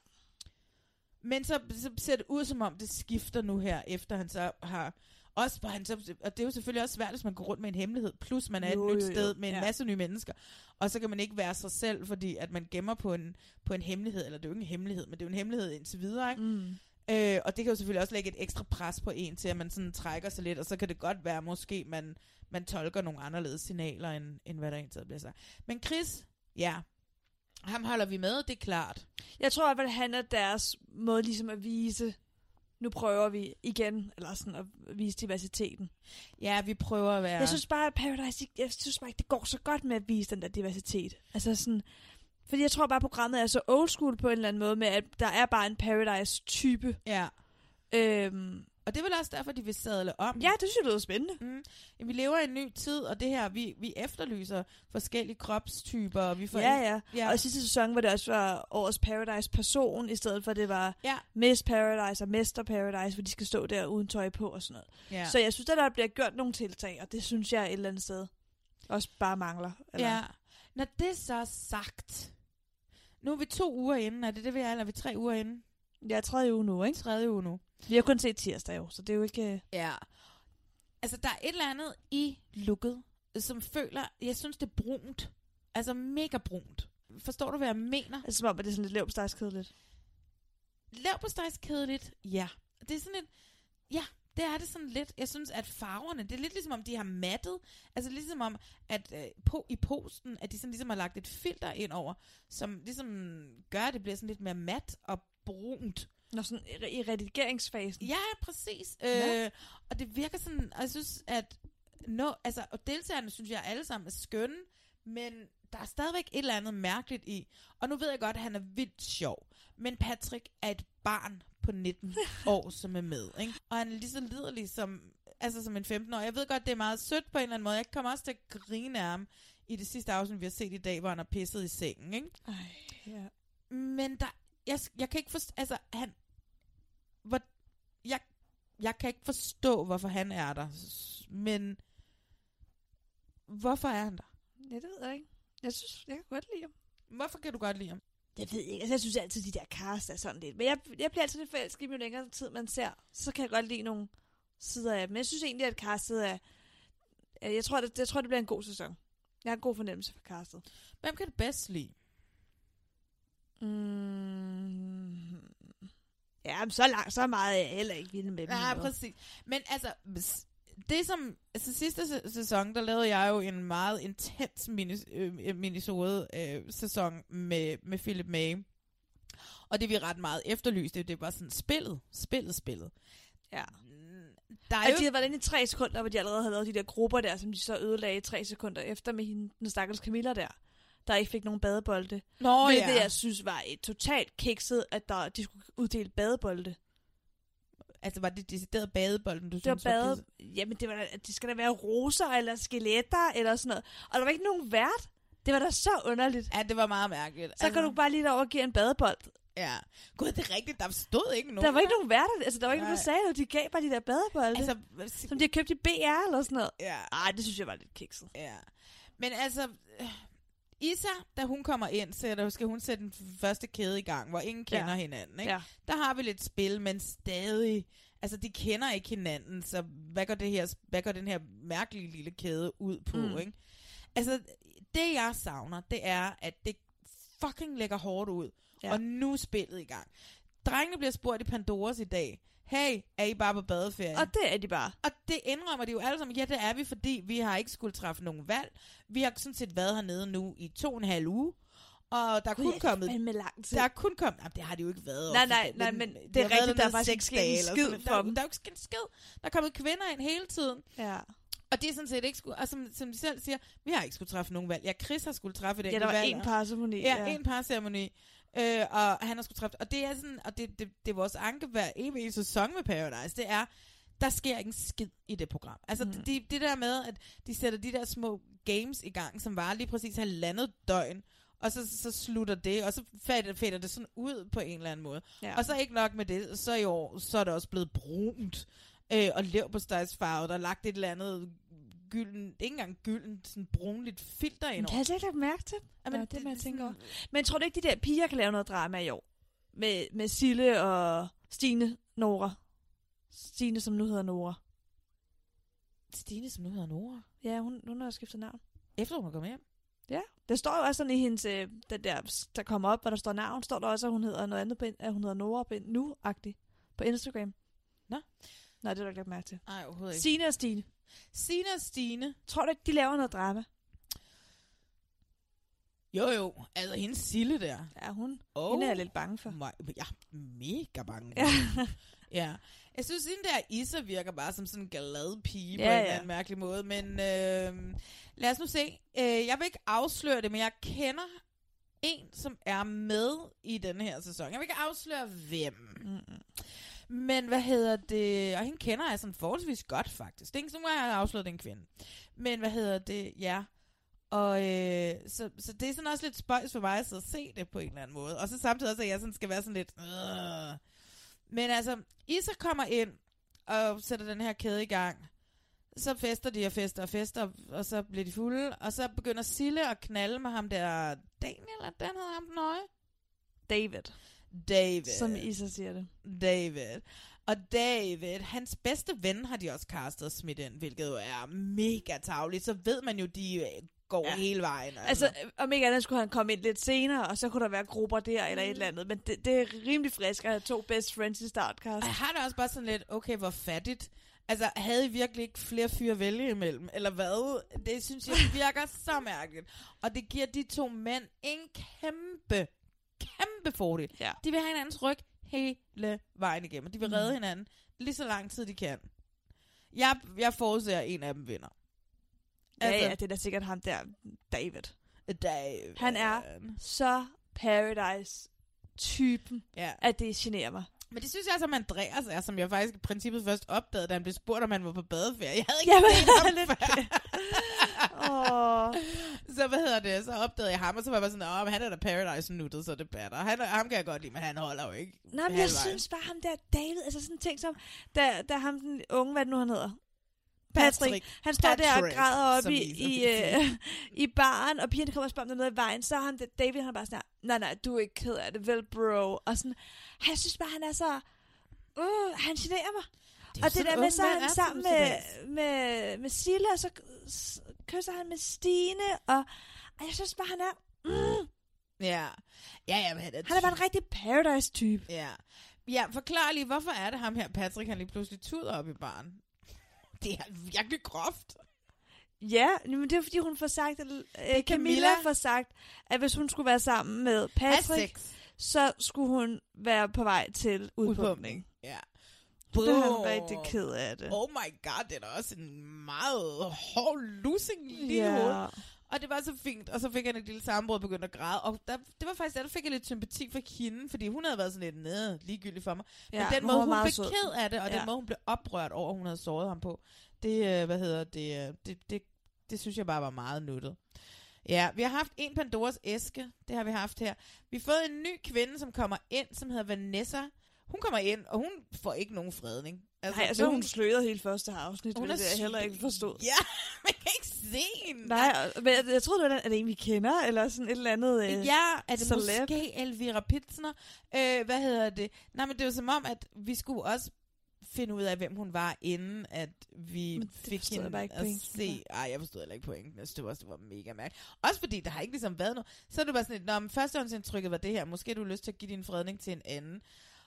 Speaker 4: Men så, så ser det ud som om, det skifter nu her, efter han så har... Også han så, og det er jo selvfølgelig også svært, hvis man går rundt med en hemmelighed, plus man er jo, et nyt jo, jo. sted med en ja. masse nye mennesker, og så kan man ikke være sig selv, fordi at man gemmer på en, på en hemmelighed, eller det er jo ikke en hemmelighed, men det er jo en hemmelighed indtil videre, ikke? Mm. Øh, og det kan jo selvfølgelig også lægge et ekstra pres på en, til at man sådan trækker sig lidt, og så kan det godt være, måske man, man tolker nogle anderledes signaler, end, end hvad der egentlig bliver sagt. Men Chris, ja, ham holder vi med, det er klart.
Speaker 5: Jeg tror, at han er deres måde ligesom at vise... Nu prøver vi igen, eller sådan at vise diversiteten.
Speaker 4: Ja, vi prøver at være...
Speaker 5: Jeg synes bare, at Paradise, jeg synes bare ikke, det går så godt med at vise den der diversitet. Altså sådan... Fordi jeg tror bare, at programmet er så old school på en eller anden måde, med at der er bare en Paradise-type.
Speaker 4: Ja.
Speaker 5: Øhm,
Speaker 4: og det er vel også derfor, de vil sadle om.
Speaker 5: Ja, det synes jeg lyder spændende.
Speaker 4: Mm. Ja, vi lever i en ny tid, og det her, vi, vi efterlyser forskellige kropstyper. Og vi får
Speaker 5: ja, ja, ja. Og i sidste sæson, hvor det også var årets Paradise-person, i stedet for, det var
Speaker 4: ja.
Speaker 5: Miss Paradise og Mester Paradise, hvor de skal stå der uden tøj på og sådan noget. Ja. Så jeg synes, at der bliver gjort nogle tiltag, og det synes jeg et eller andet sted også bare mangler. Eller?
Speaker 4: Ja. Når det så er sagt, nu er vi to uger inden, er det det, vi er, eller er vi tre uger inden?
Speaker 5: Ja, tredje uge nu, ikke?
Speaker 4: Tredje uge nu.
Speaker 5: Vi har kun set tirsdag jo, så det er jo ikke...
Speaker 4: Ja. Altså, der er et eller andet i looket, som føler, jeg synes, det er brunt. Altså, mega brunt. Forstår du, hvad jeg mener?
Speaker 5: Altså, som om, at det er sådan lidt leverpostejskedeligt.
Speaker 4: Leverpostejskedeligt, ja. Det er sådan lidt... Ja, det er det sådan lidt. Jeg synes, at farverne, det er lidt ligesom om, de har mattet. Altså ligesom om, at øh, på, i posten, at de sådan ligesom har lagt et filter ind over, som ligesom gør, at det bliver sådan lidt mere mat og brunt.
Speaker 5: Nå, sådan i redigeringsfasen.
Speaker 4: Ja, præcis.
Speaker 5: Ja.
Speaker 4: Øh, og det virker sådan, og jeg synes, at no, altså, og deltagerne synes jeg alle sammen er skønne, men der er stadigvæk et eller andet mærkeligt i. Og nu ved jeg godt, at han er vildt sjov. Men Patrick er et barn på nitten år, som er med. Ikke? Og han er lige så liderlig som, altså som en femten-årig. Jeg ved godt, det er meget sødt på en eller anden måde. Jeg kommer også til at grine af ham i det sidste afsnit, vi har set i dag, hvor han har pisset i sengen. Ikke?
Speaker 5: Ej, ja.
Speaker 4: Men der, jeg, jeg kan ikke forstå, altså han, hvor, jeg, jeg kan ikke forstå, hvorfor han er der. Men hvorfor er han der?
Speaker 5: Ja, det ved jeg ikke. Jeg synes, jeg kan godt lide ham.
Speaker 4: Hvorfor kan du godt lide ham?
Speaker 5: Jeg ved ikke. Altså, jeg synes altid, de der cast er sådan lidt. Men jeg, jeg bliver altid lidt forelsket, jo længere tid man ser. Så kan jeg godt lide nogle sider af dem. Men jeg synes egentlig, at castet er... Jeg tror, det, jeg tror, det bliver en god sæson. Jeg har en god fornemmelse for castet.
Speaker 4: Hvem kan du bedst lide?
Speaker 5: Mm. Ja, men så langt, så meget er jeg heller ikke vild med dem.
Speaker 4: Ja, præcis. Men altså... Det som, altså sidste sæson, der lavede jeg jo en meget intens minis, øh, minisode øh, sæson med, med Philip May. Og det vi ret meget efterlyste, det var sådan spillet, spillet, spillet.
Speaker 5: Ja.
Speaker 4: Der er
Speaker 5: og
Speaker 4: jo...
Speaker 5: de havde været inde i tre sekunder, hvor de allerede havde lavet de der grupper der, som de så ødelagde i tre sekunder efter med hende, den stakkels Camilla der, der ikke fik nogen badebolde.
Speaker 4: Nå,
Speaker 5: hvilket
Speaker 4: ja.
Speaker 5: jeg synes var et totalt kikset, at der, de skulle uddele badebolde.
Speaker 4: Altså, var det decideret badebolden, du
Speaker 5: det
Speaker 4: synes?
Speaker 5: Var bade... Var Jamen, det var da, det skal da være roser eller skeletter eller sådan noget. Og der var ikke nogen vært. Det var da så underligt.
Speaker 4: Ja, det var meget mærkeligt.
Speaker 5: Så altså... kan du bare lige derover og give en badebold.
Speaker 4: Ja. Gud, det er rigtigt. Der stod ikke nogen.
Speaker 5: Der var ikke nogen værter. Altså, der var ikke nogen, der sagde noget. De gav bare de der badebolde. Altså, som de har købt i B R eller sådan noget.
Speaker 4: Ja.
Speaker 5: Ej, det synes jeg var lidt kikset.
Speaker 4: Ja. Men altså... Isa, da hun kommer ind, så skal hun sætte den første kæde i gang, hvor ingen kender ja. hinanden. Ikke?
Speaker 5: Ja.
Speaker 4: Der har vi lidt spil, men stadig... Altså, de kender ikke hinanden, så hvad går, det her, hvad går den her mærkelige lille kæde ud på, mm. ikke? Altså, det jeg savner, det er, at det fucking lægger hårdt ud, ja. Og nu er spillet i gang. Drengene bliver spurgt i Pandoras i dag, hey, er I bare på badeferie?
Speaker 5: Og det er de bare.
Speaker 4: Og det indrømmer de jo alle sammen, ja, det er vi, fordi vi har ikke skulle træffe nogen valg. Vi har sådan set været hernede nu i to og en halv uge. Og der er kun
Speaker 5: ja,
Speaker 4: kommet...
Speaker 5: med lang tid.
Speaker 4: Der er kun kommet... Nej, det har de jo ikke været.
Speaker 5: Nej, nej, nej, men det er rigtigt, der er faktisk ikke sket en skid for dem.
Speaker 4: Der er jo ikke sket en skid. Der er kommet kvinder ind hele tiden.
Speaker 5: Ja.
Speaker 4: Og det er sådan set ikke skulle... Og som, som de selv siger, vi har ikke skulle træffe nogen valg. Ja, Chris har skulle træffe det.
Speaker 5: Ja, der var en parceremoni.
Speaker 4: Ja, ja, en parceremoni. Øh, og han har skulle træffe... Og det er sådan... Og det, det, det er vores anke hver evige sæson med Paradise. Det er... Der sker ikke en skid i det program. Altså, mm. det, det der med, at de sætter de der små games i gang, som var lige præcis halvandet døgn, og så, så slutter det, og så fader, fader det sådan ud på en eller anden måde. Ja. Og så ikke nok med det, så i år, så er det også blevet brunt, øh, og leverpostejsfarvet, der er lagt et eller andet gylden, ikke engang gylden, sådan brunligt filter ind over.
Speaker 5: Det har jeg slet ikke lagt mærke til. Ja, men, ja, det, det, det tænker sådan... Men tror du ikke, de der piger kan lave noget drama i år? Med, med Sille og Stine Nora. Stine, som nu hedder Nora.
Speaker 4: Stine, som nu hedder Nora?
Speaker 5: Ja, hun, hun har skiftet navn.
Speaker 4: Efter hun er kommet hjem?
Speaker 5: Ja, der står jo også sådan i hendes, øh, den der, der kommer op, hvor der står navn, står der også, at hun hedder noget andet, på, at hun hedder Nora på, nu-agtig på Instagram.
Speaker 4: Nå?
Speaker 5: Nej, det har du ikke lagt mærke til.
Speaker 4: Nej, overhovedet ikke.
Speaker 5: Signe og Stine.
Speaker 4: Signe og Stine.
Speaker 5: Tror du ikke, de laver noget drama?
Speaker 4: Jo, jo. Altså, hendes Sille der.
Speaker 5: Ja, hun.
Speaker 4: Oh,
Speaker 5: hende er jeg lidt bange for.
Speaker 4: My, ja, mega bange for.
Speaker 5: Ja.
Speaker 4: Ja. Jeg synes, hende der Isa virker bare som sådan en glad pige
Speaker 5: ja,
Speaker 4: på en
Speaker 5: ja.
Speaker 4: eller anden mærkelig måde. Men øh, lad os nu se. Øh, jeg vil ikke afsløre det, men jeg kender en, som er med i den her sæson. Jeg vil ikke afsløre hvem. Mm-mm. Men hvad hedder det? Og hende kender jeg sådan forholdsvis godt, faktisk. Det er ikke sådan, at jeg har afsløret den kvinde. Men hvad hedder det? Ja. Og øh, så, så det er sådan også lidt spøjs for mig at sidde og se det på en eller anden måde. Og så samtidig også, at jeg sådan skal være sådan lidt... Øh. Men altså, Isa kommer ind og sætter den her kæde i gang. så fester de og fester og fester, og så bliver de fulde, og så begynder Sille at knalde med ham der, Daniel, eller den hedder ham den høje?
Speaker 5: David.
Speaker 4: David.
Speaker 5: Som Isa siger det.
Speaker 4: David. Og David, hans bedste ven har de også castet og smidt ind, hvilket jo er mega tarveligt. Så ved man jo, de går ja. hele vejen.
Speaker 5: Altså, altså om ikke andet skulle han komme ind lidt senere, og så kunne der være grupper der eller et eller andet. Men det, det er rimelig frisk at have to best friends i startcast.
Speaker 4: Jeg har det også bare sådan lidt, okay, hvor fattigt. Altså, havde I virkelig ikke flere fyre at vælge imellem? Eller hvad? Det synes jeg virker så mærkeligt. Og det giver de to mænd en kæmpe, kæmpe fordel. Ja. De vil have hinandens ryg hele vejen igennem. De vil redde mm. hinanden lige så lang tid de kan. Jeg, jeg forudser, at en af dem vinder.
Speaker 5: Altså, ja, ja, det er da sikkert ham der, David.
Speaker 4: David.
Speaker 5: Han er så Paradise-typen,
Speaker 4: ja. at det
Speaker 5: generer mig.
Speaker 4: Men det synes jeg også, at Andreas er, som jeg faktisk i princippet først opdagede, da han blev spurgt, om han var på badeferie. Jeg havde ikke
Speaker 5: Jamen,
Speaker 4: set ham
Speaker 5: lidt
Speaker 4: oh. Så hvad hedder det? Så opdagede jeg ham, og så var jeg bare sådan, åh, men han er da Paradise-nuttet, så det batter. Han, ham kan jeg godt lide, men han holder jo ikke.
Speaker 5: Nej, men jeg synes bare, ham der David, altså sådan en ting som, da, da ham den unge, hvad det nu han hedder? Patrick. Patrick. Han står Patrick, der og græder op i, i, øh, i baren, og pigerne kommer og spørger om noget i vejen. Så ham, det, David, han er bare sådan, nej, nej, du er ikke ked af det, vel, bro. Og sådan, jeg synes bare, han er så, uh, han generer mig. Det og det der med, så er han sammen med, med, med Silla, og så kysser han med Stine, og, og jeg synes bare, han er, mm.
Speaker 4: Ja, ja, ja, men han er,
Speaker 5: han er bare en rigtig Paradise-type.
Speaker 4: Ja. Ja, forklar lige, hvorfor er det ham her, Patrick, han lige pludselig tuder op i baren? Det er virkelig groft.
Speaker 5: Ja, men det er fordi hun får sagt, at øh, Camilla, Camilla får sagt, at hvis hun skulle være sammen med Patrick, så skulle hun være på vej til udpumpning.
Speaker 4: Ja.
Speaker 5: Det er han rigtig ked af det.
Speaker 4: Oh my god, det er da også en meget hård losing lige
Speaker 5: ja.
Speaker 4: hovedet. Og det var så fint, og så fik han et lille sammenbrud og begyndte at græde. Og der, det var faktisk der, der fik jeg lidt sympati for hende, fordi hun havde været sådan lidt nede, ligegyldig for mig. Men ja, den måde, hun blev ked af det, og ja. den måde, hun blev oprørt over, hun havde såret ham på, det, hvad hedder det, det, det, det synes jeg bare var meget nuttet. Ja, vi har haft en Pandoras æske, det har vi haft her. Vi har fået en ny kvinde, som kommer ind, som hedder Vanessa. Hun kommer ind, og hun får ikke nogen fredning.
Speaker 5: Altså, Nej, altså hun, hun slører hele første afsnit, hun det jeg heller ikke forstod.
Speaker 4: Ja, man kan ikke se hende.
Speaker 5: Nej, men jeg, jeg troede, det var den, er det en, vi kender, eller sådan et eller andet øh,
Speaker 4: Ja, er det
Speaker 5: celeb?
Speaker 4: Måske Elvira Pitsner? Øh, hvad hedder det? Nej, men det var som om, at vi skulle også finde ud af, hvem hun var, inden at vi fik hende at se. Ej, jeg forstod heller ikke pointen. Jeg synes også, det var mega mærkeligt. Også fordi, der har ikke ligesom været noget. Så er det bare sådan et, nå, men førstehåndsindtrykket var det her. Måske du har lyst til at give din fredning til en anden.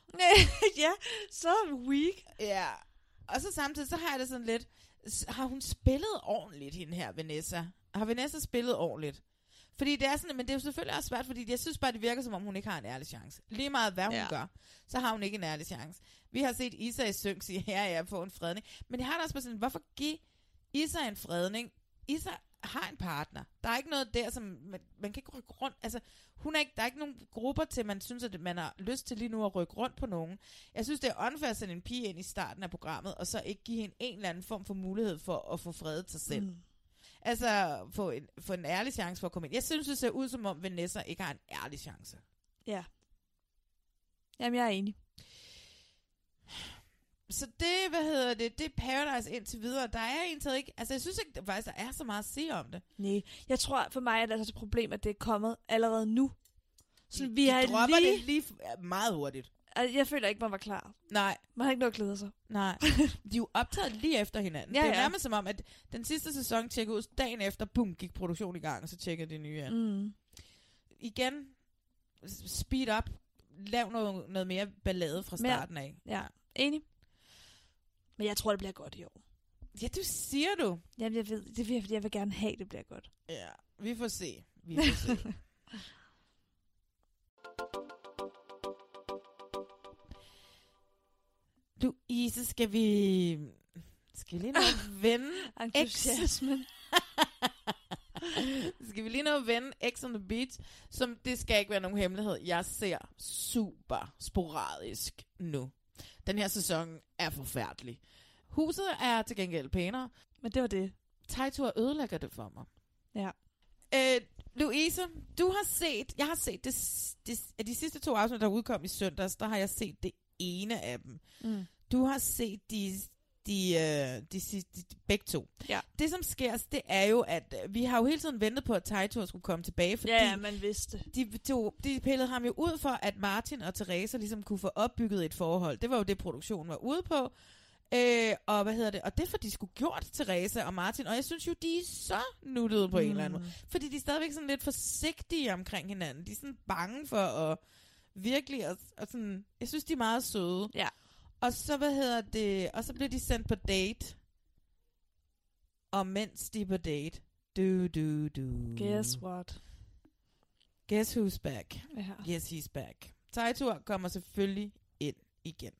Speaker 5: Ja, så weak.
Speaker 4: Ja, og så samtidig, så har jeg det sådan lidt, har hun spillet ordentligt, hende her, Vanessa? Har Vanessa spillet ordentligt? Fordi det er sådan, men det er jo selvfølgelig også svært, fordi jeg synes bare, det virker, som om hun ikke har en ærlig chance. Lige meget, hvad hun ja. gør, så har hun ikke en ærlig chance. Vi har set Isa i synk sige, ja, jeg får en fredning. Men det har da også bare sådan, hvorfor give Isa en fredning? Isa har en partner. Der er ikke noget der, som man, man kan ikke rykke rundt. Altså, hun er ikke, der er ikke nogen grupper til, man synes, at man har lyst til lige nu at rykke rundt på nogen. Jeg synes, det er unfair at sende en pige ind i starten af programmet, og så ikke give hende en eller anden form for mulighed for at få fredet sig selv. Mm. Altså, få en, få en ærlig chance for at komme ind. Jeg synes, det ser ud som om, Vanessa ikke har en ærlig chance.
Speaker 5: Ja. Jamen, jeg er enig.
Speaker 4: Så det, hvad hedder det, det er Paradise indtil videre. Der er egentlig ikke, altså jeg synes ikke, der faktisk der er så meget at sige om det.
Speaker 5: Nej, jeg tror for mig, at det er et problem, at det er kommet allerede nu.
Speaker 4: Så vi har dropper lige... det lige meget hurtigt.
Speaker 5: Jeg føler ikke, man var klar.
Speaker 4: Nej.
Speaker 5: Man har ikke noget at glæde sig.
Speaker 4: Nej. De er jo optaget lige efter hinanden. Ja, det er ja. nærmest som om, at den sidste sæson tjekkede ud, dagen efter, bum, gik produktion i gang, og så tjekker de nye ind.
Speaker 5: Mm.
Speaker 4: Igen, speed up. Lav noget, noget mere ballade fra starten af.
Speaker 5: Ja, enig. Men jeg tror, det bliver godt i år.
Speaker 4: Ja, du siger du.
Speaker 5: Jamen, jeg ved, det er fordi, jeg vil gerne have, det bliver godt.
Speaker 4: Ja, vi får se. Vi får se. Du, Isa, skal vi... Skal vi lige nå at vende...
Speaker 5: Entusiasmen.
Speaker 4: Skal vi lige nå at vende X on the Beach, som det skal ikke være nogen hemmelighed. Jeg ser super sporadisk nu. Den her sæson er forfærdelig. Huset er til gengæld pænere.
Speaker 5: Men det var det.
Speaker 4: Tejtur ødelægger det for mig.
Speaker 5: Ja.
Speaker 4: Øh, Louise, du har set... Jeg har set det, det, af de sidste to afsnit, der udkom i søndags, der har jeg set det ene af dem.
Speaker 5: Mm.
Speaker 4: Du har set de de, øh, de, de, de, de begge to.
Speaker 5: Ja.
Speaker 4: Det, som sker, det er jo, at øh, vi har jo hele tiden ventet på, at Teitur skulle komme tilbage, fordi
Speaker 5: Ja, ja, man vidste.
Speaker 4: de, to, de pillede ham jo ud for, at Martin og Teresa ligesom kunne få opbygget et forhold. Det var jo det, produktionen var ude på. Øh, og hvad hedder det? Og det får de sgu gjort, Teresa og Martin. Og jeg synes jo, de er så nuttede på mm. en eller anden måde. Fordi de er stadigvæk sådan lidt forsigtige omkring hinanden. De er sådan bange for at virkelig... Og, og sådan, jeg synes, de er meget søde.
Speaker 5: Ja.
Speaker 4: Og så, hvad hedder det? Og så bliver de sendt på date. Og mens de er på date... Du, du, du.
Speaker 5: Guess what?
Speaker 4: Guess who's back?
Speaker 5: Ja.
Speaker 4: Yes, he's back. Teitur kommer selvfølgelig ind igen.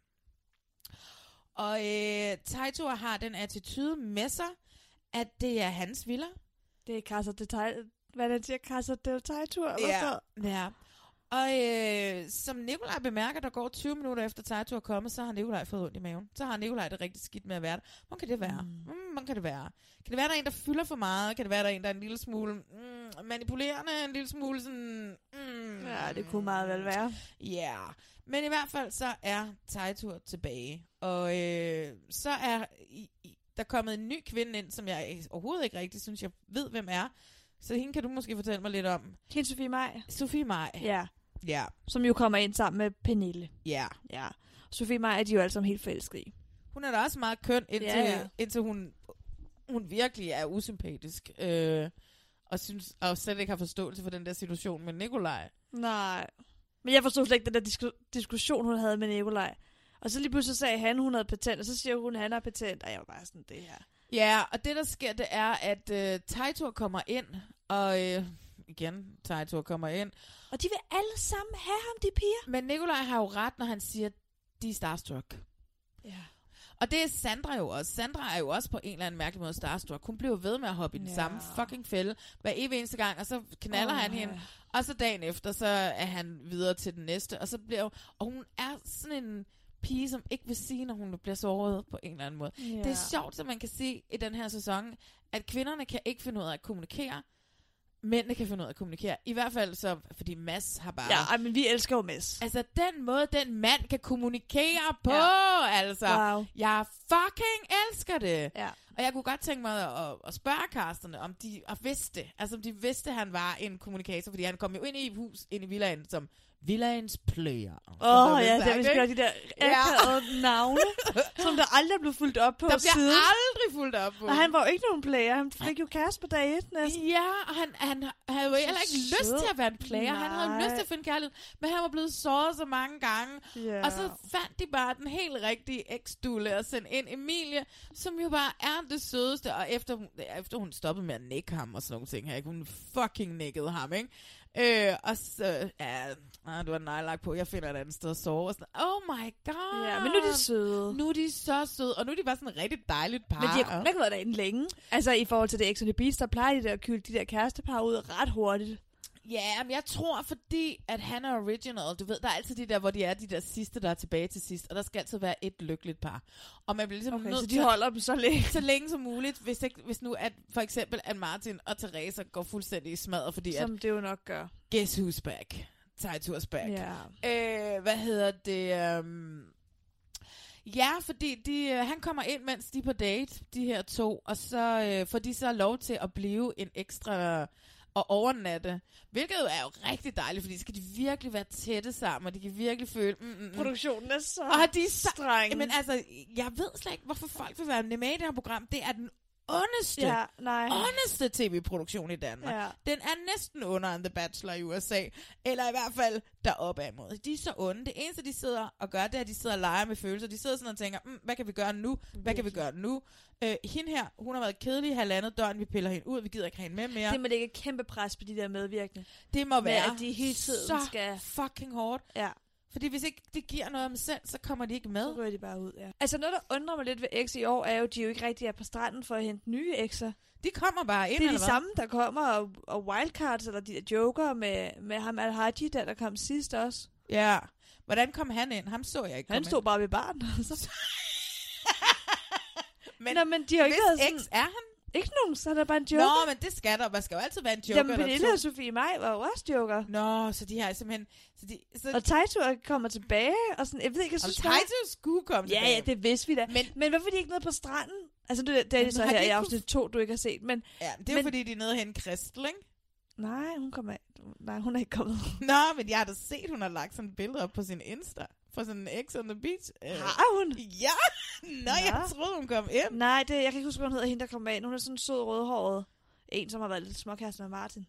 Speaker 4: Og øh, Teitur har den attitude med sig, at det er hans villa.
Speaker 5: Det er Casa de Teitur. Hvad er det, siger? Casa de Teitur?
Speaker 4: Ja, ja. Og øh, som Nikolaj bemærker, der går tyve minutter efter Teitur er kommet, så har Nikolaj fået ondt i maven. Så har Nikolaj det rigtig skidt med at være der. Hvordan kan det være? Mm. Mm, hvordan kan det være? Kan det være, der er en, der fylder for meget? Kan det være, der er en, der er en lille smule mm, manipulerende? En lille smule sådan... Mm,
Speaker 5: ja, det kunne meget vel være.
Speaker 4: Ja, yeah. Men i hvert fald så er Teitur tilbage. Og øh, så er i, i, der kommet en ny kvinde ind, som jeg overhovedet ikke rigtig synes, jeg ved, hvem er. Så hende kan du måske fortælle mig lidt om.
Speaker 5: Hende Sofie Maj.
Speaker 4: Sofie Maj.
Speaker 5: Ja.
Speaker 4: Ja.
Speaker 5: Som jo kommer ind sammen med Pernille.
Speaker 4: Ja.
Speaker 5: Ja. Sofie Maj er de jo alle sammen helt forelskede i.
Speaker 4: Hun er da også meget køn, indtil,
Speaker 5: ja, ja.
Speaker 4: indtil hun, hun virkelig er usympatisk. Øh, og, synes, og slet ikke har forståelse for den der situation med Nikolaj.
Speaker 5: Nej. Men jeg forstod slet ikke den der disku- diskussion, hun havde med Nikolaj. Og så lige pludselig sagde han, hun havde patent, og så siger hun, han har patent. Og jeg var bare sådan, det her.
Speaker 4: Ja, og det der sker, det er, at øh, Teitur kommer ind, og øh, igen, Teitur kommer ind.
Speaker 5: Og de vil alle sammen have ham, de piger.
Speaker 4: Men Nikolaj har jo ret, når han siger, at de er starstruck.
Speaker 5: Ja.
Speaker 4: Og det er Sandra jo også. Sandra er jo også på en eller anden mærkelig måde starstruck. Hun bliver ved med at hoppe i den ja. samme fucking fælde hver evig eneste gang, og så knaller oh, han hende. Og så dagen efter, så er han videre til den næste. Og så bliver hun, og hun er sådan en pige, som ikke vil sige, når hun bliver såret på en eller anden måde. Yeah. Det er sjovt, at man kan se i den her sæson, at kvinderne kan ikke finde ud af at kommunikere. Mændene kan finde ud af at kommunikere. I hvert fald så, fordi Mads har bare...
Speaker 5: Ja, men vi elsker jo Mads.
Speaker 4: Altså, den måde, den mand kan kommunikere på, ja. altså.
Speaker 5: Wow.
Speaker 4: Jeg fucking elsker det.
Speaker 5: Ja.
Speaker 4: Og jeg kunne godt tænke mig at, at spørge casterne, om de vidste det. Altså, om de vidste, at han var en kommunikator, fordi han kom jo ind i hus, ind i villaen, som villaens player.
Speaker 5: Åh, oh, ja, det er vi skal de der akavede ja. navne, som der aldrig blev fuldt op på
Speaker 4: der
Speaker 5: siden.
Speaker 4: Der bliver aldrig fuldt op på.
Speaker 5: Og han var jo ikke nogen player. Han fik jo kæreste på dag et næsten.
Speaker 4: Ja, og han, han havde jo heller ikke lyst til at være en player. Nej. Han havde jo lyst til at finde kærlighed, men han var blevet såret så mange gange. Yeah. Og så fandt de bare den helt rigtige eks-dulle og sendte ind Emilie, som jo bare er det sødeste. Og efter hun, efter hun stoppede med at nikke ham og sådan nogle ting her, ikke? Hun fucking nikkede ham, ikke? Øh, og så, ja, ah, du har nejlagt på, jeg finder et andet sted at sove, og sådan, oh my god.
Speaker 5: Ja, men nu er de søde.
Speaker 4: Nu er de så søde, og nu er de bare sådan et rigtig dejligt par.
Speaker 5: Men de har ikke været derinde længe. Altså i forhold til det Ex on the Beach, der plejer de der at kylde de der kærestepar ud ret hurtigt.
Speaker 4: Ja, men jeg tror, fordi at han er original, du ved, der er altid de der, hvor de er de der sidste, der er tilbage til sidst, og der skal altid være et lykkeligt par. Og man bliver ligesom
Speaker 5: okay,
Speaker 4: nødt
Speaker 5: så de holder dem så længe.
Speaker 4: Så længe som muligt, hvis, ikke, hvis nu at for eksempel at Martin og Teresa går fuldstændig i smadret, fordi
Speaker 5: som
Speaker 4: at...
Speaker 5: det jo nok gør.
Speaker 4: Guess who's back? Teitur's back.
Speaker 5: Ja.
Speaker 4: Øh, hvad hedder det... Um... Ja, fordi de, øh, han kommer ind, mens de er på date, de her to, og så øh, får de så lov til at blive en ekstra... og overnatte, hvilket jo er jo rigtig dejligt, fordi så skal de virkelig være tætte sammen, og de kan virkelig føle... Mm, mm, mm.
Speaker 5: Produktionen er så
Speaker 4: og de så,
Speaker 5: streng.
Speaker 4: Men altså, jeg ved slet ikke, hvorfor folk vil være med i det her program. Det er den ondeste,
Speaker 5: ja, nej.
Speaker 4: ondeste tv-produktion i Danmark.
Speaker 5: Ja.
Speaker 4: Den er næsten under The Bachelor i U S A, eller i hvert fald deroppe af mod. De er så onde. Det eneste, de sidder og gør, det er, at de sidder og leger med følelser. De sidder sådan og tænker, mm, hvad kan vi gøre nu? Hvad kan vi gøre nu? Øh, hende her, hun har været kedelig i halvandet døgn, vi piller hende ud, vi gider ikke have hende med mere.
Speaker 5: Det må lægge et kæmpe pres på de der medvirkende.
Speaker 4: Det må være
Speaker 5: med, at de hele tiden
Speaker 4: så
Speaker 5: skal...
Speaker 4: fucking hårdt.
Speaker 5: Ja.
Speaker 4: Fordi hvis ikke det giver noget om selv, så kommer de ikke med.
Speaker 5: Så ryger de bare ud, ja. Altså noget, der undrer mig lidt ved X i år, er jo, at de jo ikke rigtig er på stranden for at hente nye X'er.
Speaker 4: De kommer bare ind,
Speaker 5: det er
Speaker 4: eller
Speaker 5: de
Speaker 4: hvad?
Speaker 5: samme, der kommer, og, og wildcards, eller de der joker med, med ham Al-Haji, der, der kom sidst også.
Speaker 4: Ja. Hvordan kom han ind? Ham så jeg ikke.
Speaker 5: Han stod ind. Bare ved baren.
Speaker 4: men,
Speaker 5: Nå, men de har ikke
Speaker 4: hvis
Speaker 5: sådan...
Speaker 4: X er han?
Speaker 5: Ikke nogen, så er der bare en joker.
Speaker 4: Nå, men det skal der. Man skal jo altid være en joker.
Speaker 5: Jamen, Pernille og Sofie Maj var jo også joker.
Speaker 4: Nå, så de har simpelthen... Så de, så
Speaker 5: og Taito kommer tilbage, og sådan, jeg ved ikke, jeg synes...
Speaker 4: Og Taito skulle komme
Speaker 5: ja,
Speaker 4: tilbage.
Speaker 5: Ja, det vidste vi da. Men, men hvorfor er de ikke nede på stranden? Altså, det, det er det så her i afsnit to, du ikke har set, men...
Speaker 4: Ja, det er men, fordi, de er nede hen Kristel, ikke?
Speaker 5: Nej, hun kommer Nej, hun er ikke kommet.
Speaker 4: Nå, men jeg har da set, hun har lagt sådan et billede op på sin Insta. For sådan en X on the Beach.
Speaker 5: Har hun?
Speaker 4: Ja! Nå, Nå, jeg troede, hun kom ind.
Speaker 5: Nej, det, jeg kan ikke huske, hvad hun hedder, hende, der kom ind. Hun er sådan en sød rødhåret. En, som har været lidt småkærester med Martin.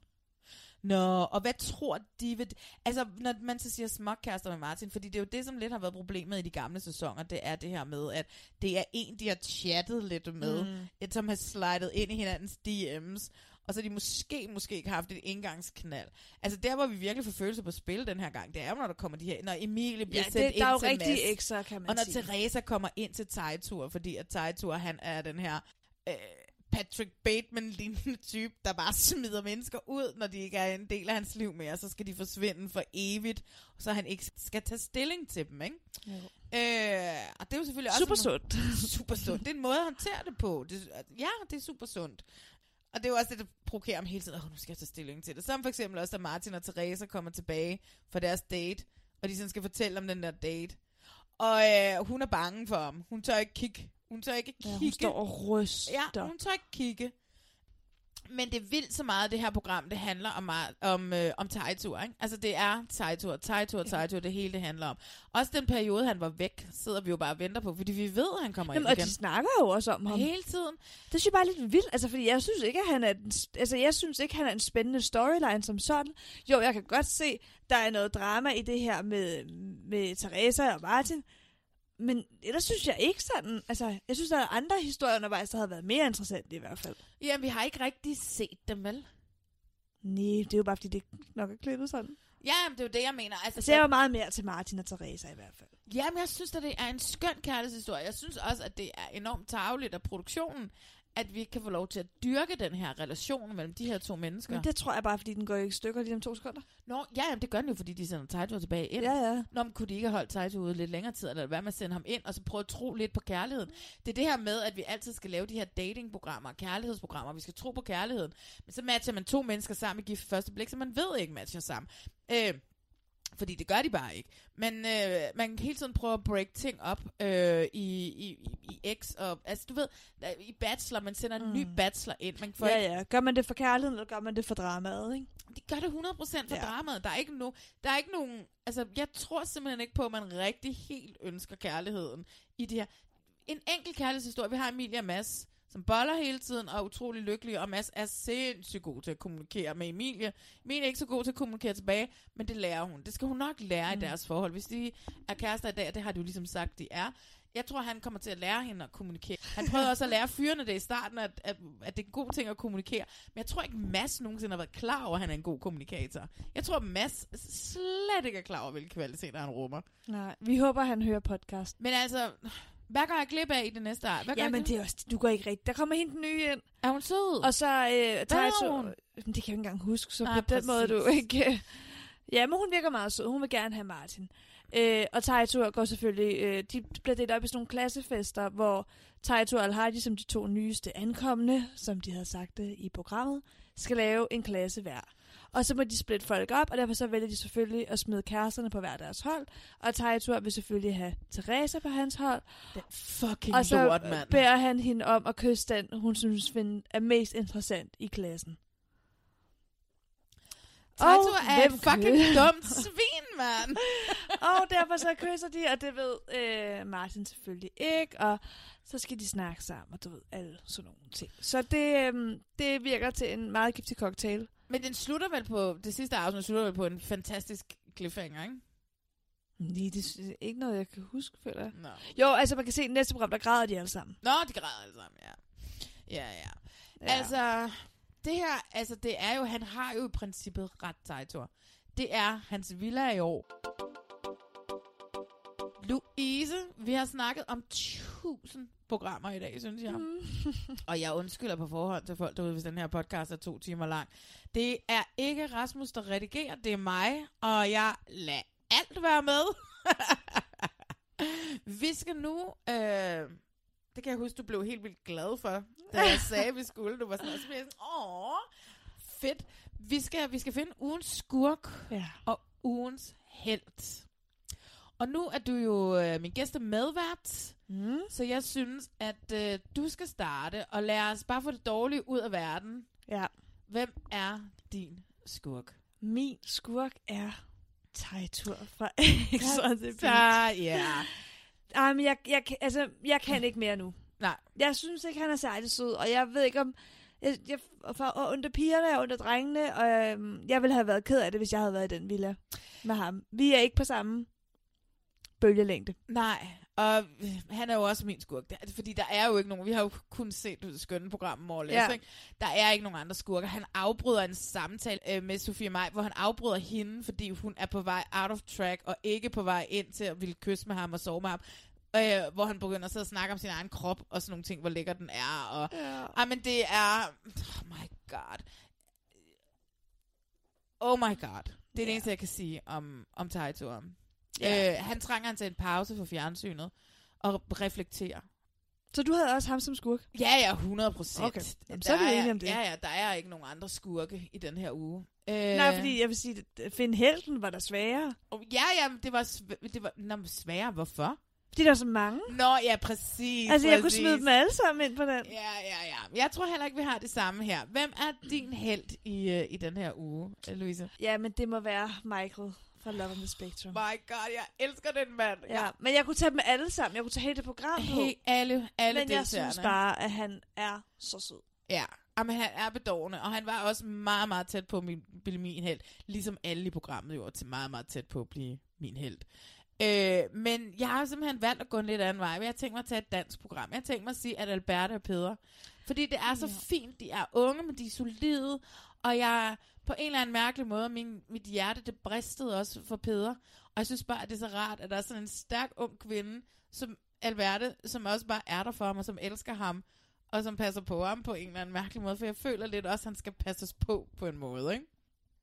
Speaker 4: Nå, og hvad tror de ved... Altså, når man så siger småkærester med Martin, fordi det er jo det, som lidt har været problemet i de gamle sæsoner, det er det her med, at det er en, de har chattet lidt med, mm. et, som har slidet ind i hinandens D M's, og så de måske, måske ikke haft et indgangsknald. Altså, der hvor vi virkelig får følelser på spil den her gang, det er jo, når der kommer de her... Når Emilie bliver
Speaker 5: ja,
Speaker 4: sendt
Speaker 5: det,
Speaker 4: ind
Speaker 5: der
Speaker 4: til
Speaker 5: er jo rigtig
Speaker 4: Mads,
Speaker 5: ekstra, kan man
Speaker 4: og når
Speaker 5: sige.
Speaker 4: Teresa kommer ind til Taito, fordi at Taito, han er den her... Øh, Patrick Bateman-lignende type, der bare smider mennesker ud, når de ikke er en del af hans liv mere, så skal de forsvinde for evigt, så han ikke skal tage stilling til dem, ikke? Øh, og det er jo selvfølgelig også...
Speaker 5: Super sundt.
Speaker 4: Super sundt. Det er en måde at håndtere det på. Det, ja, det er super sundt. Og det er jo også det, der provokerer ham hele tiden. Åh, nu skal jeg tage stilling til det. Som for eksempel også, da Martin og Teresa kommer tilbage fra deres date, og de sådan skal fortælle om den der date. Og øh, hun er bange for ham. Hun tør ikke kigge. Hun tør ikke kigge.
Speaker 5: Ja, hun står og ryster.
Speaker 4: Ja, hun tør ikke kigge. Men det er vildt så meget, det her program, det handler om, om, øh, om Taito, ikke? Altså, det er Taito, Taito og Taito, det hele det handler om. Også den periode, han var væk, sidder vi jo bare og venter på, fordi vi ved, at han kommer
Speaker 5: Jamen,
Speaker 4: ind igen.
Speaker 5: Og de snakker jo også om ham.
Speaker 4: Hele tiden.
Speaker 5: Det synes jeg bare er lidt vildt, altså, fordi jeg synes ikke, at han er, den, altså, jeg synes ikke, han er en spændende storyline som sådan. Jo, jeg kan godt se, der er noget drama i det her med, med Teresa og Martin, men ellers synes jeg ikke sådan, altså, jeg synes, der er andre historier undervejs, der havde været mere interessante i hvert fald.
Speaker 4: Ja, vi har ikke rigtig set dem, vel?
Speaker 5: Nej, det er jo bare, fordi det nok er klippet sådan.
Speaker 4: Ja, men det er jo det, jeg mener. Altså,
Speaker 5: jeg ser jo meget mere til Martin og Teresa i hvert fald.
Speaker 4: Ja, men jeg synes, at det er en skøn kærlighedshistorie. Jeg synes også, at det er enormt tarveligt af produktionen, at vi ikke kan få lov til at dyrke den her relation mellem de her to mennesker.
Speaker 5: Men det tror jeg bare, fordi den går i stykker lige om to sekunder.
Speaker 4: Nå, ja, jamen, det gør den jo, fordi de sender Taito tilbage ind.
Speaker 5: Ja, ja.
Speaker 4: Nå, men kunne de ikke have holdt Taito ude lidt længere tid, eller hvad med at sende ham ind, og så prøve at tro lidt på kærligheden. Det er det her med, at vi altid skal lave de her datingprogrammer, kærlighedsprogrammer, vi skal tro på kærligheden. Men så matcher man to mennesker sammen i gift første blik, så man ved ikke matcher sammen. Øh, Fordi det gør de bare ikke. Men øh, man kan hele tiden prøve at break ting op øh, i, i, i X. Og, altså du ved, i Bachelor, man sender en mm. ny Bachelor ind. Man får
Speaker 5: ja,
Speaker 4: ikke...
Speaker 5: ja. Gør man det for kærligheden, eller gør man det for dramaet, ikke?
Speaker 4: Det gør det hundrede procent for
Speaker 5: ja.
Speaker 4: dramaet. Der er ikke no, der er ikke nogen... Altså, jeg tror simpelthen ikke på, at man rigtig helt ønsker kærligheden i det her. En enkelt kærlighedshistorie. Vi har Emilie og Mads, som boller hele tiden og er utrolig lykkelig, og Mads er sindssygt god til at kommunikere med Emilie. Emilie er ikke så god til at kommunikere tilbage, men det lærer hun. Det skal hun nok lære mm. i deres forhold. Hvis de er kærester i dag, og det har de jo ligesom sagt, de er. Jeg tror, han kommer til at lære hende at kommunikere. Han prøvede også at lære fyrene det i starten, at, at, at det er en god ting at kommunikere. Men jeg tror ikke, Mads nogensinde har været klar over, at han er en god kommunikator. Jeg tror, Mads slet ikke er klar over, hvilke kvaliteter han rummer.
Speaker 5: Nej, vi håber, han hører podcast.
Speaker 4: Men altså... Hvad går jeg glip af i det næste år?
Speaker 5: Ja, men det er også, du går ikke rigtigt. Der kommer hende den nye ind.
Speaker 4: Er hun sød?
Speaker 5: Og så øh,
Speaker 4: tager
Speaker 5: hun. Det kan jeg ikke engang huske, så
Speaker 4: Nej,
Speaker 5: på den måde du ikke... Øh, ja, men hun virker meget sød. Hun vil gerne have Martin. Øh, og Taito går selvfølgelig... Øh, de bliver delt op i sådan nogle klassefester, hvor Taito og Alhaji, som de to nyeste ankommende, som de havde sagt det i programmet, skal lave en klasse hver. Og så må de splitte folk op, og derfor så vælger de selvfølgelig at smide kæresterne på hver deres hold. Og Taito vil selvfølgelig have Teresa på hans hold.
Speaker 4: Den fucking
Speaker 5: og så
Speaker 4: lort, mand.
Speaker 5: beder han hende om at kysse den, hun synes er mest interessant i klassen.
Speaker 4: Taito er et fucking dumt svin, mand.
Speaker 5: Og derfor så kysser de, og det ved øh, Martin selvfølgelig ikke, og så skal de snakke sammen, og du ved, alle sådan nogle ting. Så det, øh, det virker til en meget giftig cocktail.
Speaker 4: Men den slutter vel på, det sidste afsnit slutter vel på en fantastisk cliffhanger, ikke?
Speaker 5: Nej, det er ikke noget, jeg kan huske, føler jeg.
Speaker 4: No.
Speaker 5: Jo, altså man kan se i næste program, der græder de alle sammen.
Speaker 4: Nå, de græder alle sammen, ja. Ja, ja. ja. Altså, det her, altså det er jo, han har jo i princippet ret Taito. Det er hans villa i år. Louise, vi har snakket om tusind programmer i dag, synes jeg. Mm. Og jeg undskylder på forhånd til folk derude, hvis den her podcast er to timer lang. Det er ikke Rasmus, der redigerer, det er mig, og jeg lader alt være med. Vi skal nu øh, Det kan jeg huske, du blev helt vildt glad for, da jeg sagde, at vi skulle. Du var sådan, og så blev jeg sådan, åh, fedt. Vi skal, vi skal finde ugens skurk
Speaker 5: ja.
Speaker 4: og ugens helt. Og nu er du jo øh, min gæste medvært, mm. så jeg synes, at øh, du skal starte, og lad os bare få det dårlige ud af verden.
Speaker 5: Ja.
Speaker 4: Hvem er din skurk?
Speaker 5: Min skurk er Teitur fra X on the Beach.
Speaker 4: Ja.
Speaker 5: Ej, men jeg, jeg, altså, jeg kan ikke mere nu.
Speaker 4: Nej.
Speaker 5: Jeg synes ikke, han er særlig sød, og jeg ved ikke om... Jeg, jeg, for, og under pigerne og under drengene, og øhm, jeg ville have været ked af det, hvis jeg havde været i den villa med ham. Vi er ikke på samme bølgelængde.
Speaker 4: Nej, og han er jo også min skurk, fordi der er jo ikke nogen, vi har jo kun set det skønne program Morlæs, ja. Ikke? Der er ikke nogen andre skurker. Han afbryder en samtale øh, med Sofie Maj, hvor han afbryder hende, fordi hun er på vej out of track, og ikke på vej ind til at ville kysse med ham og sove med ham. Øh, hvor han begynder så at snakke om sin egen krop og sådan nogle ting, hvor lækker den er. Og, ja. Ej, men det er... Oh my god. Oh my god. Det er yeah. det eneste, jeg kan sige om, om Teitur. Yeah. Øh, han trænger han til en pause for fjernsynet og reflekterer.
Speaker 5: Så du havde også ham som skurk?
Speaker 4: Ja, ja, hundrede procent.
Speaker 5: Okay. Så er vi enige om det.
Speaker 4: Ja, ja, der er ikke nogen andre skurke i den her uge. Øh,
Speaker 5: Nej, fordi jeg vil sige, at finde helten var der sværere.
Speaker 4: Ja, ja, det var, sv- det var nå, sværere. Hvorfor?
Speaker 5: Fordi der er så mange.
Speaker 4: Nå, ja, præcis.
Speaker 5: Altså, jeg
Speaker 4: præcis.
Speaker 5: kunne smide dem alle sammen ind på den.
Speaker 4: Ja, ja, ja. Jeg tror heller ikke, vi har det samme her. Hvem er din helt i, uh, i den her uge, Louise?
Speaker 5: Ja, men det må være Michael fra Love on the Spectrum.
Speaker 4: My god, jeg elsker den mand.
Speaker 5: Ja, men jeg kunne tage dem alle sammen. Jeg kunne tage hele det program på.
Speaker 4: Hey, alle, alle
Speaker 5: Men jeg synes bare, at han er så sød.
Speaker 4: Ja, men han er bedårende, og han var også meget, meget tæt på at blive min helt. Ligesom alle i programmet jo var meget, meget tæt på at blive min helt. Øh, men jeg har simpelthen valgt at gå en lidt anden vej. Jeg har tænkt mig at tage et dansk program. Jeg har tænkt mig at sige, at Alberte og Peder. Fordi det er så ja. fint. De er unge, men de er solide. Og jeg på en eller anden mærkelig måde, min, mit hjerte, det bristede også for Peder. Og jeg synes bare, at det er så rart, at der er sådan en stærk ung kvinde, som Alberte, som også bare er der for ham, og som elsker ham, og som passer på ham på en eller anden mærkelig måde. For jeg føler lidt også, at han skal passes på på en måde, ikke?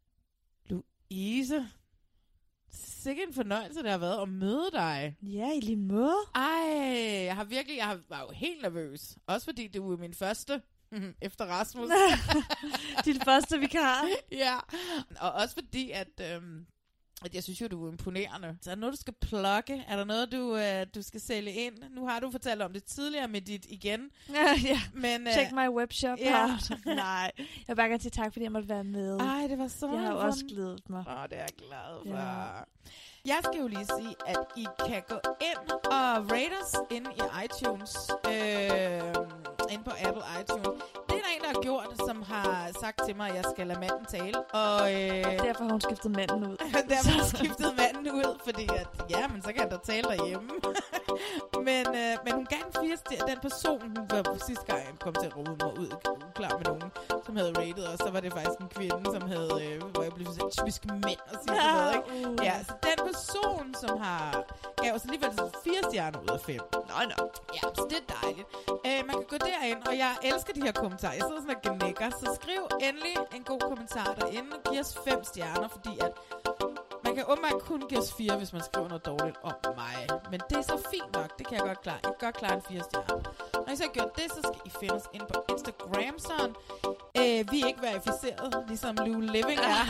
Speaker 4: Louise... Sikke en fornøjelse, det har været at møde dig.
Speaker 5: Ja, i lige måde.
Speaker 4: Ej, jeg har virkelig, jeg var jo helt nervøs. Også fordi det var min første, efter Rasmus.
Speaker 5: Din første vikar.
Speaker 4: Ja, og også fordi, at, øhm, at jeg synes jo, du er imponerende. Så er der noget, du skal plukke? Er der noget, du, øh, du skal sælge ind? Nu har du fortalt om det tidligere med dit igen.
Speaker 5: Ja, ja.
Speaker 4: Men, øh,
Speaker 5: check my webshop.
Speaker 4: Ja.
Speaker 5: Nej, jeg vil bare gerne sige tak, fordi jeg måtte være med.
Speaker 4: Ej, det var så
Speaker 5: Jeg har jo også glædet mig.
Speaker 4: Åh, det er jeg glad for. Ja. Jeg skal jo lige sige, at I kan gå ind og rate os inde i iTunes. Øh, inde på Apple iTunes. Det er der en, der har gjort, som har sagt til mig, at jeg skal lade manden tale. Og, øh,
Speaker 5: derfor har hun skiftet manden ud.
Speaker 4: derfor har hun skiftet manden ud, fordi at, ja, men så kan han da tale derhjemme. men, øh, men hun gav en fire stjerner. Den person, hun var på sidste gang, jeg kom til at rode mig ud, klar med nogen, som havde rated os. Så var det faktisk en kvinde, som havde, øh, hvor jeg blev sådan, typiske mænd og sige sådan noget, ikke? Uh. Ja, så den person, som har gav os alligevel fire stjerner ud af fem.
Speaker 5: Nå, nå.
Speaker 4: Ja, så det er dejligt. Øh, man kan gå derind, og jeg elsker de her kommentarer. Jeg sidder sådan og gnækker, så skriv endelig en god kommentar derinde og giv os fem stjerner, fordi at man kan åbenbart kun give os fire, hvis man skriver noget dårligt om mig. Men det er så fint nok, det kan jeg godt klare. Jeg kan godt klare en fire stjerner. Når I så har gjort det, så skal I finde os ind på Instagram, sådan. Øh, vi er ikke verificeret, ligesom Lou Living er.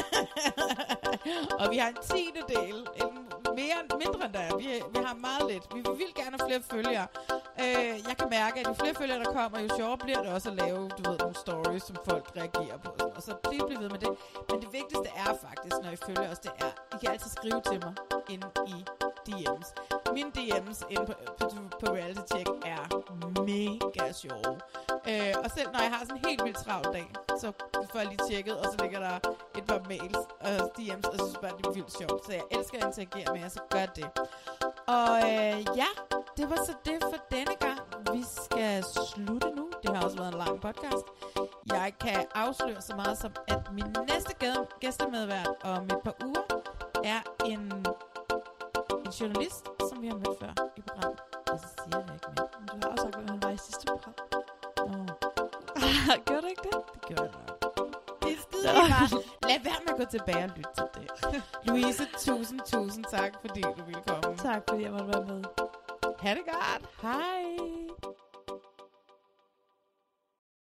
Speaker 4: Og vi har en tiende del, en mere, mindre end der er. Vi, vi har meget lidt. Vi vil gerne have flere følgere. Øh, jeg kan mærke, at jo flere følgere, der kommer, jo sjovere bliver det også at lave, du ved, nogle stories, som folk reagerer på. Og så bliv, bliv ved med det. Men det vigtigste er faktisk, når I følger os, det er, I kan altid skrive til mig inde i D M's. Mine D M's inde på, på, på Reality Check er mega sjove. Øh, og selv når jeg har sådan en helt vildt travl dag, så får jeg lige tjekket, og så ligger der et par mails og D M's, og så synes bare, det er vildt sjovt. Så jeg elsker at interagere med jer, så gør det. Og øh, ja, det var så det for denne gang. Vi skal slutte nu. Det har også været en lang podcast. Jeg kan afsløre så meget som, at min næste gæstemedvært om et par uger er en, en journalist, som vi har mødt før i programmet. Og så siger jeg ikke mere.
Speaker 5: Du har også sagt, at han var i sidste program.
Speaker 4: Nå.
Speaker 5: Gjorde du ikke det?
Speaker 4: Det gjorde jeg nok. Det er skide bare. Lad være med at gå tilbage og lytte til det. Louise, tusind, tusind tak, fordi du ville komme.
Speaker 5: Tak, fordi jeg måtte være med.
Speaker 4: Ha' det godt. Hej.